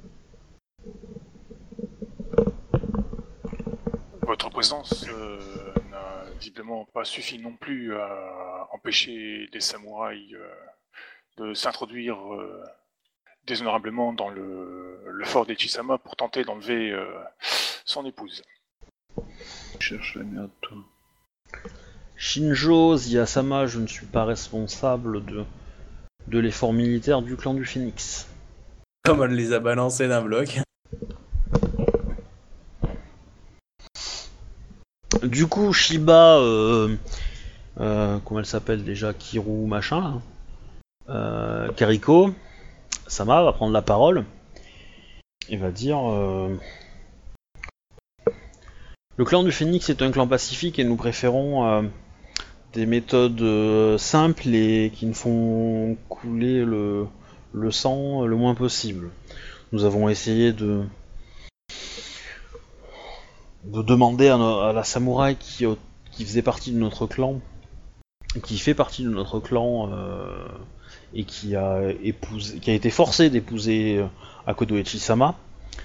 votre présence n'a visiblement pas suffi non plus à empêcher des samouraïs de s'introduire déshonorablement dans le fort d'Echisama pour tenter d'enlever son épouse. Cherche la merde, toi. Shinjo Ziyasama, je ne suis pas responsable de l'effort militaire du clan du Phénix. Comme elle les a balancés d'un bloc. Du coup, Shiba, comment elle s'appelle déjà, Kiru machin, là. Kariko, Sama va prendre la parole et va dire le clan du Phénix est un clan pacifique et nous préférons des méthodes simples et qui ne font couler le sang le moins possible. Nous avons essayé de demander à la samouraï qui faisait partie de notre clan, qui fait partie de notre clan et qui a été forcé d'épouser Akodo Echisama,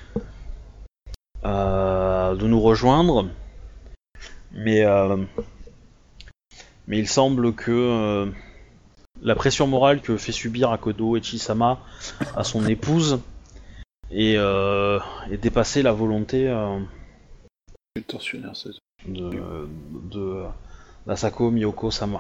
de nous rejoindre, mais il semble que la pression morale que fait subir Akodo Echisama à son épouse ait dépassé la volonté Le tortionnaire, c'est ça. de Masako Miyoko-sama.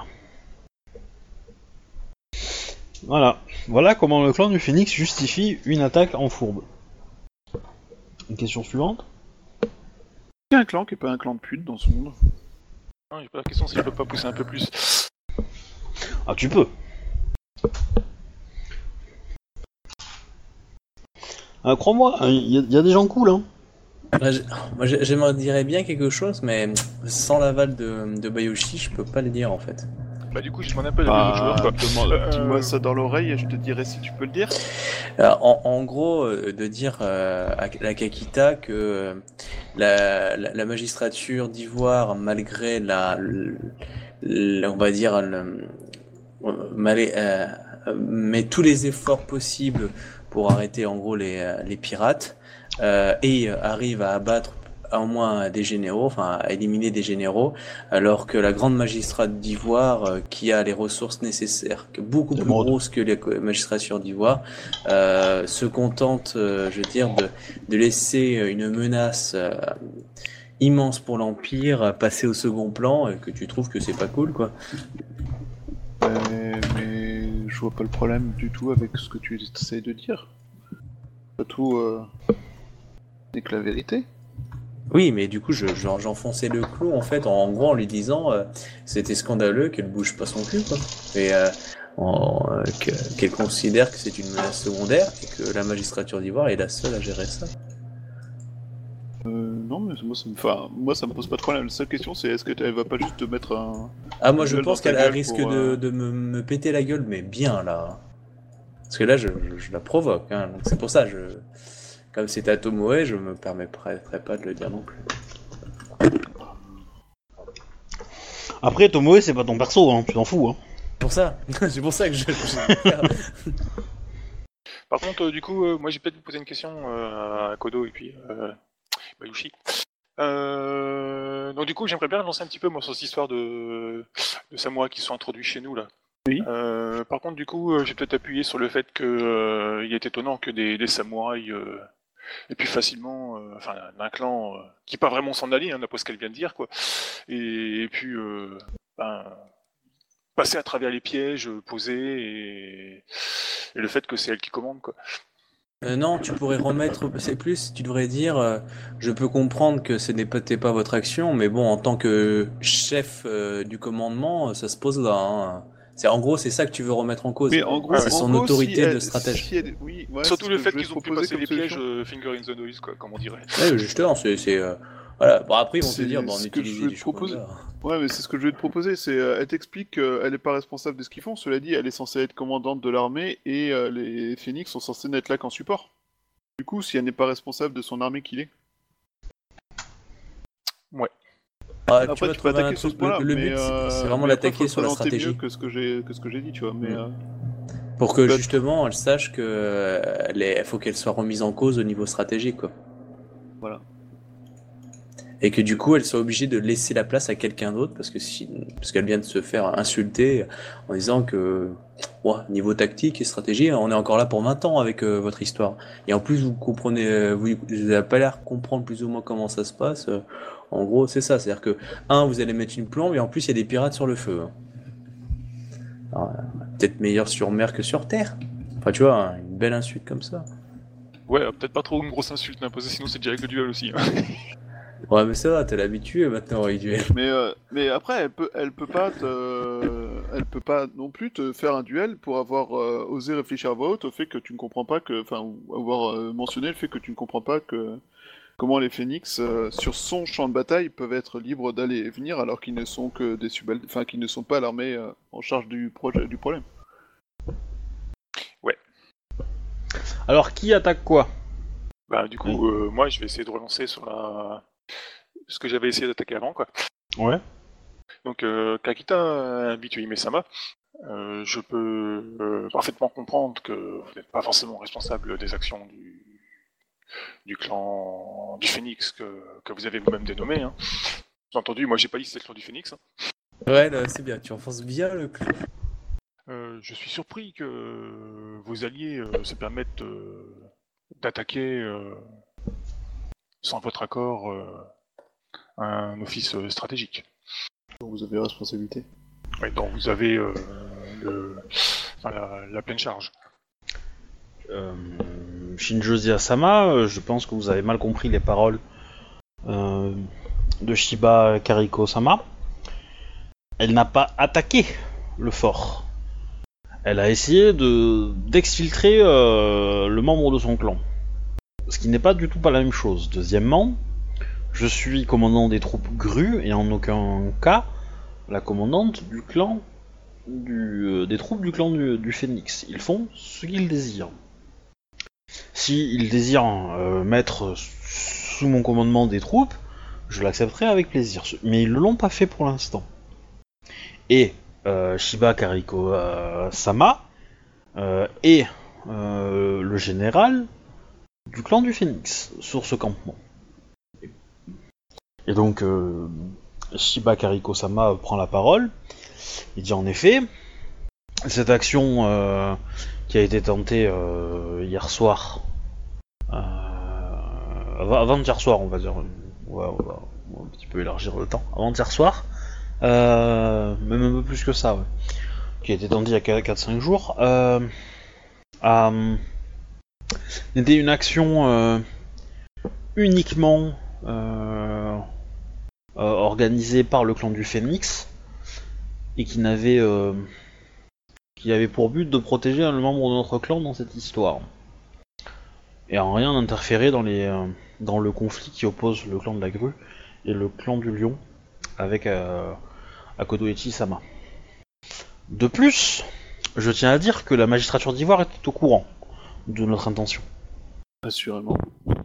Voilà comment le clan du Phénix justifie une attaque en fourbe. Une question suivante. Il y a un clan qui est pas un clan de pute dans ce monde. Non, j'ai pas la question si je peux pas pousser un peu plus. Ah, tu peux. Crois-moi, il y a des gens cool, hein. Moi, j'aimerais dire bien quelque chose, mais sans l'aval de Bayoshi, je peux pas le dire en fait. Bah du coup, je demande un peu à les joueurs, quoi. Dis-moi ça dans l'oreille et je te dirai si tu peux le dire. En gros, de dire à la Kakita que la magistrature d'Ivoire, malgré on va dire, met tous les efforts possibles pour arrêter en gros les pirates et arrive à abattre au moins des généraux, enfin à éliminer des généraux, alors que la grande magistrate d'Ivoire, qui a les ressources nécessaires, beaucoup plus grosses que les magistratures d'Ivoire, se contente, je veux dire, de laisser une menace immense pour l'Empire passer au second plan, et que tu trouves que c'est pas cool, quoi. Mais je vois pas le problème du tout avec ce que tu essayes de dire. Pas tout n'est que la vérité. Oui, mais du coup, j'enfonçais le clou, en fait, en gros, en lui disant c'était scandaleux qu'elle bouge pas son cul, quoi. Et qu'elle considère que c'est une menace secondaire et que la magistrature d'Ivoire est la seule à gérer ça. Non, mais moi ça me pose pas de problème. La seule question c'est est-ce qu'elle va pas juste te mettre un. Ah, moi je pense qu'elle risque de me péter la gueule, mais bien là. Parce que là, je la provoque, hein. Donc c'est pour ça, comme c'est à Tomoe, je me permettrai pas de le dire non plus. Après, Tomoe, c'est pas ton perso, hein, tu t'en fous, hein. C'est pour ça que je... Par contre, du coup, moi j'ai peut-être vous poser une question à Kodo et puis Bayushi. Donc du coup, j'aimerais bien lancer un petit peu moi sur cette histoire de samouraïs qui sont introduits chez nous là. Oui. Par contre, du coup, j'ai peut-être appuyé sur le fait que il est étonnant que des samouraïs et puis facilement, enfin d'un clan qui pas vraiment s'en allie, hein, d'après ce qu'elle vient de dire, quoi. Et puis passer à travers les pièges posés et le fait que c'est elle qui commande, quoi. Non, tu pourrais remettre, c'est plus, tu devrais dire, je peux comprendre que ce n'est peut-être pas votre action, mais bon, en tant que chef du commandement, ça se pose là, hein. En gros, c'est ça que tu veux remettre en cause. Mais en gros, c'est son autorité de stratège. Oui, ouais, surtout le fait je vais qu'ils ont pu proposer passer les comme pièges solution. finger in the noise, quoi, comme on dirait. Ouais, justement, voilà. Bon, après, ils vont te C'est dire, bon, on ce que je utilise vais du te proposer. chocolat. Ouais, mais c'est ce que je vais te proposer, c'est elle t'explique qu'elle est pas responsable de ce qu'ils font. Cela dit, elle est censée être commandante de l'armée et les Phoenix sont censés n'être là qu'en support. Du coup, si elle n'est pas responsable de son armée qu'il est. Ouais. Ah, Après, tu peux attaquer sur ce point-là. Le but, c'est vraiment l'attaquer sur la stratégie. mieux que ce que j'ai dit, tu vois. Mais pour que justement, elle sache que faut qu'elle soit remise en cause au niveau stratégique, quoi. Voilà. Et que du coup, elle soit obligée de laisser la place à quelqu'un d'autre parce qu'elle vient de se faire insulter en disant que niveau tactique et stratégie, on est encore là pour 20 ans avec votre histoire. Et en plus, vous comprenez, vous n'avez pas l'air de comprendre plus ou moins comment ça se passe. En gros, c'est ça. C'est-à-dire que, vous allez mettre une plombe et en plus, il y a des pirates sur le feu. Hein. Alors, peut-être meilleur sur mer que sur terre. Enfin, tu vois, une belle insulte comme ça. Ouais, peut-être pas trop une grosse insulte imposée, sinon c'est direct le duel aussi. Hein. Ouais, mais ça va, t'es l'habitué maintenant au duel. Mais après, elle peut pas non plus te faire un duel pour avoir osé réfléchir à voix haute au fait que tu ne comprends pas ou avoir mentionné le fait que tu ne comprends pas comment les phénix sur son champ de bataille peuvent être libres d'aller et venir alors qu'ils ne sont que des qu'ils ne sont pas l'armée en charge du problème. Ouais. Alors, qui attaque quoi ? Bah, du coup, moi, je vais essayer de relancer sur ce que j'avais essayé d'attaquer avant, quoi. Ouais. Donc, Kakita, habitué Hime-sama, je peux parfaitement comprendre que vous n'êtes pas forcément responsable des actions du clan du Phénix que vous avez vous-même dénommé. Hein. Bien entendu, moi, j'ai pas dit que c'était le clan du Phénix. Hein. Ouais, là, c'est bien, tu enfonces bien le clou. Je suis surpris que vos alliés se permettent d'attaquer sans votre accord un office stratégique. Donc vous avez responsabilité. Ouais, donc vous avez la pleine charge. Shinjozi Asama, je pense que vous avez mal compris les paroles de Shiba Kariko-sama. Elle n'a pas attaqué le fort. Elle a essayé d'exfiltrer le membre de son clan. Ce qui n'est pas du tout pas la même chose. Deuxièmement, je suis commandant des troupes grues et en aucun cas la commandante du clan des troupes du clan du Phénix. Ils font ce qu'ils désirent. Si ils désirent mettre sous mon commandement des troupes, je l'accepterai avec plaisir. Mais ils ne l'ont pas fait pour l'instant. Et Shiba Kariko Sama est le général du clan du Phénix sur ce campement. Et donc Shiba Kariko Sama prend la parole. Il dit en effet, cette action qui a été tentée hier soir, avant-hier soir on va dire, on va un petit peu élargir le temps, avant-hier soir, même un peu plus que ça, ouais. Qui a été tentée il y a 4-5 jours, était une action uniquement organisée par le clan du Phénix, et qui avait pour but de protéger un membre de notre clan dans cette histoire. Et en rien d'interférer dans le conflit qui oppose le clan de la grue et le clan du lion avec Akodoichi-sama. De plus, je tiens à dire que la magistrature d'Ivoire était au courant de notre intention. Assurément.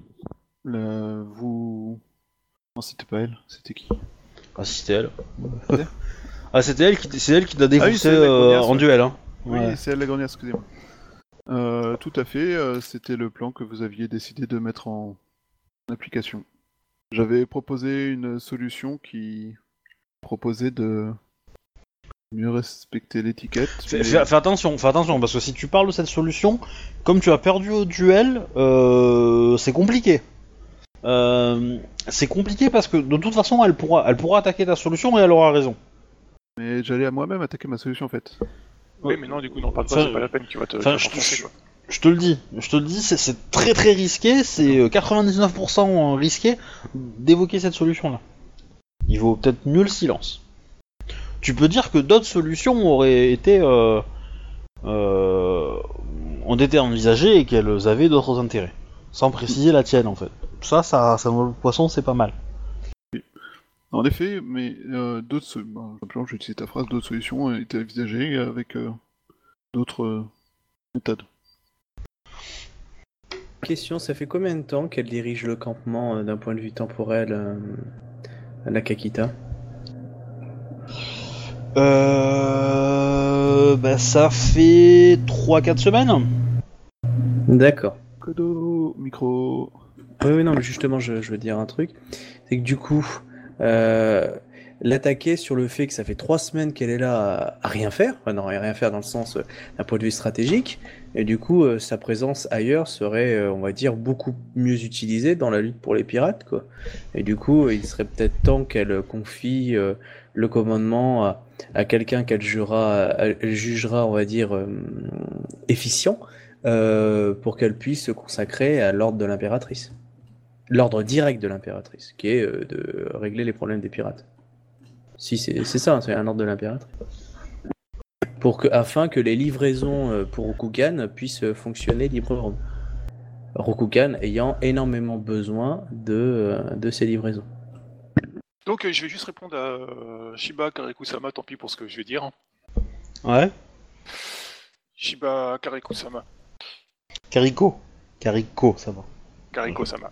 Non, c'était pas elle, c'était qui ? Ah, si c'était elle. Ah, c'est elle qui t'a défoncé en duel, hein. Ouais. Oui, c'est elle la grenière, excusez-moi. Tout à fait, c'était le plan que vous aviez décidé de mettre en application. J'avais proposé une solution qui proposait de mieux respecter l'étiquette. Fais attention, parce que si tu parles de cette solution, comme tu as perdu au duel, c'est compliqué. C'est compliqué parce que de toute façon, elle pourra attaquer ta solution et elle aura raison. Mais j'allais à moi-même attaquer ma solution en fait. Oui, mais non, du coup, n'en parle pas, c'est pas la peine, tu vas te renfoncer, quoi. Je te le dis, c'est très très risqué, c'est 99% risqué d'évoquer cette solution-là. Il vaut peut-être mieux le silence. Tu peux dire que d'autres solutions ont été envisagées et qu'elles avaient d'autres intérêts, sans préciser la tienne en fait. Ça le poisson, c'est pas mal. En effet, mais simplement, je vais utiliser ta phrase, d'autres solutions ont été envisagées avec d'autres méthodes. Question, ça fait combien de temps qu'elle dirige le campement d'un point de vue temporel à la Kakita ? Ça fait 3-4 semaines. D'accord. Kodo, micro. Oui, non, mais justement, je veux dire un truc. C'est que du coup, l'attaquer sur le fait que ça fait 3 semaines qu'elle est là à rien faire, enfin, non, à rien faire dans le sens d'un point de vue stratégique, et du coup, sa présence ailleurs serait, on va dire, beaucoup mieux utilisée dans la lutte pour les pirates, quoi. Et du coup, il serait peut-être temps qu'elle confie le commandement à quelqu'un elle jugera, on va dire, efficient, pour qu'elle puisse se consacrer à l'ordre de l'impératrice. L'ordre direct de l'impératrice, qui est de régler les problèmes des pirates. Si c'est ça, c'est un ordre de l'impératrice. Afin que les livraisons pour Rokugan puissent fonctionner librement. Rokugan ayant énormément besoin de ces livraisons. Donc je vais juste répondre à Shiba Kareku-sama, tant pis pour ce que je vais dire. Ouais. Shiba Kareku-sama. Kariko, ça va. Kariko-sama.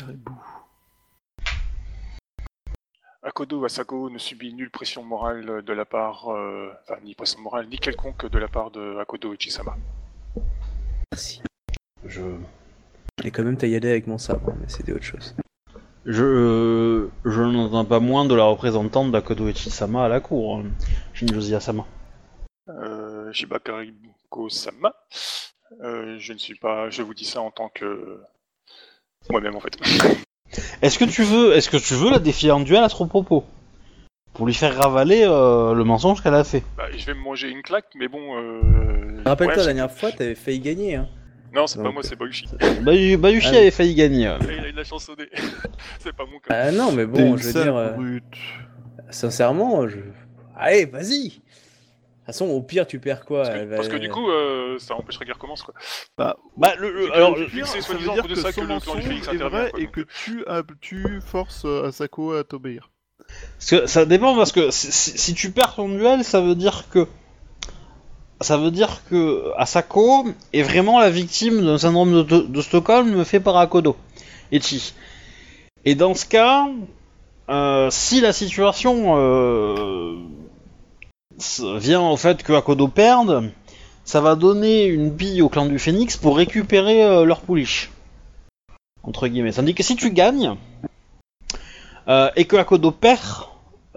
Akodo Asako ne subit nulle pression morale de la part, ni pression morale, ni quelconque de la part de Akodo Ichisama. Merci. Je l'ai quand même tailladé avec mon sabre, mais c'était autre chose. Je n'entends pas moins de la représentante d'Akodo Ichisama à la cour, Shinjozi Asama. Shiba Kariko-sama. Je ne suis pas. Je vous dis ça en tant que moi-même en fait. Est-ce que tu veux la défier en duel à son propos pour lui faire ravaler le mensonge qu'elle a fait? Je vais me manger une claque, mais bon. Rappelle-toi, la dernière fois, t'avais failli gagner. Hein. Non, c'est pas moi, c'est Bayushi. Bayushi avait failli gagner. Il a eu de la chansonnée. C'est pas mon cas. Ah non, mais bon, je veux dire. Sincèrement, allez, vas-y. De toute façon, au pire, tu perds quoi? Parce que du coup, ça empêcherait qu'elle recommence quoi. Le pire, ça veut dire que son mensonge est vrai et que tu forces Asako à t'obéir. Parce que ça dépend, parce que si tu perds ton duel, ça veut dire que Asako est vraiment la victime d'un syndrome de Stockholm fait par Akodo Echi. Et dans ce cas, si la situation vient au fait que Akodo perde, ça va donner une bille au clan du Phénix pour récupérer leur pouliche, entre guillemets. Tandis que si tu gagnes et que Akodo perd,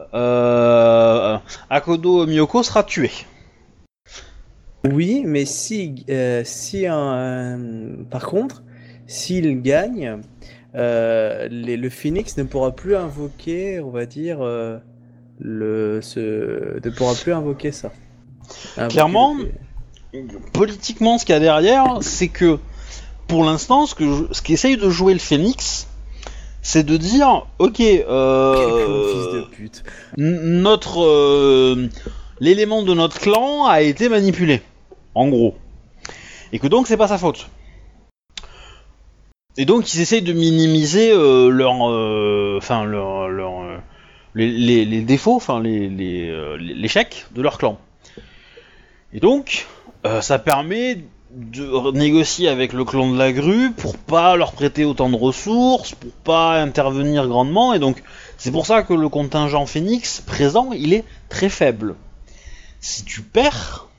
Akodo Miyoko sera tué. Oui, mais par contre, s'il gagne, le Phoenix ne pourra plus invoquer, on va dire, ne pourra plus invoquer ça. Clairement, politiquement, ce qu'il y a derrière, c'est que, pour l'instant, ce qu'essaye de jouer le Phoenix, c'est de dire, ok, fils de pute. L'élément de notre clan a été manipulé, en gros, et que donc c'est pas sa faute. Et donc ils essayent de minimiser les défauts, enfin l'échec de leur clan. Et donc ça permet de négocier avec le clan de la grue pour pas leur prêter autant de ressources, pour pas intervenir grandement, et donc c'est pour ça que le contingent Phoenix présent, il est très faible. Si tu perds,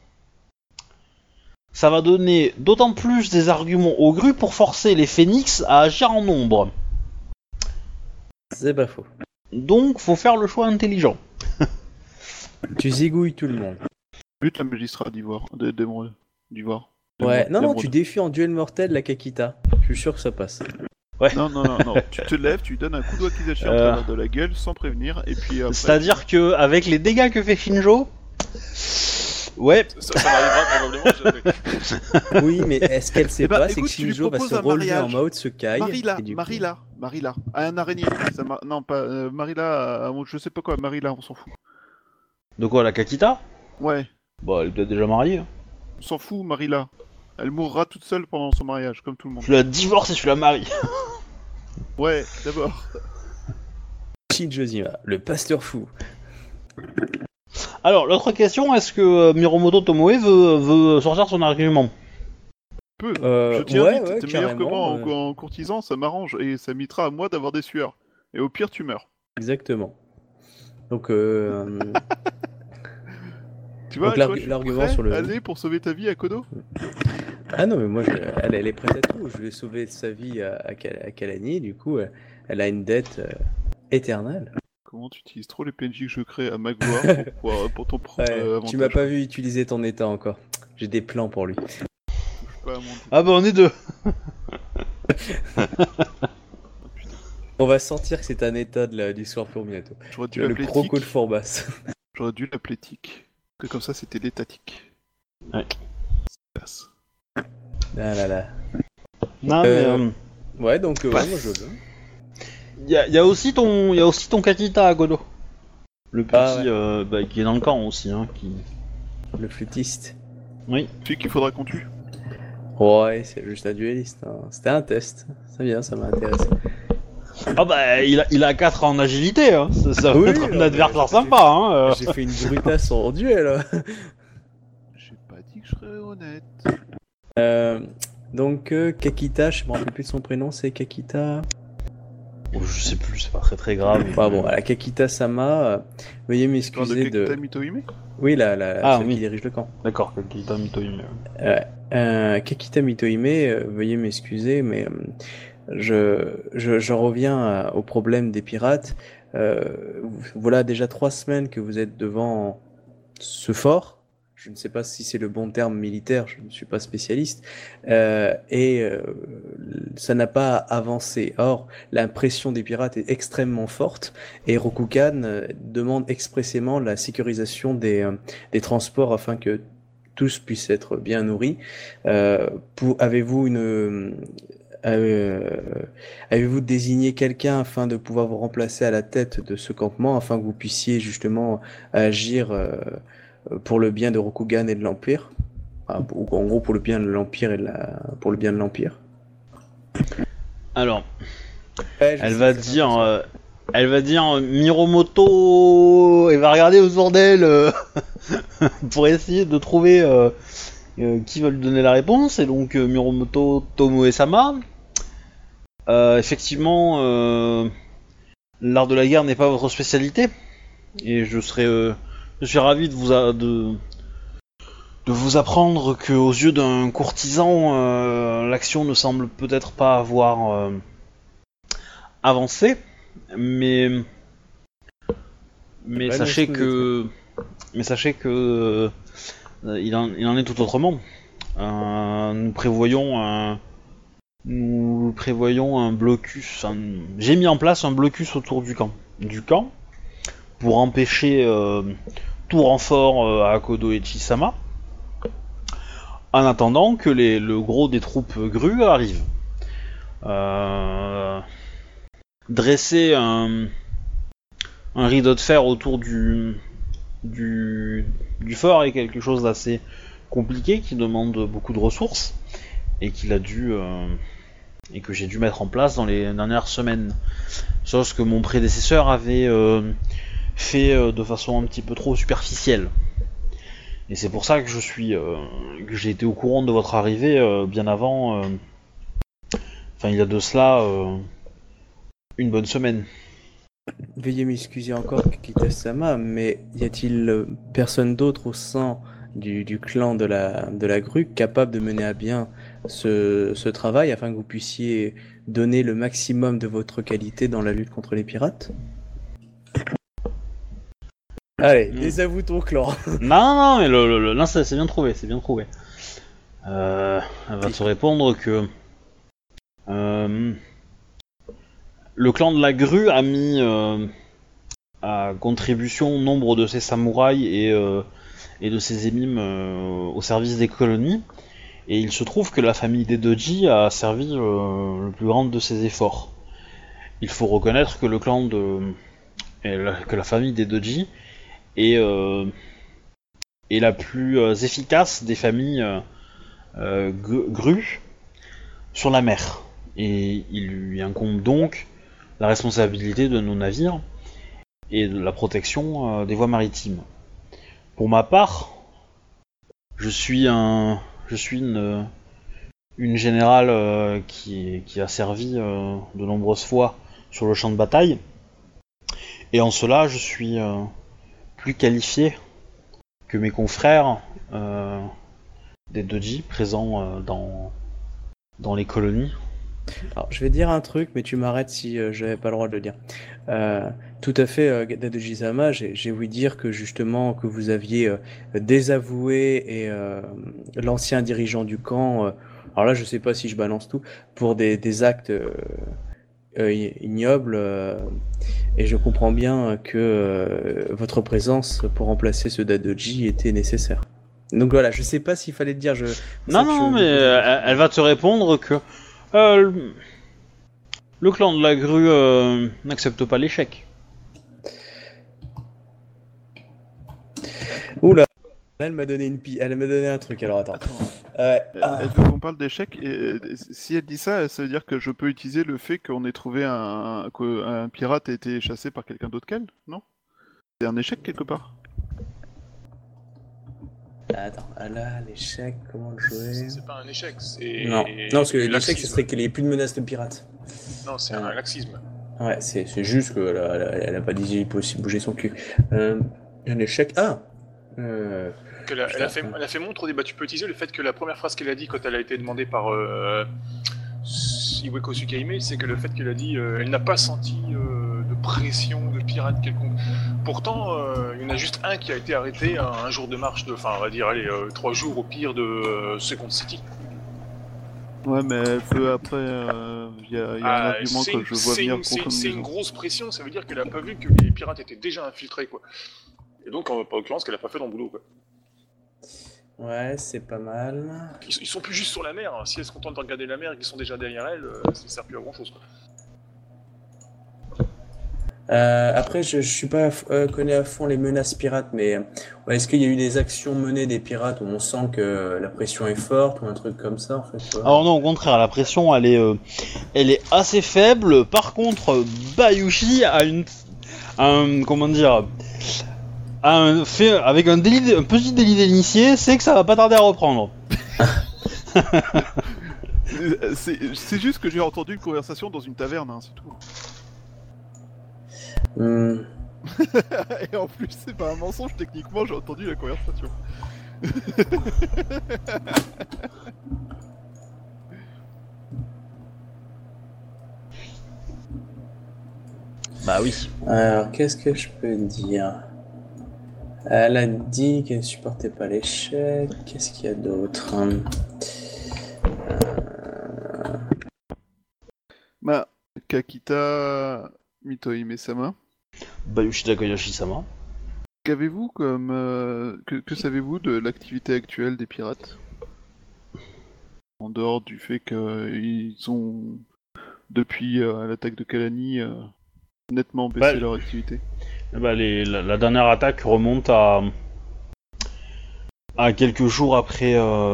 ça va donner d'autant plus des arguments aux grues pour forcer les Phoenix à agir en nombre. C'est pas faux. Donc, faut faire le choix intelligent. Tu zigouilles tout le monde. Bute la magistrat d'Ivoire. d'Ivoire. Ouais, non, tu défies en duel mortel la Kakita. Je suis sûr que ça passe. Ouais. Non. Tu te lèves, tu lui donnes un coup de wakizashi en travers de la gueule sans prévenir, et puis après... C'est-à-dire que avec les dégâts que fait Shinjo, ouais. Ça m'arrivera probablement jamais. Oui, mais est-ce qu'elle sait pas, c'est que écoute, tu lui Shinjo va proposes se un relever mariage. en mode Sekai. Marilla. Un araignée. Non, pas Marilla, je sais pas quoi, Marilla, on s'en fout. De quoi, la Kakita? Ouais, Bah, elle est peut-être déjà mariée. on s'en fout, Marilla. Elle mourra toute seule pendant son mariage, comme tout le monde. Tu la divorces et tu la maries. Ouais, d'abord. Shinjozima, le pasteur fou. Alors, l'autre question, est-ce que Miromoto Tomoe veut sortir son argument? Peu. Je t'y invite, ouais, t'es meilleur que moi carrément, en courtisan, ça m'arrange, et ça m'évitera à moi d'avoir des sueurs. Et au pire, tu meurs. Exactement. Donc, Tu vois, donc l'argument sur le... Allez pour sauver ta vie à Kodo. Ah non, mais moi, elle est prête à tout. Je lui ai sauvé sa vie à Kalani, du coup, elle a une dette éternelle. Comment tu utilises trop les PNJ que je crée à ma gloire pour ton propre Ouais, avantage. tu m'as pas vu utiliser ton état encore. J'ai des plans pour lui. Touche pas à mon dé. Ah bah on est deux. On va sentir que c'est un état du Scorpion bientôt. J'aurais dû Le l'appeler croco de tic. Fourbasse. J'aurais dû l'appeler tic. Que comme ça, c'était l'étatique. Ouais. Passe. Ah là là. Non mais Ouais, donc ouais, moi je veux. y a aussi ton Kakita à Godo. Le petit Ah qui est dans le camp aussi qui. Le flûtiste. Oui. Celui qu'il faudra qu'on tue. Ouais, c'est juste un dueliste. Hein. C'était un test. C'est bien, ça m'a intéressé. Ah bah il a 4 en agilité, hein. Ça va Oui, être un non, adversaire mais sympa, hein. J'ai fait une brutasse en duel. J'ai pas dit que je serais honnête. Donc Kakita, je me rappelle plus de son prénom, c'est Kakita. Oh, je sais plus, c'est pas très grave. Bah bon, la Kakita Sama, veuillez Tu parles de m'excuser Kakita de. Mitohime Oui, Ah, celle oui. qui dirige le camp. D'accord, Kakita Mitohime. Kakita Mitohime, veuillez m'excuser, mais j'en reviens au problème des pirates. Voilà déjà 3 semaines que vous êtes devant ce fort. Je ne sais pas si c'est le bon terme militaire, je ne suis pas spécialiste. Et ça n'a pas avancé. Or, l'impression des pirates est extrêmement forte et Rokugan demande expressément la sécurisation des transports afin que tous puissent être bien nourris. Avez-vous désigné quelqu'un afin de pouvoir vous remplacer à la tête de ce campement, afin que vous puissiez justement agir pour le bien de Rokugan et de l'Empire? En gros, pour le bien de l'Empire pour le bien de l'Empire. Alors, Ouais, je elle sais, va ça dire, Miromoto, elle va regarder autour d'elle pour essayer de trouver qui va lui donner la réponse. Et donc Miromoto Tomoe-sama. Effectivement, l'art de la guerre n'est pas votre spécialité, et je suis ravi de vous apprendre que, aux yeux d'un courtisan, l'action ne semble peut-être pas avoir avancé, mais Ouais, sachez non, que il en est tout autrement. Nous prévoyons un blocus. J'ai mis en place un blocus autour du camp pour empêcher tout renfort à Akodo et Chisama, en attendant que le gros des troupes grues arrive. Dresser un rideau de fer autour du fort est quelque chose d'assez compliqué, qui demande beaucoup de ressources, et et que j'ai dû mettre en place dans les dernières semaines. Chose que mon prédécesseur avait fait de façon un petit peu trop superficielle. Et c'est pour ça que que j'ai été au courant de votre arrivée bien avant. Il y a de cela une bonne semaine. Veuillez m'excuser encore, Kakita-sama, mais y a-t-il personne d'autre au sein du clan de la grue capable de mener à bien ce travail afin que vous puissiez donner le maximum de votre qualité dans la lutte contre les pirates? Allez, désavoue ton clan. Non, mais non, c'est bien trouvé, Elle va te répondre que le clan de la grue a mis à contribution nombre de ses samouraïs et de ses émimes au service des colonies, et il se trouve que la famille des Doji a servi le plus grand de ses efforts. Il faut reconnaître que que la famille des Doji est la plus efficace des familles grues sur la mer, et il lui incombe donc la responsabilité de nos navires et de la protection des voies maritimes. Pour ma part, je suis une générale qui a servi de nombreuses fois sur le champ de bataille, et en cela je suis plus qualifié que mes confrères des doji présents dans les colonies. Alors, je vais dire un truc, mais tu m'arrêtes si j'avais pas le droit de le dire. Tout à fait, Dadoji-sama, j'ai ouï dire que justement que vous aviez désavoué et l'ancien dirigeant du camp. Alors là, je sais pas si je balance tout pour des actes ignobles. Et je comprends bien que votre présence pour remplacer ce Dadoji était nécessaire. Donc voilà, je sais pas s'il fallait le dire. Non, mais elle va te répondre que le clan de la grue n'accepte pas l'échec. Oula, elle m'a donné elle m'a donné un truc. Alors attends. Elle veut qu'on parle d'échec, et si elle dit ça, ça veut dire que je peux utiliser le fait qu'on ait trouvé qu'un pirate a été chassé par quelqu'un d'autre qu'elle, non? C'est un échec quelque part. Attends, là, l'échec, comment le jouer? C'est pas un échec, c'est... Non, parce que l'échec, ce serait qu'il n'y ait plus de menace de pirates. Non, c'est un laxisme. Ouais, c'est juste qu'elle a pas dit possible bouger son cul. Un échec... Elle a fait montre au débat. Tu peux utiliser le fait que la première phrase qu'elle a dit quand elle a été demandée par Iweko Tsukaime, c'est que le fait qu'elle a dit elle n'a pas senti de pression de pirate quelconque. Pourtant, il y en a juste un qui a été arrêté à un jour de marche, enfin on va dire 3 jours au pire de Second City. Ouais, mais après, il y a un argument que je vois venir profondément. C'est une grosse pression, ça veut dire qu'elle a pas vu que les pirates étaient déjà infiltrés, quoi. Et donc, en l'occurrence, qu'elle a pas fait dans le boulot, quoi. Ouais, c'est pas mal. Ils sont plus juste sur la mer, hein. Si elles se contentent de regarder la mer et qu'ils sont déjà derrière elle, ça ne sert plus à grand chose, quoi. Après, je suis pas connais à fond les menaces pirates, mais est-ce qu'il y a eu des actions menées des pirates où on sent que la pression est forte ou un truc comme ça en fait? Alors non, au contraire, la pression elle est assez faible. Par contre, Bayushi a avec un petit délit d'initié, c'est que ça va pas tarder à reprendre. C'est juste que j'ai entendu une conversation dans une taverne, hein, c'est tout. Et en plus, c'est pas un mensonge, techniquement, j'ai entendu la conversation. Bah oui. Alors, qu'est-ce que je peux dire? Elle a dit qu'elle supportait pas l'échec. Qu'est-ce qu'il y a d'autre? Kakita Mitohime-sama. Bayushi Takayashi-sama. Qu'avez-vous comme... que savez-vous de l'activité actuelle des pirates? En dehors du fait qu'ils ont, depuis l'attaque de Kalani, nettement baissé leur activité. La dernière attaque remonte à quelques jours après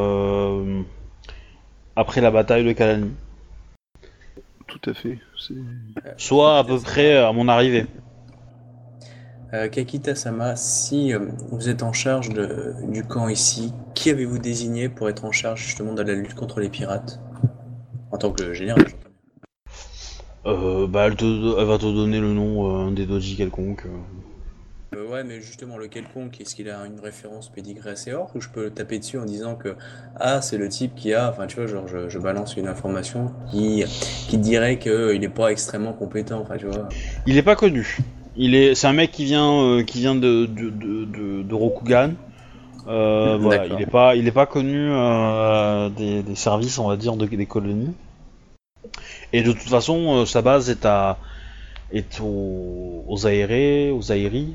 la bataille de Kalani. Tout à fait. Soit à peu près à mon arrivée. Kakita-sama, si vous êtes en charge du camp ici, qui avez-vous désigné pour être en charge justement de la lutte contre les pirates? En tant que général, elle va te donner le nom des doji quelconque. Ouais, mais justement, le quelconque, est-ce qu'il a une référence pédigrée assez hors ou je peux le taper dessus en disant que c'est le type qui a, enfin tu vois, genre je balance une information qui dirait qu'il n'est pas extrêmement compétent, enfin tu vois. Il est pas connu. C'est un mec qui vient de Rokugan. Voilà, il est pas connu des services, on va dire, des colonies. Et de toute façon, sa base est aux Aéris.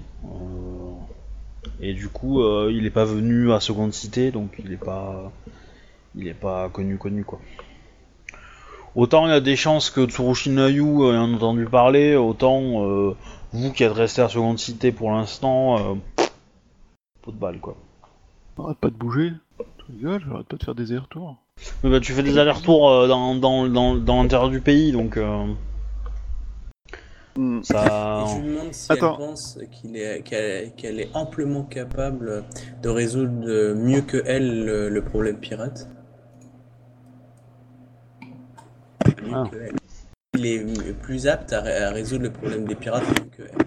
Et du coup, il est pas venu à Seconde Cité, donc il est pas connu quoi. Autant il y a des chances que Tsurushi Nayu ait entendu parler, autant vous qui êtes resté à Seconde Cité pour l'instant, pot de balle quoi. Arrête pas de bouger, tu rigoles, j'arrête pas de faire des allers-retours. Mais tu fais des allers-retours dans l'intérieur du pays, donc ça. Et je me demande si elle pense qu'elle est amplement capable de résoudre mieux que elle le problème pirate. Mieux que elle. Il est plus apte à résoudre le problème des pirates que elle.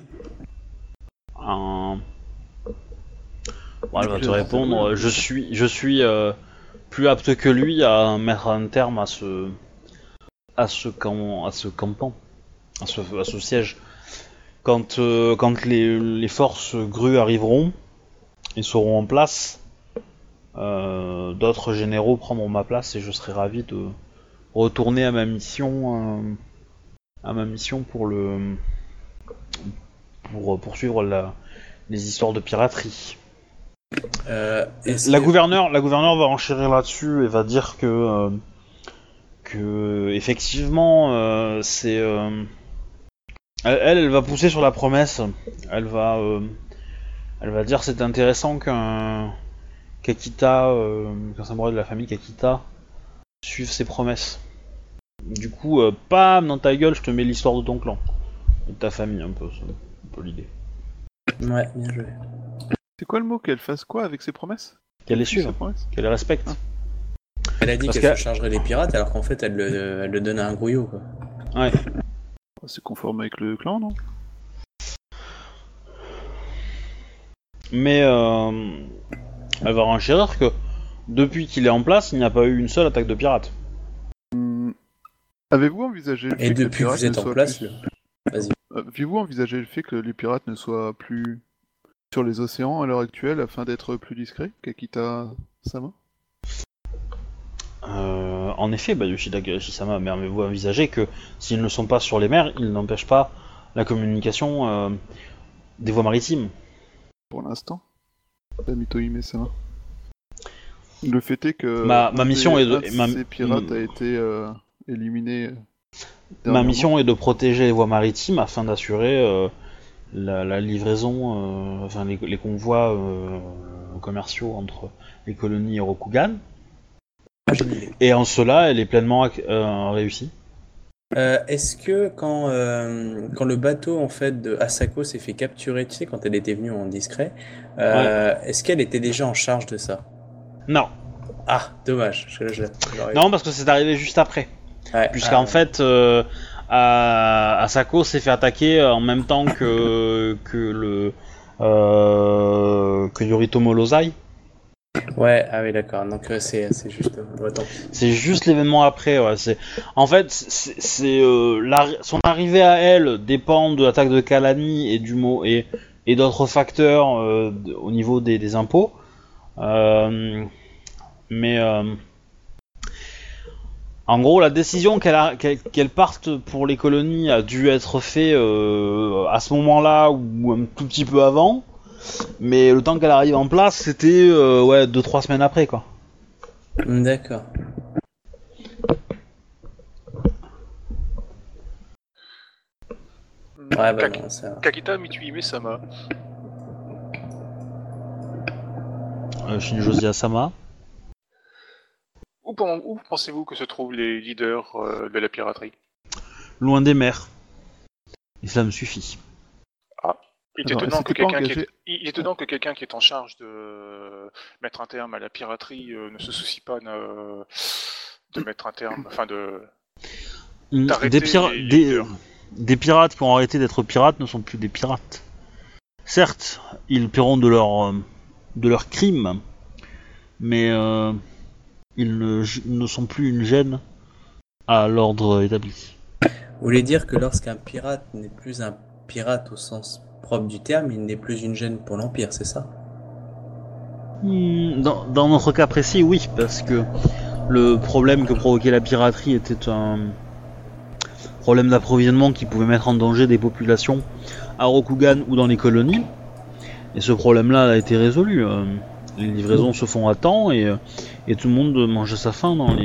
Elle va te répondre. Je suis plus apte que lui à mettre un terme à ce campement, à ce siège. Quand les forces grues arriveront et seront en place, d'autres généraux prendront ma place et je serai ravi de retourner à ma mission pour poursuivre les histoires de piraterie. La gouverneure va enchérir là-dessus et va dire que effectivement c'est elle va pousser sur la promesse. Elle va dire c'est intéressant qu'Akita, qu'un samouraï de la famille Kakita suive ses promesses. Du coup, pam, dans ta gueule, je te mets l'histoire de ton clan et de ta famille un peu, c'est un peu l'idée. Ouais, bien joué. C'est quoi le mot? Qu'elle fasse quoi avec ses promesses? Qu'elle les suive, qu'elle les respecte. Elle a dit Parce qu'elle se chargerait les pirates alors qu'en fait elle le donne à un grouillot quoi. Ouais. C'est conforme avec le clan, non? Mais elle va renchérir que depuis qu'il est en place, il n'y a pas eu une seule attaque de pirates. Avez-vous envisagé le fait Et que les depuis que pirates vous êtes ne en soient place, plus... vas-y. Avez-vous envisagé le fait que les pirates ne soient plus sur les océans à l'heure actuelle afin d'être plus discrets, Kakita-sama? En effet, Yoshida Yoshi-sama, mais avez-vous envisagé que s'ils ne sont pas sur les mers, ils n'empêchent pas la communication des voies maritimes? Pour l'instant, Mito Hime-sama. Le fait est que ma mission est de ces pirates a été éliminé. Ma mission est de protéger les voies maritimes afin d'assurer la livraison, enfin les convois commerciaux entre les colonies et Rokugan. Et en cela, elle est pleinement réussie. Est-ce que quand le bateau en fait de Asako s'est fait capturer, tu sais, quand elle était venue en discret, est-ce qu'elle était déjà en charge de ça? Non. Ah, dommage. Non, parce que c'est arrivé juste après. Ouais, Puisqu'en fait, Asako s'est fait attaquer en même temps que Yoritomo Lozai. Ouais, ah oui, d'accord. Donc c'est juste. C'est juste l'événement après. Ouais. En fait, son arrivée à elle dépend de l'attaque de Kalani et d'autres facteurs au niveau des impôts. Mais en gros, la décision qu'elle parte pour les colonies a dû être faite à ce moment-là ou un tout petit peu avant. Mais le temps qu'elle arrive en place, c'était 2-3 semaines après, quoi. D'accord. Ouais, bah non, ça... Kakita Mituhime-sama. Shinjozi Asama. Où pensez-vous que se trouvent les leaders de la piraterie? Loin des mers. Et ça me suffit. Ah. Il est étonnant que quelqu'un qui est en charge de mettre un terme à la piraterie ne se soucie pas de mettre un terme, enfin d'arrêter des pirates qui ont arrêté d'être pirates ne sont plus des pirates. Certes, ils paieront de leurs crimes, mais ils ne sont plus une gêne à l'ordre établi. Vous voulez dire que lorsqu'un pirate n'est plus un pirate au sens propre du terme, il n'est plus une gêne pour l'Empire, c'est ça? Dans notre cas précis, oui, parce que le problème que provoquait la piraterie était un problème d'approvisionnement qui pouvait mettre en danger des populations à Rokugan ou dans les colonies. Et ce problème-là a été résolu. Les livraisons se font à temps et tout le monde mange à sa faim dans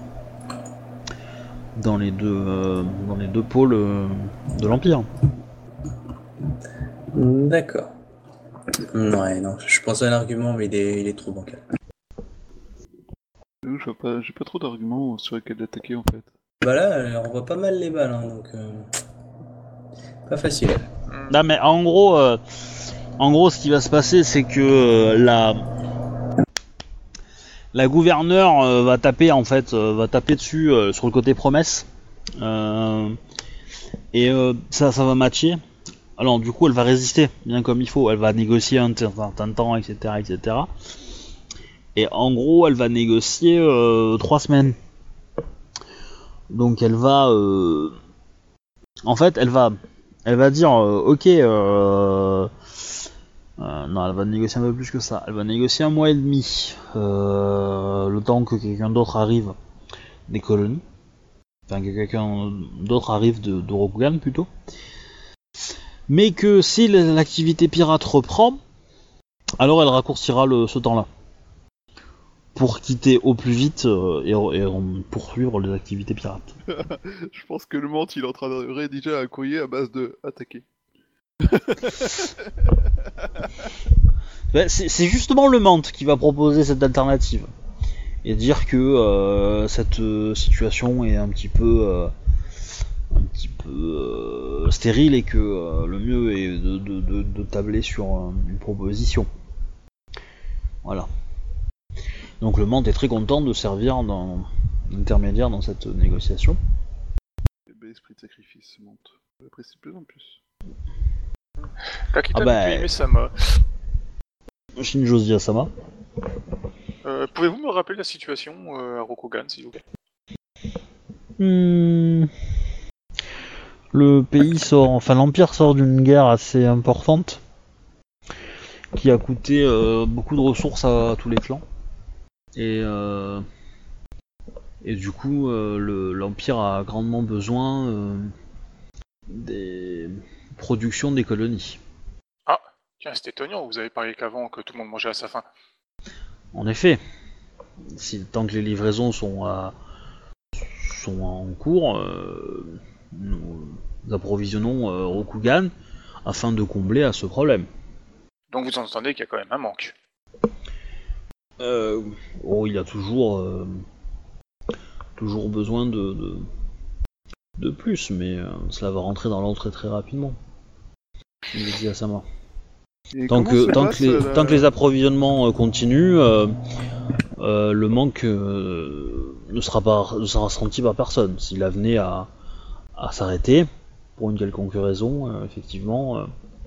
les deux pôles de l'Empire. D'accord. Ouais, non, je pense à un argument, mais il est trop bancal. J'ai pas trop d'arguments sur lesquels attaquer en fait. Bah là, on voit pas mal les balles, hein, donc pas facile. Non, mais en gros, ce qui va se passer, c'est que la gouverneure va taper dessus sur le côté promesse, et ça va matcher. Alors du coup, elle va résister bien comme il faut. Elle va négocier un certain temps, etc., etc. Et en gros, elle va négocier 3 semaines. Donc elle va... En fait, elle va dire, ok... non, elle va négocier un peu plus que ça. Elle va négocier 1 mois et demi. Le temps que quelqu'un d'autre arrive des colonies. Enfin, que quelqu'un d'autre arrive de Rokugan, plutôt. Mais que si l'activité pirate reprend, alors elle raccourcira ce temps-là. Pour quitter au plus vite et poursuivre les activités pirates. Je pense que le Mante, il est en train de rédiger un courrier à base de attaquer. C'est justement le Mante qui va proposer cette alternative. Et dire que cette situation est un petit peu stérile et que le mieux est de tabler sur une proposition. Voilà. Donc le Mante est très content de servir d'intermédiaire dans cette négociation. Bel esprit de sacrifice, ce Mante. Je l'apprécie de plus en plus. Kakita, tu as aimé Sama. Shinjo Asama. Pouvez-vous me rappeler la situation à Rokugan, s'il vous plaît? Le pays l'Empire sort d'une guerre assez importante qui a coûté beaucoup de ressources à tous les clans. Et du coup, l'Empire a grandement besoin des productions des colonies. Ah, tiens, c'est étonnant, vous avez parlé qu'avant que tout le monde mangeait à sa faim. En effet, tant que les livraisons sont en cours, nous approvisionnons Rokugan afin de combler à ce problème. Donc vous entendez qu'il y a quand même un manque. Il y a toujours besoin de plus, mais cela va rentrer dans l'ordre très très rapidement. Il me dit à sa mort. Tant que les approvisionnements continuent, le manque ne sera senti par personne. S'il a venu à s'arrêter pour une quelconque raison, effectivement.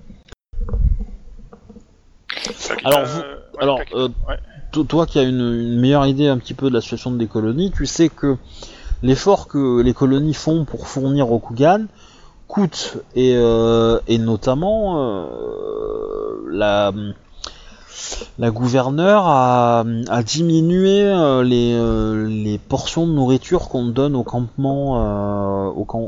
Toi qui as une meilleure idée un petit peu de la situation des colonies, tu sais que l'effort que les colonies font pour fournir Rokugan coûte, et notamment la gouverneure a diminué les portions de nourriture qu'on donne au campement,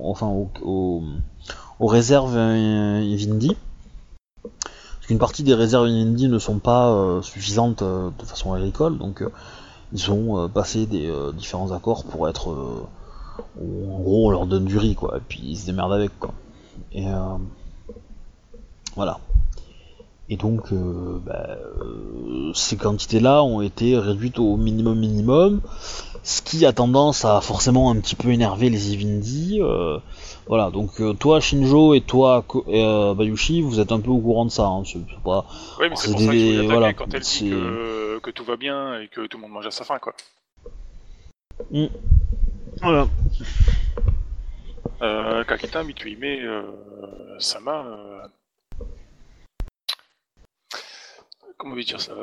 aux réserves Vindi. Parce qu'une partie des réserves Vindi ne sont pas suffisantes de façon agricole, donc ils ont passé des différents accords pour être... en gros, on leur donne du riz, quoi, et puis ils se démerdent avec, quoi. Et voilà. Et donc, ces quantités-là ont été réduites au minimum, ce qui a tendance à forcément un petit peu énerver les Ivindi. Voilà, donc toi Shinjo et toi Bayushi, vous êtes un peu au courant de ça. Hein, c'est pas... Oui, mais c'est pour ça que je voulais attaquer quand elle dit que tout va bien et que tout le monde mange à sa faim, quoi. Voilà. Kakita, Mitsuhime, Sama... Comment vais-je dire ça?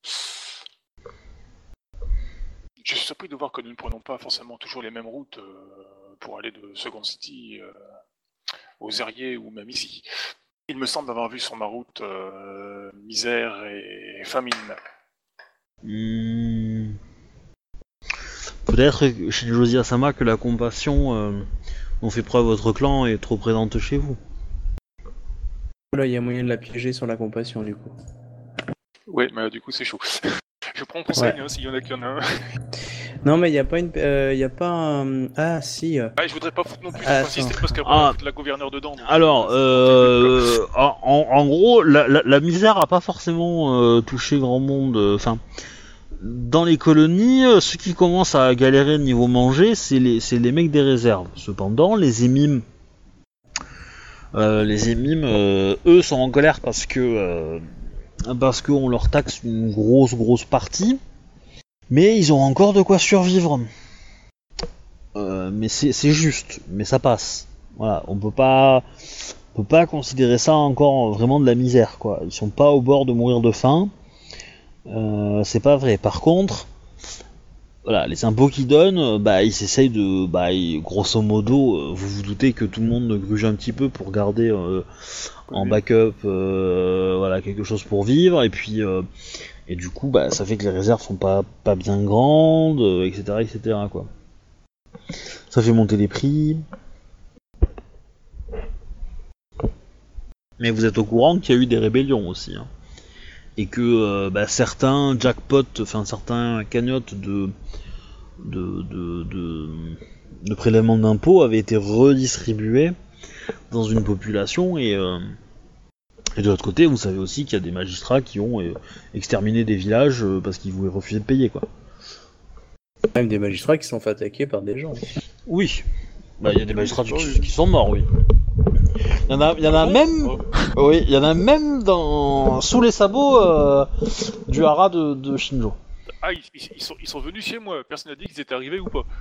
Je suis surpris de voir que nous ne prenons pas forcément toujours les mêmes routes pour aller de Second City aux Zerriers ou même ici. Il me semble avoir vu sur ma route misère et famine. Peut-être chez Josie Asama que la compassion dont fait preuve votre clan est trop présente chez vous. Là, il y a moyen de la piéger sur la compassion, du coup. Ouais, mais du coup, c'est chaud. Je prends conseil, hein, s'il y en a qui en a un. Non, mais il n'y a pas y a pas un... Ah, si. Ah, je voudrais pas foutre non plus, insister parce qu'après, on va foutre la gouverneure dedans. Donc, alors, en gros, la misère a pas forcément touché grand monde. Enfin, dans les colonies, ceux qui commencent à galérer niveau manger, c'est les mecs des réserves. Cependant, les émimes, eux, sont en colère parce qu'on leur taxe une grosse partie, mais ils ont encore de quoi survivre. Mais c'est juste, mais ça passe. Voilà, on peut pas considérer ça encore vraiment de la misère, quoi. Ils sont pas au bord de mourir de faim, c'est pas vrai. Par contre, voilà, les impôts qu'ils donnent, ils essayent de, grosso modo, vous vous doutez que tout le monde gruge un petit peu pour garder en backup, voilà, quelque chose pour vivre, et puis et du coup, ça fait que les réserves sont pas bien grandes, etc., quoi. Ça fait monter les prix. Mais vous êtes au courant qu'il y a eu des rébellions aussi, hein. Et que certains jackpots, enfin certains cagnottes de prélèvements d'impôts avaient été redistribués dans une population et de l'autre côté, vous savez aussi qu'il y a des magistrats qui ont exterminé des villages parce qu'ils voulaient refuser de payer, quoi. Même des magistrats qui sont fait attaquer par des gens. Oui, il y a des magistrats qui sont morts, oui. Il y en a même, oui, il y en a même sous les sabots du hara de Shinjo. Ah, ils sont venus chez moi, personne n'a dit qu'ils étaient arrivés ou pas.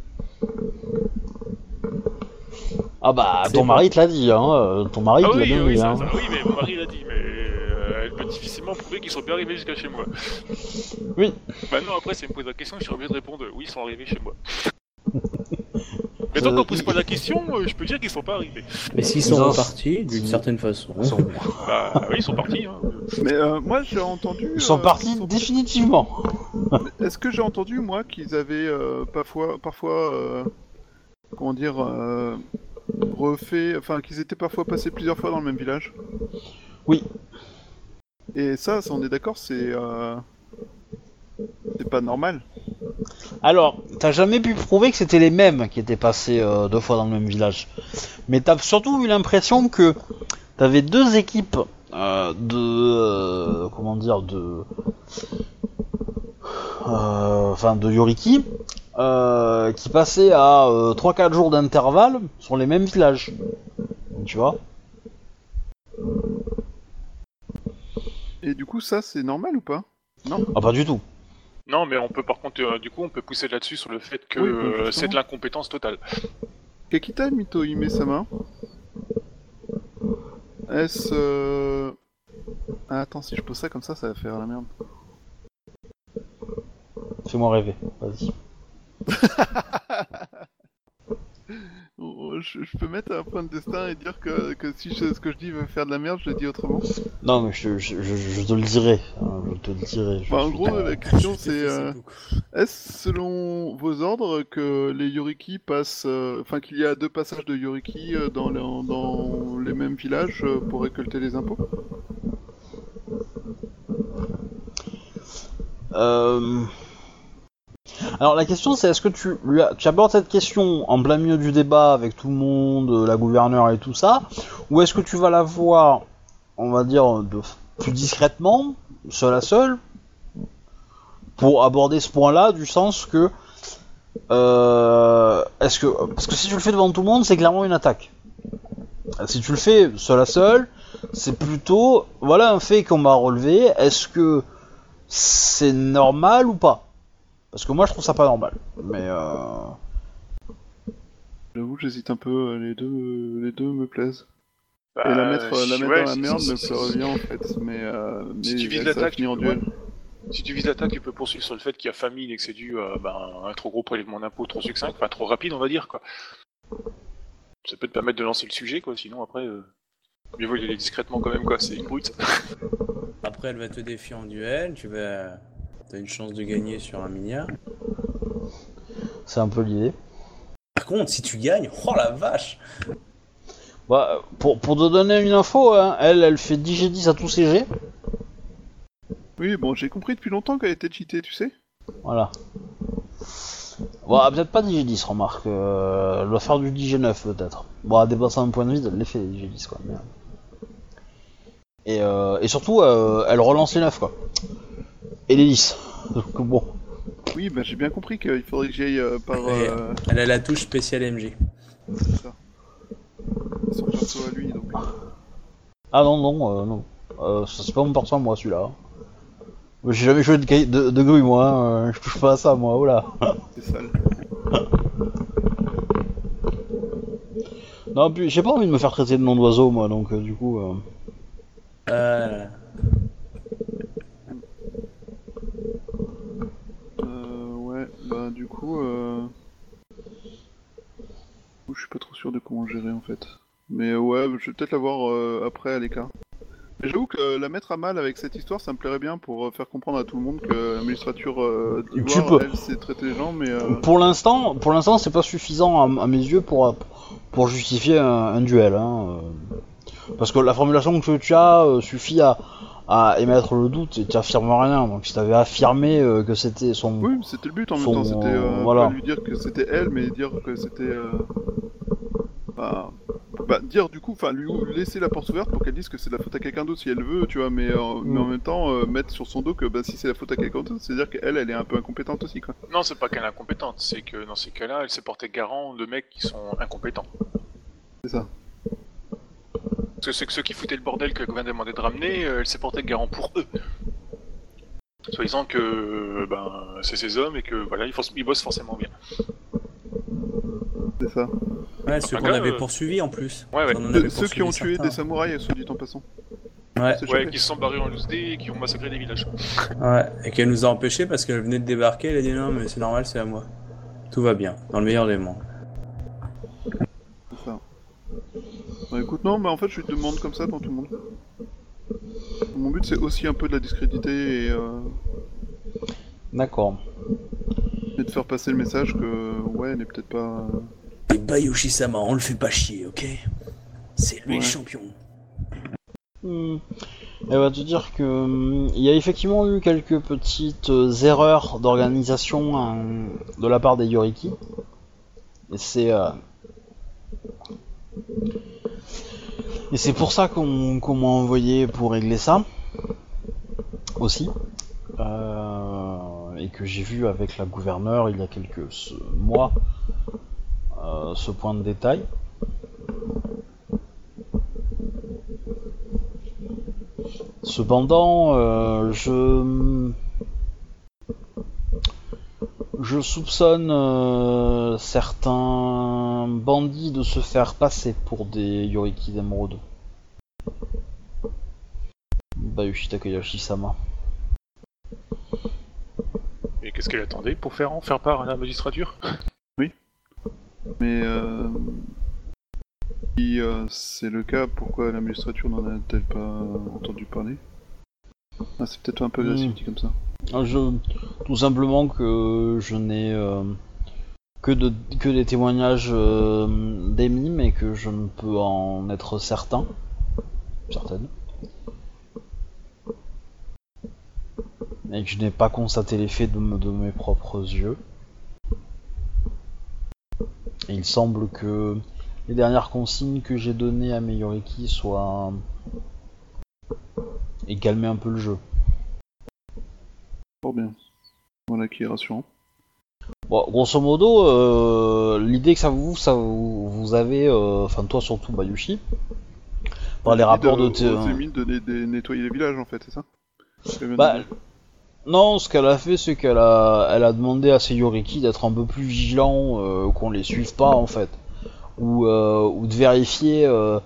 Ah ton mari te l'a dit, hein, ton mari te l'a bien dit, hein. Oui, mais mon mari l'a dit, mais elle peut difficilement prouver qu'ils sont bien arrivés jusqu'à chez moi. Oui. Non, après, si elle me pose la question, je suis obligé de répondre oui, ils sont arrivés chez moi. Mais tant qu'on pose pas la question, je peux dire qu'ils sont pas arrivés. Mais s'ils sont repartis, d'une certaine façon. Oui, ils sont partis. Hein. Mais moi j'ai entendu... Ils sont partis définitivement. Est-ce que j'ai entendu, moi, qu'ils avaient parfois comment dire... refait... Enfin, qu'ils étaient parfois passés plusieurs fois dans le même village? Oui. Et ça, on est d'accord, c'est pas normal. Alors, t'as jamais pu prouver que c'était les mêmes qui étaient passés 2 fois dans le même village. Mais t'as surtout eu l'impression que t'avais 2 équipes de Yoriki qui passaient à 3-4 jours d'intervalle sur les mêmes villages. Tu vois? Et du coup, ça, c'est normal ou pas? Non. Ah, pas du tout. Non, mais on peut par contre, du coup, on peut pousser là-dessus sur le fait que c'est de l'incompétence totale. Kekita Mito Hime-sama, est-ce... Ah, attends, si je pose ça comme ça va faire la merde. Fais-moi rêver, vas-y. Je peux mettre un point de destin et dire que si ce que je dis veut faire de la merde, je le dis autrement. Non, mais je te le dirai. Je te le dirai. En gros, la question c'est... est-ce selon vos ordres que les Yoriki passent... Enfin, qu'il y a 2 passages de Yoriki dans les mêmes villages pour récolter les impôts? Alors la question c'est est-ce que tu abordes cette question en plein milieu du débat avec tout le monde, la gouverneure et tout ça, ou est-ce que tu vas la voir, on va dire, plus discrètement, seul à seul, pour aborder ce point-là, du sens que parce que si tu le fais devant tout le monde, c'est clairement une attaque. Si tu le fais seul à seul, c'est plutôt voilà un fait qu'on m'a relevé. Est-ce que c'est normal ou pas? Parce que moi je trouve ça pas normal. Mais j'avoue, j'hésite un peu. Les deux me plaisent. Et la mettre dans la merde me revient en fait. Mais si tu vises l'attaque, si tu vises l'attaque, tu peux poursuivre sur le fait qu'il y a famine et que c'est dû à un trop gros prélèvement d'impôts trop succinct, enfin trop rapide on va dire quoi. Ça peut te permettre de lancer le sujet quoi, sinon après mieux vaut y aller discrètement quand même quoi, c'est une brute. Après elle va te défier en duel, t'as une chance de gagner sur 1 milliard. C'est un peu l'idée. Par contre, si tu gagnes, oh la vache! Pour te donner une info, hein, elle fait 10G10 à tous ses G. Oui, bon, j'ai compris depuis longtemps qu'elle était cheatée, tu sais. Voilà. Peut-être pas 10G10, remarque. Elle doit faire du 10G9 peut-être. Elle dépasse un point de vide, elle les fait les 10G10 quoi. Et surtout, elle relance les 9 quoi. Et les 10. Donc bon. Oui, j'ai bien compris qu'il faudrait que j'aille par... Elle a la touche spéciale MJ. C'est ça. Son perso à lui, donc... Ah non. C'est pas mon perso à moi celui-là. J'ai jamais joué de grue moi, hein. Je touche pas à ça moi, oh là. C'est sale. Non, puis j'ai pas envie de me faire traiter de nom d'oiseau moi, donc du coup... je suis pas trop sûr de comment gérer en fait. Mais ouais, je vais peut-être la voir après à l'écart. Mais j'avoue que la mettre à mal avec cette histoire, ça me plairait bien pour faire comprendre à tout le monde que la magistrature d'Ivoire, elle, sait traiter les gens, mais... Pour l'instant, c'est pas suffisant à mes yeux pour justifier un duel. Hein. Parce que la formulation que tu as suffit à émettre le doute et tu affirmes rien. Donc si tu avais affirmé que c'était son... Oui, c'était le but en même temps, c'était voilà. pas lui dire que c'était elle, mais dire que c'était... dire du coup, enfin lui laisser la porte ouverte pour qu'elle dise que c'est de la faute à quelqu'un d'autre si elle veut, tu vois, mais en même temps mettre sur son dos que si c'est la faute à quelqu'un d'autre, c'est-à-dire qu'elle elle est un peu incompétente aussi, quoi. Non, c'est pas qu'elle est incompétente, c'est que dans ces cas-là, elle s'est portée garant de mecs qui sont incompétents. C'est ça. Parce que c'est que ceux qui foutaient le bordel que Gwen demandait de ramener, elle s'est portée garant pour eux. Soi-disant que c'est ses hommes et que voilà, ils bossent forcément bien. C'est ça. Ouais, ceux qu'on avait poursuivis en plus. Ouais. Ceux qui ont tué des samouraïs, soit dit en passant. Ouais, qui se sont barrés en loose day et qui ont massacré des villages. Ouais, et qu'elle nous a empêchés parce qu'elle venait de débarquer, elle a dit non mais c'est normal, c'est à moi. Tout va bien, dans le meilleur des mondes. C'est ça. Bah écoute, non, mais en fait je lui demande comme ça dans tout le monde. Mon but c'est aussi un peu de la discréditer et D'accord. de faire passer le message que ouais, elle est peut-être pas... Et Bayushi-sama, on le fait pas chier, ok? C'est lui le champion. Elle va te dire que il y a effectivement eu quelques petites erreurs d'organisation de la part des Yoriki. Et c'est pour ça qu'on m'a envoyé pour régler ça aussi. Et que j'ai vu avec la gouverneure il y a quelques mois ce point de détail. Cependant, je soupçonne certains bandits de se faire passer pour des Yoriki d'Emeraude. Bayushi Takayashi-sama. Et qu'est-ce qu'elle attendait pour faire part à la magistrature? Oui. Mais si c'est le cas, pourquoi la magistrature n'en a-t-elle pas entendu parler? C'est peut-être un peu agressif dit comme ça. Tout simplement que je n'ai que des témoignages d'Emi, mais que je ne peux en être certaine. Et que je n'ai pas constaté les faits de mes propres yeux. Et il semble que les dernières consignes que j'ai données à mes Yoriki soient... et calmer un peu le jeu. Fort bien. Voilà qui est rassurant. Bon, grosso modo, l'idée que ça vous avez, enfin toi surtout Bayushi, par les rapports de... de nettoyer les villages en fait, c'est ça? Non, ce qu'elle a fait, c'est qu'elle a demandé à ses Yoriki d'être un peu plus vigilants, qu'on les suive pas en fait, ou de vérifier,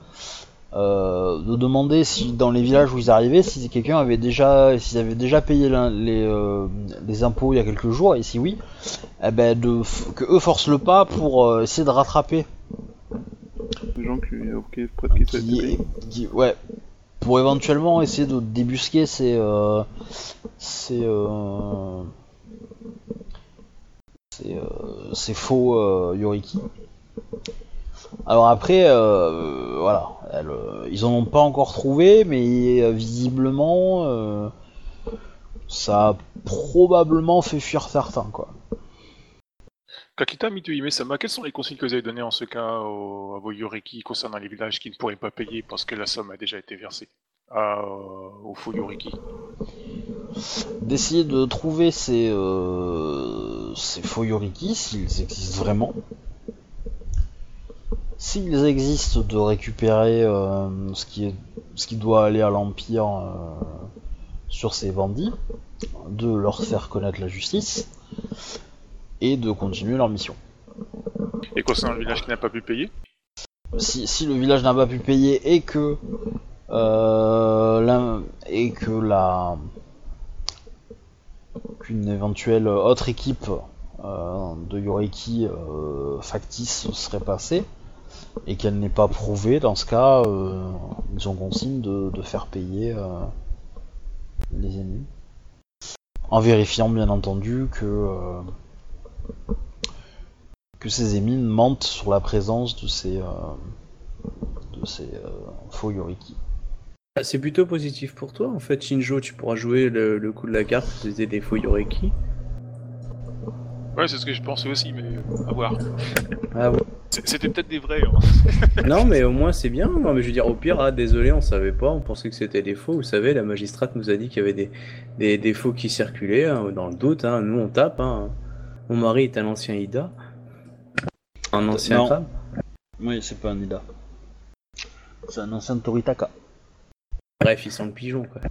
de demander si dans les villages où ils arrivaient, si quelqu'un avait déjà, s'ils avaient déjà payé les impôts il y a quelques jours, et si oui, que eux forcent le pas pour essayer de rattraper. Les gens qui ouais. Pour éventuellement essayer de débusquer ces faux Yoriki. Alors après, voilà, ils en ont pas encore trouvé, mais visiblement, ça a probablement fait fuir certains, quoi. Kakita Mitsuhime-sama, quelles sont les consignes que vous avez données en ce cas à vos Yoriki concernant les villages qui ne pourraient pas payer parce que la somme a déjà été versée aux faux Yoriki? D'essayer de trouver ces faux Yoriki, s'ils existent vraiment. S'ils existent, de récupérer ce qui doit aller à l'Empire sur ces bandits, de leur faire connaître la justice, et de continuer leur mission. Et concernant le village qui n'a pas pu payer? Si le village n'a pas pu payer et que qu'une éventuelle autre équipe de Yoriki factice serait passée, et qu'elle n'est pas prouvée, dans ce cas, ils ont consigne de faire payer les ennemis. En vérifiant bien entendu que ces émines mentent sur la présence de ces faux Yoriki. C'est plutôt positif pour toi en fait, Shinjo, tu pourras jouer le coup de la carte, c'était des faux Yoriki. Ouais, c'est ce que je pensais aussi, mais à voir. Ah ouais. C'était peut-être des vrais. Hein. Non mais au moins c'est bien, non mais je veux dire au pire, désolé on savait pas, on pensait que c'était des faux, vous savez la magistrate nous a dit qu'il y avait des faux qui circulaient, hein, dans le doute, hein. Nous on tape, hein. Mon mari est un ancien Ida. Un ancien crabe. Oui, c'est pas un Ida. C'est un ancien Toritaka. Bref, ils sont le pigeon quoi.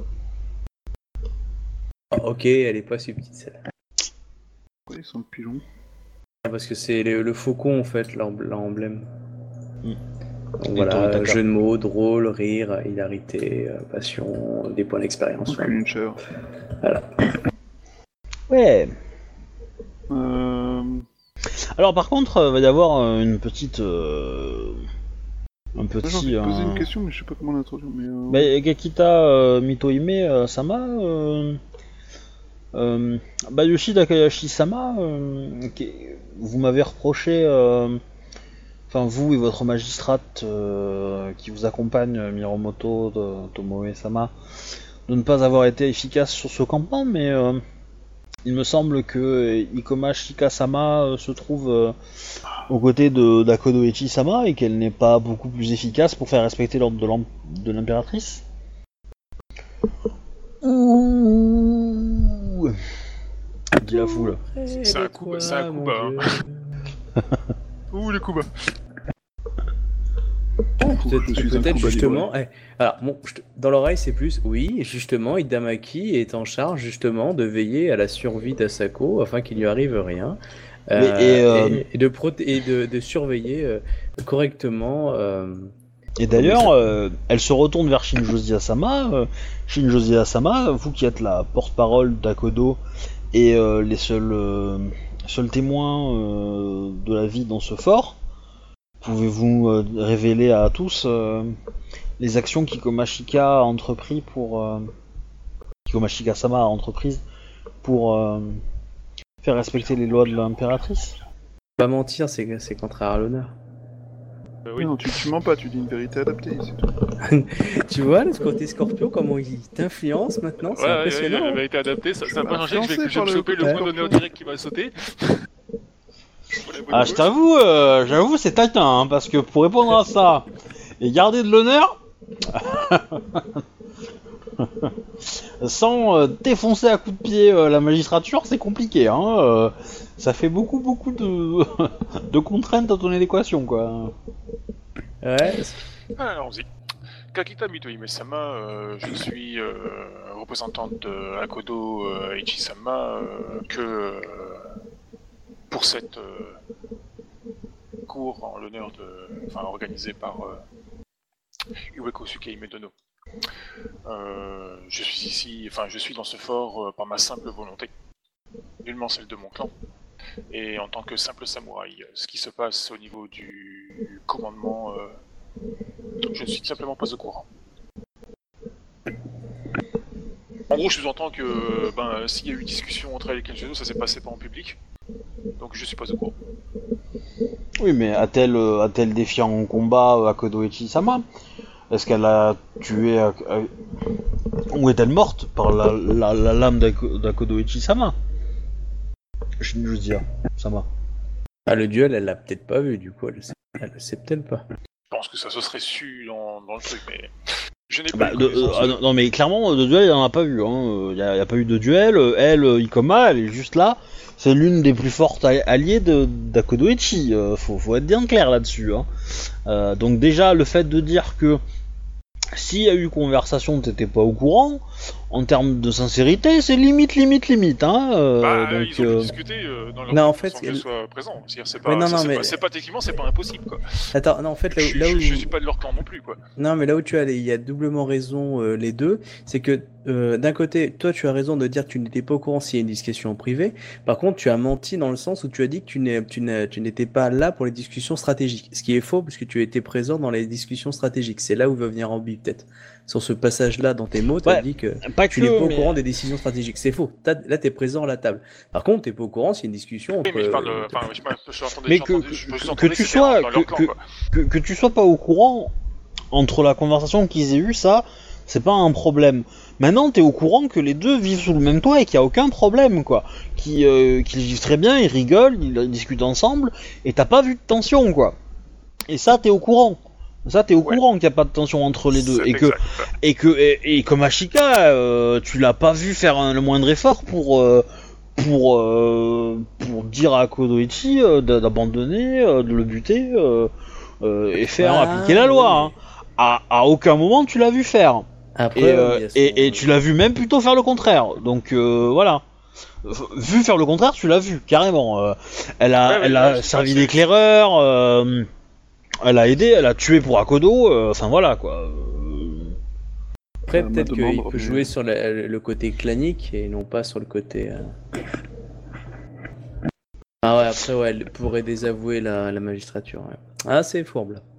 Oh, ok, elle est pas si petite celle-là. Pourquoi ils sont le pigeon? Parce que c'est le faucon en fait, l'emblème. Mm. Donc, voilà, jeu de mots, drôle, rire, hilarité, passion, des points d'expérience. Culture. Voilà. Ouais. Alors par contre, va y avoir une petite... un petit... J'ai posé une question, mais je sais pas comment l'introduire. Mais Kakita Mitohime Sama... Bayushi Takayashi-sama, vous m'avez reproché, enfin vous et votre magistrate qui vous accompagne, Miromoto Tomoe-sama, de ne pas avoir été efficace sur ce campement, mais il me semble que Ikoma Shika-sama se trouve aux côtés d'Akodo Echi-sama et qu'elle n'est pas beaucoup plus efficace pour faire respecter l'ordre de l'impératrice. Ouh, dit la foule. C'est un coup bas. Hein. Ouh, le coup bas. Peut-être justement. Alors, bon, dans l'oreille, c'est plus. Oui, justement, Hidamaki est en charge justement de veiller à la survie d'Asako afin qu'il lui arrive rien. Et de surveiller correctement. Et d'ailleurs, elle se retourne vers Shinjo Asama. Shinjo Asama, vous qui êtes la porte-parole d'Akodo et les seuls témoins de la vie dans ce fort, pouvez-vous révéler à tous les actions qu'Ikoma Shika a entrepris Ikoma Shika-sama a entreprises pour faire respecter les lois de l'impératrice? Pas mentir, c'est contraire à l'honneur. Oui. Non, tu mens pas, tu dis une vérité adaptée, c'est tout. Tu vois, le côté Scorpion, comment il t'influence maintenant, c'est impressionnant. Ouais, la vérité adaptée, ça n'a pas changé, je vais choper le point donné au direct qui va sauter. Ah, je t'avoue, j'avoue, c'est taquin, hein, parce que pour répondre à ça et garder de l'honneur, sans défoncer à coups de pied la magistrature, c'est compliqué, hein. Ça fait beaucoup de contraintes à ton équation, quoi. Ouais. Allons-y. Kakita Mitohime-sama, je suis représentante de Akodo Ichi-sama, pour cette cour en l'honneur organisée par Ueko Sukeime Dono. Je suis dans ce fort par ma simple volonté, nullement celle de mon clan, et en tant que simple samouraï. Ce qui se passe au niveau du commandement, je ne suis tout simplement pas au courant. En gros, je sous-entends que s'il y a eu discussion entre elle et Kenshiro, ça s'est passé pas en public, donc je suis pas au courant. Oui, mais a-t-elle défié en combat Akodo Ichi-sama? Est-ce qu'elle a tué ou est-elle morte par la lame d'Akodo Ichi-sama? Shinjudia Sama. Ah, le duel, elle l'a peut-être pas vu, du coup, elle le sait peut-être pas. Je pense que ça se serait su dans le truc, mais je n'ai pas non, mais clairement, de duel, il n'y en a pas eu. Il n'y a pas eu de duel. Elle, Ikoma, elle est juste là. C'est l'une des plus fortes alliées d'Akodo Ichi. Faut être bien clair là-dessus. Hein. Donc déjà, le fait de dire que s'il y a eu conversation, t'étais pas au courant. En termes de sincérité, c'est limite, hein. Donc, ils ont pu discuter dans leur Non, en sans fait, que je sois présent. C'est-à-dire, c'est Ouais, pas, non, ça, non, c'est mais- pas, c'est pas techniquement, c'est pas impossible, quoi. Attends, non, en fait, Je suis pas de leur clan non plus, quoi. Non, mais là où tu as, il y a doublement raison les deux. C'est que d'un côté, toi, tu as raison de dire que tu n'étais pas au courant s'il y a une discussion privée. Par contre, tu as menti dans le sens où tu as dit que tu n'étais pas là pour les discussions stratégiques. Ce qui est faux, puisque tu étais présent dans les discussions stratégiques. C'est là où va venir Ambi, peut-être. Sur ce passage-là, dans tes mots, tu as Ouais, dit que pas tu n'es pas au mais- courant des décisions stratégiques. C'est faux. Là, tu es présent à la table. Par contre, tu n'es pas au courant s'il y a une discussion entre... Oui, mais je parle de. Enfin, Mais je que entendais tu c'était sois, dans leur clan, quoi. que tu sois pas au courant entre la conversation qu'ils aient eue, ça, c'est pas un problème. Maintenant, t'es au courant que les deux vivent sous le même toit et qu'il y a aucun problème, quoi. Qu'ils vivent très bien, ils rigolent, ils discutent ensemble, et t'as pas vu de tension, quoi. Et ça, t'es au courant. Ça, t'es au Ouais. courant qu'il n'y a pas de tension entre les deux. C'est Et que, exact. et comme Ashika, tu l'as pas vu faire le moindre effort pour dire à Kodoichi d'abandonner, de le buter et faire appliquer la loi. Hein. À aucun moment tu l'as vu faire. Après, il y a son- Et tu l'as vu même plutôt faire le contraire. Donc voilà. Vu faire le contraire, tu l'as vu carrément. Elle a je servi sais pas, d'éclaireur. Elle a aidé, elle a tué pour Akodo. Enfin voilà quoi. Après, ma peut-être qu'il demande, peut mais- jouer sur le côté clanique et non pas sur le côté. Ah ouais, après, ouais, elle pourrait désavouer la magistrature. Ouais. Ah, c'est fourbe là.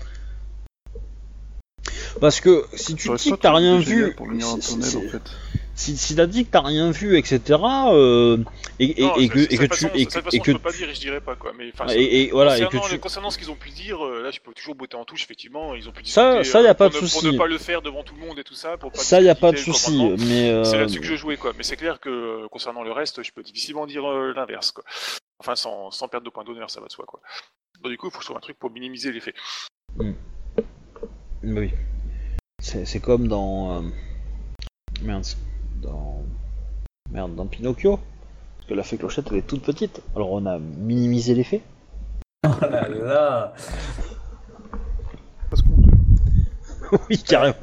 Parce que si tu J'aurais dis pas que t'as trouvé rien génial vu, pour venir un peu en aide, en fait. si t'as dit que t'as rien vu, etc. Et je peux pas dire et je dirais pas, quoi. Mais enfin, et voilà, et que concernant, tu concernant ce qu'ils ont pu dire, là, je peux toujours botter en touche, effectivement. Ils ont pu Ça- discuter, ça, y a pas de pour souci. ne pas le faire devant tout le monde et tout ça. Pour pas ça y a pas de discréditer le souci, commandement. mais C'est là-dessus que je jouais, quoi. Mais c'est clair que concernant le reste, je peux difficilement dire l'inverse, quoi. Enfin, sans perdre de point d'honneur, ça va de soi, quoi. Bon, du coup, il faut que je trouve un truc pour minimiser l'effet. bah oui. C'est comme dans dans Pinocchio, parce que la fée Clochette elle est toute petite. Alors on a minimisé l'effet. Oh là là. Parce qu'on peut. Oui, carrément.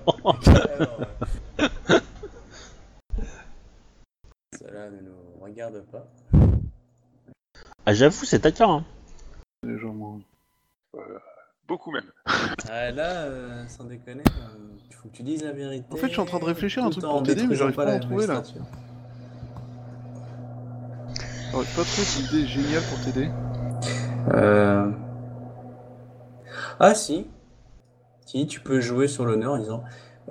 Cela ne nous regarde pas. Ah j'avoue, c'est taquin. Hein. Légèrement. Beaucoup même. Ah là, sans déconner, il faut que tu dises la vérité. En fait, je suis en train de réfléchir à un tout truc en pour t'aider, mais j'arrive détruisant pas à en la trouver, là. magistrature. J'aurais pas trouvé d'idée géniale pour t'aider. Ah si. Si, tu peux jouer sur l'honneur en disant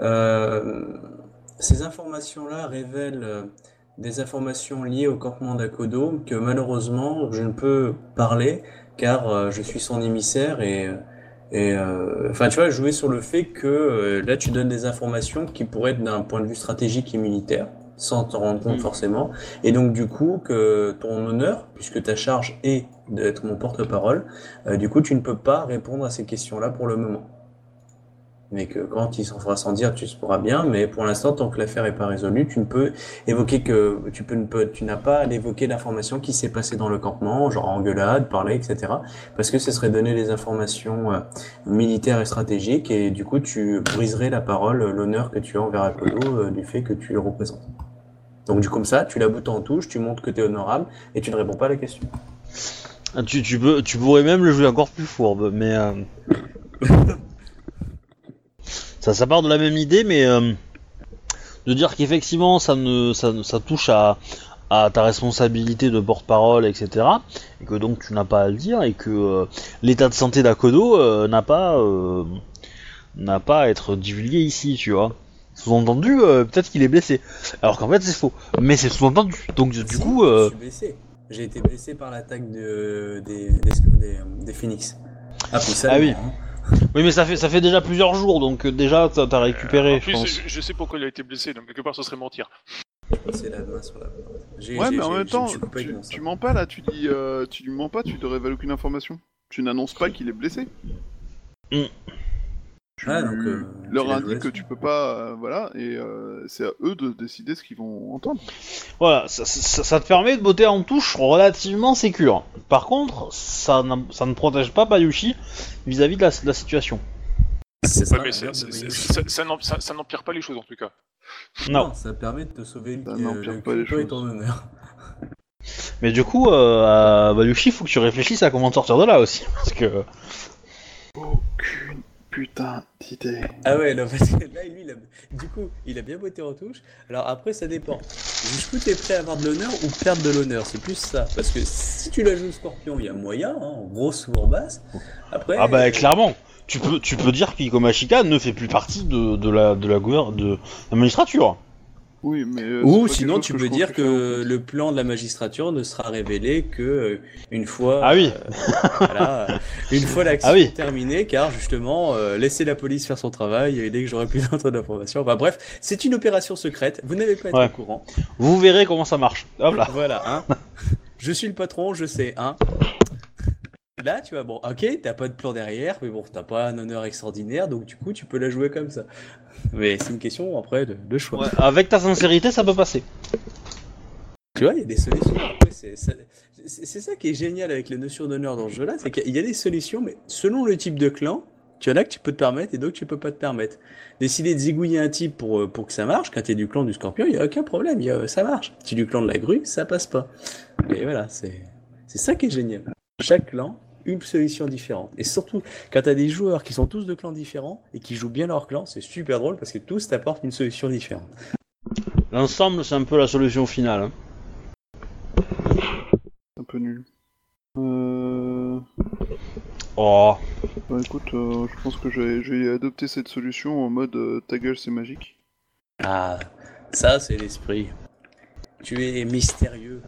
ces informations-là révèlent des informations liées au campement d'Akodo que malheureusement je ne peux parler car je suis son émissaire enfin tu vois, jouer sur le fait que là tu donnes des informations qui pourraient être d'un point de vue stratégique et militaire sans t'en rendre compte forcément, et donc du coup que ton honneur, puisque ta charge est d'être mon porte-parole, du coup tu ne peux pas répondre à ces questions-là pour le moment. Mais que quand il s'en fera sans dire, tu pourras bien, mais pour l'instant, tant que l'affaire n'est pas résolue, tu ne peux évoquer que, tu n'as pas à évoquer l'information qui s'est passée dans le campement, genre engueulade, parler, etc. Parce que ce serait donner des informations militaires et stratégiques, et du coup, tu briserais la parole, l'honneur que tu as envers Akodo, du fait que tu le représentes. Donc, du comme ça, tu la boutes en touche, tu montres que tu es honorable, et tu ne réponds pas à la question. Ah, tu pourrais même le jouer encore plus fourbe, mais ça part de la même idée, mais de dire qu'effectivement ça touche à ta responsabilité de porte-parole, etc. Et que donc tu n'as pas à le dire, et que l'état de santé d'Akodo n'a pas à être divulgué ici, tu vois. Sous-entendu, peut-être qu'il est blessé. Alors qu'en fait c'est faux. Mais c'est sous-entendu. Donc du coup... Je suis blessé. J'ai été blessé par l'attaque des Phoenix. Ah, puis ça, Ah oui. hein. Oui, mais ça fait déjà plusieurs jours, donc déjà t'as récupéré, En je plus, pense. je sais pourquoi il a été blessé, donc quelque part ce serait mentir. C'est la main sur la porte. Ouais, mais en même temps, je me suis coupé avec mon tu sabre. mens pas là, tu lui mens pas, tu te révèles aucune information. Tu n'annonces pas qu'il est blessé. Tu Ah, donc, leur tu l'as indiques joué que sur- tu peux pas, voilà, et c'est à eux de décider ce qu'ils vont entendre. Voilà, ça te permet de botter en touche relativement sécure. Par contre, ça ne protège pas Bayushi vis-à-vis de la situation. c'est ça. Ouais, mais ça n'empire pas les choses en tout cas. Non. Ça permet de te sauver Ça n'empire pas les toi et choses. ton honneur. Mais du coup, Baluchi, faut que tu réfléchisses à comment te sortir de là aussi, parce que... Aucune putain d'idée. Ah ouais, non, parce que là, lui, du coup, il a bien botté en touche. Alors après, ça dépend. Jusqu'où t'es prêt à avoir de l'honneur ou perdre de l'honneur, c'est plus ça. Parce que si tu la joues Scorpion, il y a moyen, hein, en grosse ou en basse. Après. Ah bah clairement, tu peux dire qu'Iko Mashika ne fait plus partie de la magistrature. Oui, mais. Ou c'est pas sinon, quelque tu chose peux que je dire compte que faire, en fait. le plan de la magistrature ne sera révélé que une fois. Ah oui. Voilà, une fois l'action Ah oui. terminée, car justement, laisser la police faire son travail et dès que j'aurai plus d'informations. Enfin bref, c'est une opération secrète. Vous n'avez pas à être Ouais. au courant. Vous verrez comment ça marche. Hop là. Voilà, hein. Je suis le patron, je sais, hein. Là, tu vois, bon, ok, t'as pas de plan derrière, mais bon, t'as pas un honneur extraordinaire, donc du coup, tu peux la jouer comme ça. Mais c'est une question après de choix. Ouais, avec ta sincérité, ça peut passer. Tu vois, il y a des solutions. Après, c'est ça qui est génial avec les notions d'honneur dans ce jeu-là, c'est qu'il y a des solutions, mais selon le type de clan, tu en as que tu peux te permettre et d'autres que tu peux pas te permettre. Décider de zigouiller un type pour que ça marche, quand t'es du clan du Scorpion, il y a aucun problème, ça marche. Si tu es du clan de la grue, ça passe pas. Mais voilà, c'est ça qui est génial. Chaque clan, une solution différente. Et surtout, quand t'as des joueurs qui sont tous de clans différents et qui jouent bien leur clan, c'est super drôle parce que tous t'apportent une solution différente. L'ensemble, c'est un peu la solution finale. Hein. Un peu nul. Oh. Bah écoute, je pense que je vais adopter cette solution en mode ta gueule c'est magique. Ah, ça c'est l'esprit. Tu es mystérieux.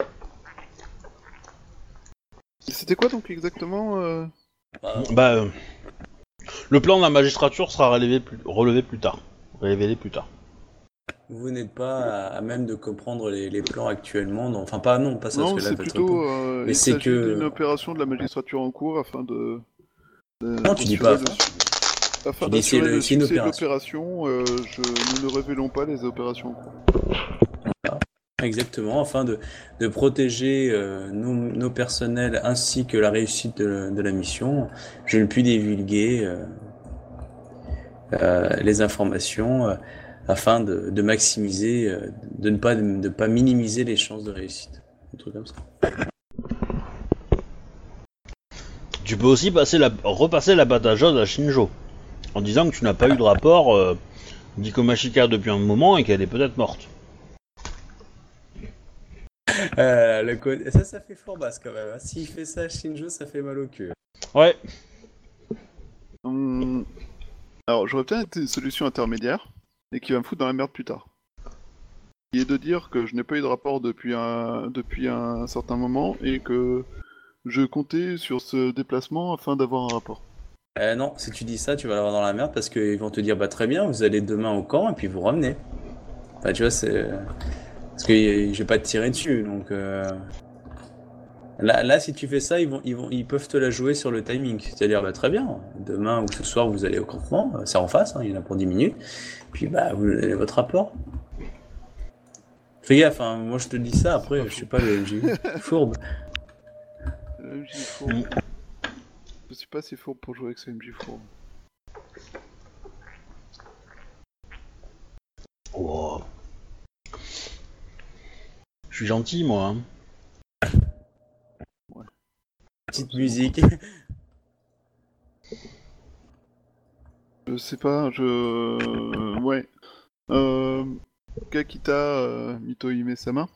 C'était quoi donc exactement Bah, le plan de la magistrature sera relevé plus tard. Révélé plus tard. Vous n'êtes pas à même de comprendre les plans actuellement, non. Enfin pas non, pas ça, Non, parce que là c'est votre plutôt réponse- Mais il c'est s'agit que- d'une opération de la magistrature en cours afin de Non, tu dis d'assurer pas le afin. su- afin Tu dis d'assurer le c'est une succès de opération. l'opération, nous ne révélons pas les opérations en cours. Exactement, afin de protéger nos personnels ainsi que la réussite de la mission. Je ne puis divulguer les informations afin de maximiser, de ne pas minimiser les chances de réussite. Un truc comme ça. Tu peux aussi repasser la patate jaune à Shinjo, en disant que tu n'as pas eu de rapport d'Iko Mashika depuis un moment et qu'elle est peut-être morte. Ça fait fort basse quand même. Hein. S'il fait ça à Shinjo, ça fait mal au cul. Ouais. Alors j'aurais peut-être une solution intermédiaire et qui va me foutre dans la merde plus tard. Qui est de dire que je n'ai pas eu de rapport depuis un certain moment et que je comptais sur ce déplacement afin d'avoir un rapport. Non, si tu dis ça, tu vas l'avoir dans la merde parce qu'ils vont te dire bah très bien, vous allez demain au camp et puis vous revenez. Enfin, tu vois, c'est parce que je vais pas te tirer dessus, donc là, si tu fais ça, ils peuvent te la jouer sur le timing. C'est-à-dire bah très bien, demain ou ce soir vous allez au campement, c'est en face, hein, il y en a pour 10 minutes. Puis bah vous avez votre rapport. Fais gaffe, hein, moi je te dis ça après, je suis pas le MJ fourbe. Le MJ fourbe. Je suis pas assez fourbe pour jouer avec ce MJ fourbe. Oh. Je suis gentil, moi. Hein. Petite musique. Je sais pas, ouais. Kakita Mitohime-sama.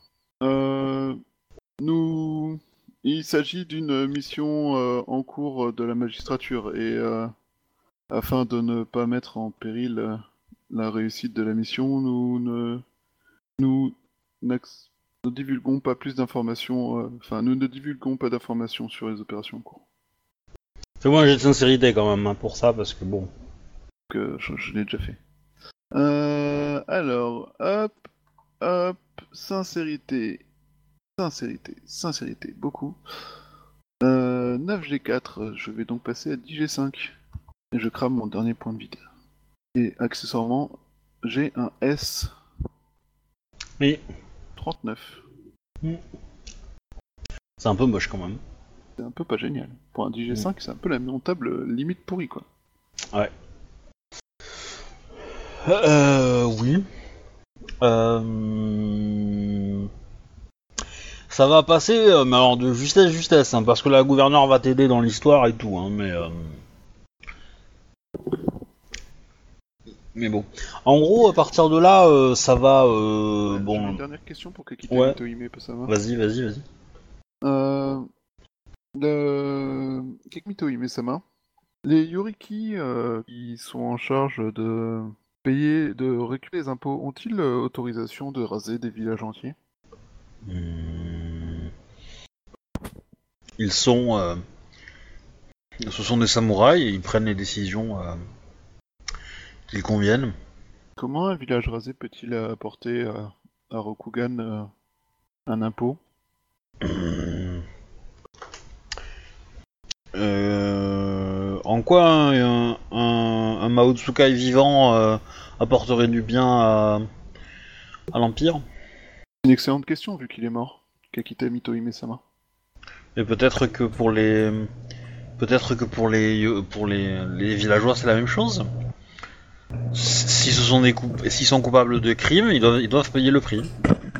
Il s'agit d'une mission en cours de la magistrature et afin de ne pas mettre en péril la réussite de la mission, nous ne divulguons pas plus d'informations, nous ne divulguons pas d'informations sur les opérations en cours. Fais-moi un jet de sincérité quand même hein, pour ça, parce que bon. Je l'ai déjà fait. Alors, hop, sincérité, beaucoup. 9G4, je vais donc passer à 10G5. Et je crame mon dernier point de vide. Et accessoirement, j'ai un S. Oui. 39. C'est un peu moche quand même. C'est un peu pas génial. Pour un 10G5, c'est un peu lamentable, limite pourri quoi. Ouais. Oui. Ça va passer, mais alors de justesse, hein, parce que la gouverneure va t'aider dans l'histoire et tout, hein, mais bon. En gros, à partir de là, ça va, J'ai bon. une dernière question pour Kakita Ouais. Mitohime, ça va. Vas-y. Kekmito-hime-sama, les Yoriki qui sont en charge de payer, de récupérer les impôts, ont-ils autorisation de raser des villages entiers? Ils sont, ce sont des samouraïs et ils prennent les décisions qu'ils conviennent. Comment un village rasé peut-il apporter à Rokugan un impôt? En quoi un Mao Tsukai vivant apporterait du bien à l'Empire? Une excellente question vu qu'il est mort. Kakita Mitohime-sama. Et peut-être que pour les les villageois c'est la même chose. Si ce sont s'ils sont coupables de crimes, ils doivent payer le prix.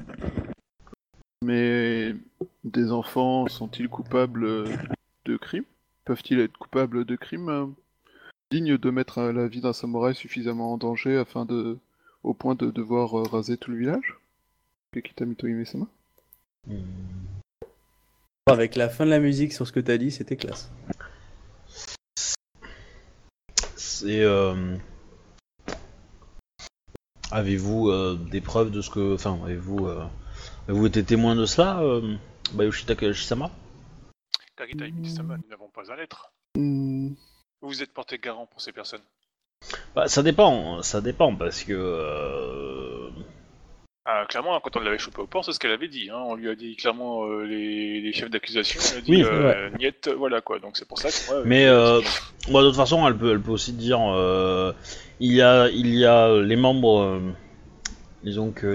Mais des enfants sont-ils coupables de crimes? Peuvent-ils être coupables de crimes dignes de mettre la vie d'un samouraï suffisamment en danger au point de devoir raser tout le village? Kakita Mitohime-sama. Avec la fin de la musique sur ce que t'as dit, c'était classe. C'est avez-vous des preuves de ce que, enfin, avez-vous été témoin de cela, Yoshitaka Shisama? Kakita Mitohime-sama, nous n'avons pas à l'être. Vous êtes porté garant pour ces personnes. Bah, ça dépend parce que. Ah, clairement, quand on l'avait chopé au port, c'est ce qu'elle avait dit. Hein. On lui a dit clairement les chefs d'accusation. On a dit Oui, niet, voilà quoi. Donc c'est pour ça que moi. Mais de toute façon, elle peut aussi dire il y a les membres, disons que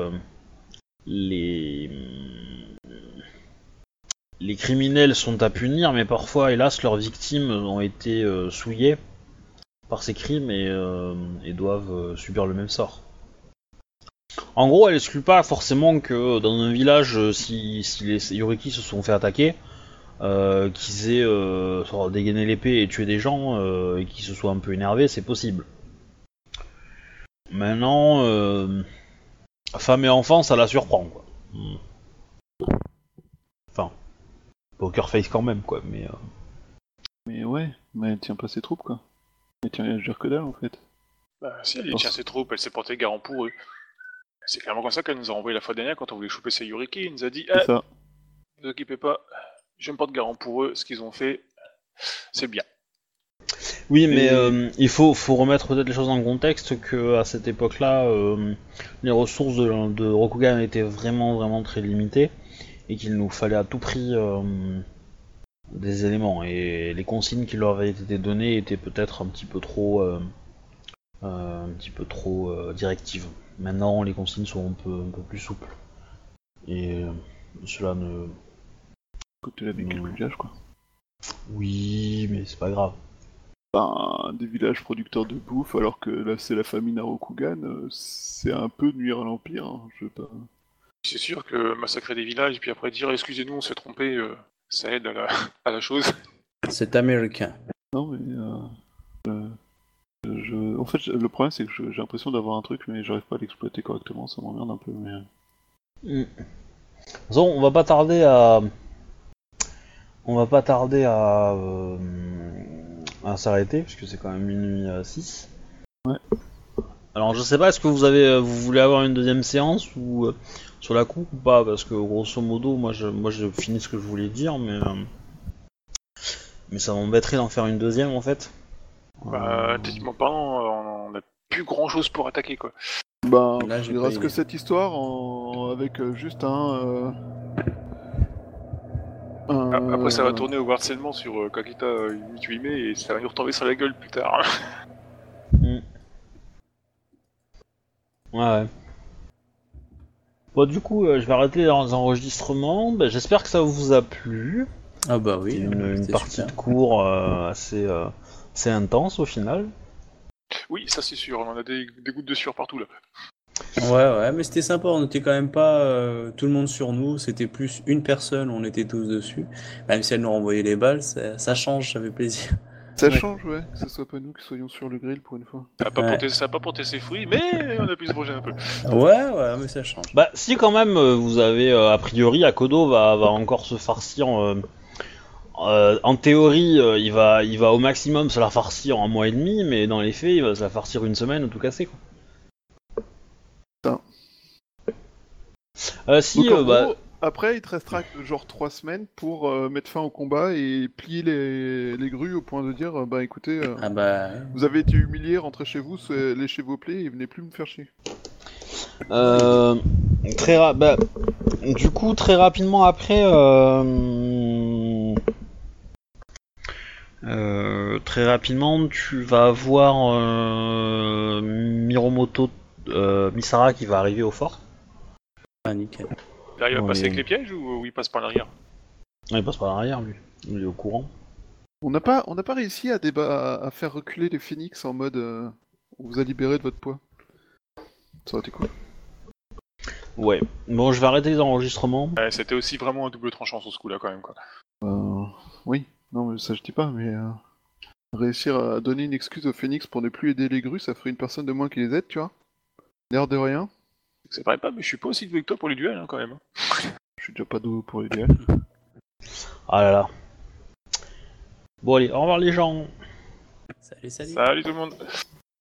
les criminels sont à punir, mais parfois, hélas, leurs victimes ont été souillées par ces crimes et doivent subir le même sort. En gros, elle exclut pas forcément que dans un village, si les Yoriki se sont fait attaquer, qu'ils aient dégainé l'épée et tué des gens et qu'ils se soient un peu énervés, c'est possible. Maintenant, femme et enfant, ça la surprend, quoi. Enfin, poker face quand même, quoi, mais... Mais ouais, mais elle tient pas ses troupes, quoi. Elle tient rien à dire que dalle, en fait. Bah si, elle tient ses troupes, elle s'est portée garant pour eux. C'est clairement comme ça qu'elle nous a envoyé la fois dernière quand on voulait choper ses Yoriki. Elle nous a dit C'est ça. ne vous occupez pas, je me porte garant pour eux, ce qu'ils ont fait, c'est bien. Oui, mais il faut remettre peut-être les choses dans le contexte que à cette époque-là, les ressources de Rokugan étaient vraiment très limitées et qu'il nous fallait à tout prix des éléments. Et les consignes qui leur avaient été données étaient peut-être un petit peu trop directives. Maintenant, les consignes sont un peu plus souples. Et cela ne... Côté la vécu le village, quoi. Oui, mais c'est pas grave. Ben, des villages producteurs de bouffe, alors que là c'est la famille Rokugan, c'est un peu nuire à l'Empire, hein, je veux pas... C'est sûr que massacrer des villages et puis après dire excusez-nous, on s'est trompé, ça aide à la chose. C'est américain. Non mais... En fait, le problème c'est que j'ai l'impression d'avoir un truc, mais j'arrive pas à l'exploiter correctement, ça m'emmerde un peu, mais... De toute façon, on va pas tarder à s'arrêter, puisque c'est quand même minuit 6. Ouais. Alors je sais pas, est-ce que vous voulez avoir une deuxième séance ou sur la coupe ou pas, parce que grosso modo, moi je finis ce que je voulais dire, mais ça m'embêterait d'en faire une deuxième en fait. Techniquement parlant, on n'a plus grand chose pour attaquer quoi. Ben, Là, il reste que cette histoire avec juste Après ça va tourner au harcèlement sur Kakita Mitohime et ça va nous retomber sur la gueule plus tard. Ouais. Bon, du coup, je vais arrêter les enregistrements. J'espère que ça vous a plu. Ah bah oui, Une c'est partie super. de cours assez intense au final. Oui, ça c'est sûr, on en a des gouttes de sueur partout là. Ouais, mais c'était sympa, on n'était quand même pas tout le monde sur nous, c'était plus une personne, on était tous dessus. Même si elle nous renvoyait les balles, ça change, ça fait plaisir. Ça change, ouais, que ce soit pas nous qui soyons sur le grill pour une fois. Ça a pas porté ses fruits, mais on a pu se venger un peu. Ouais, mais ça change. Bah, si quand même, vous avez, a priori, Akodo va encore se farcir. En théorie, il va au maximum se la farcir en un mois et demi, mais dans les faits, il va se la farcir une semaine ou tout casser, quoi. Putain. Si, Donc, en bah, gros, après, il te restera genre 3 semaines pour mettre fin au combat et plier les grues au point de dire bah écoutez, Ah bah, vous avez été humiliés, rentrez chez vous, léchez vos plaies et venez plus me faire chier. bah, du coup, très rapidement après, très rapidement, tu vas avoir Miromoto, Misara qui va arriver au fort. nickel. Là, il va Ouais, passer mais- avec les pièges ou il passe par l'arrière? Il passe par l'arrière, lui. Il est au courant. On n'a pas réussi à faire reculer les phoenix en mode on vous a libéré de votre poids. Ça aurait été cool. Ouais. Bon, je vais arrêter les enregistrements. Ouais, c'était aussi vraiment un double tranchant sur ce coup-là quand même quoi. Oui, non mais ça je dis pas, mais réussir à donner une excuse aux phoenix pour ne plus aider les grues, ça ferait une personne de moins qui les aide, tu vois. L'air de rien. Ça paraît pas, mais je suis pas aussi doué que toi pour les duels quand même. Je suis déjà pas doué pour les duels. Ah là là. Bon allez, au revoir les gens. Salut. Salut tout le monde.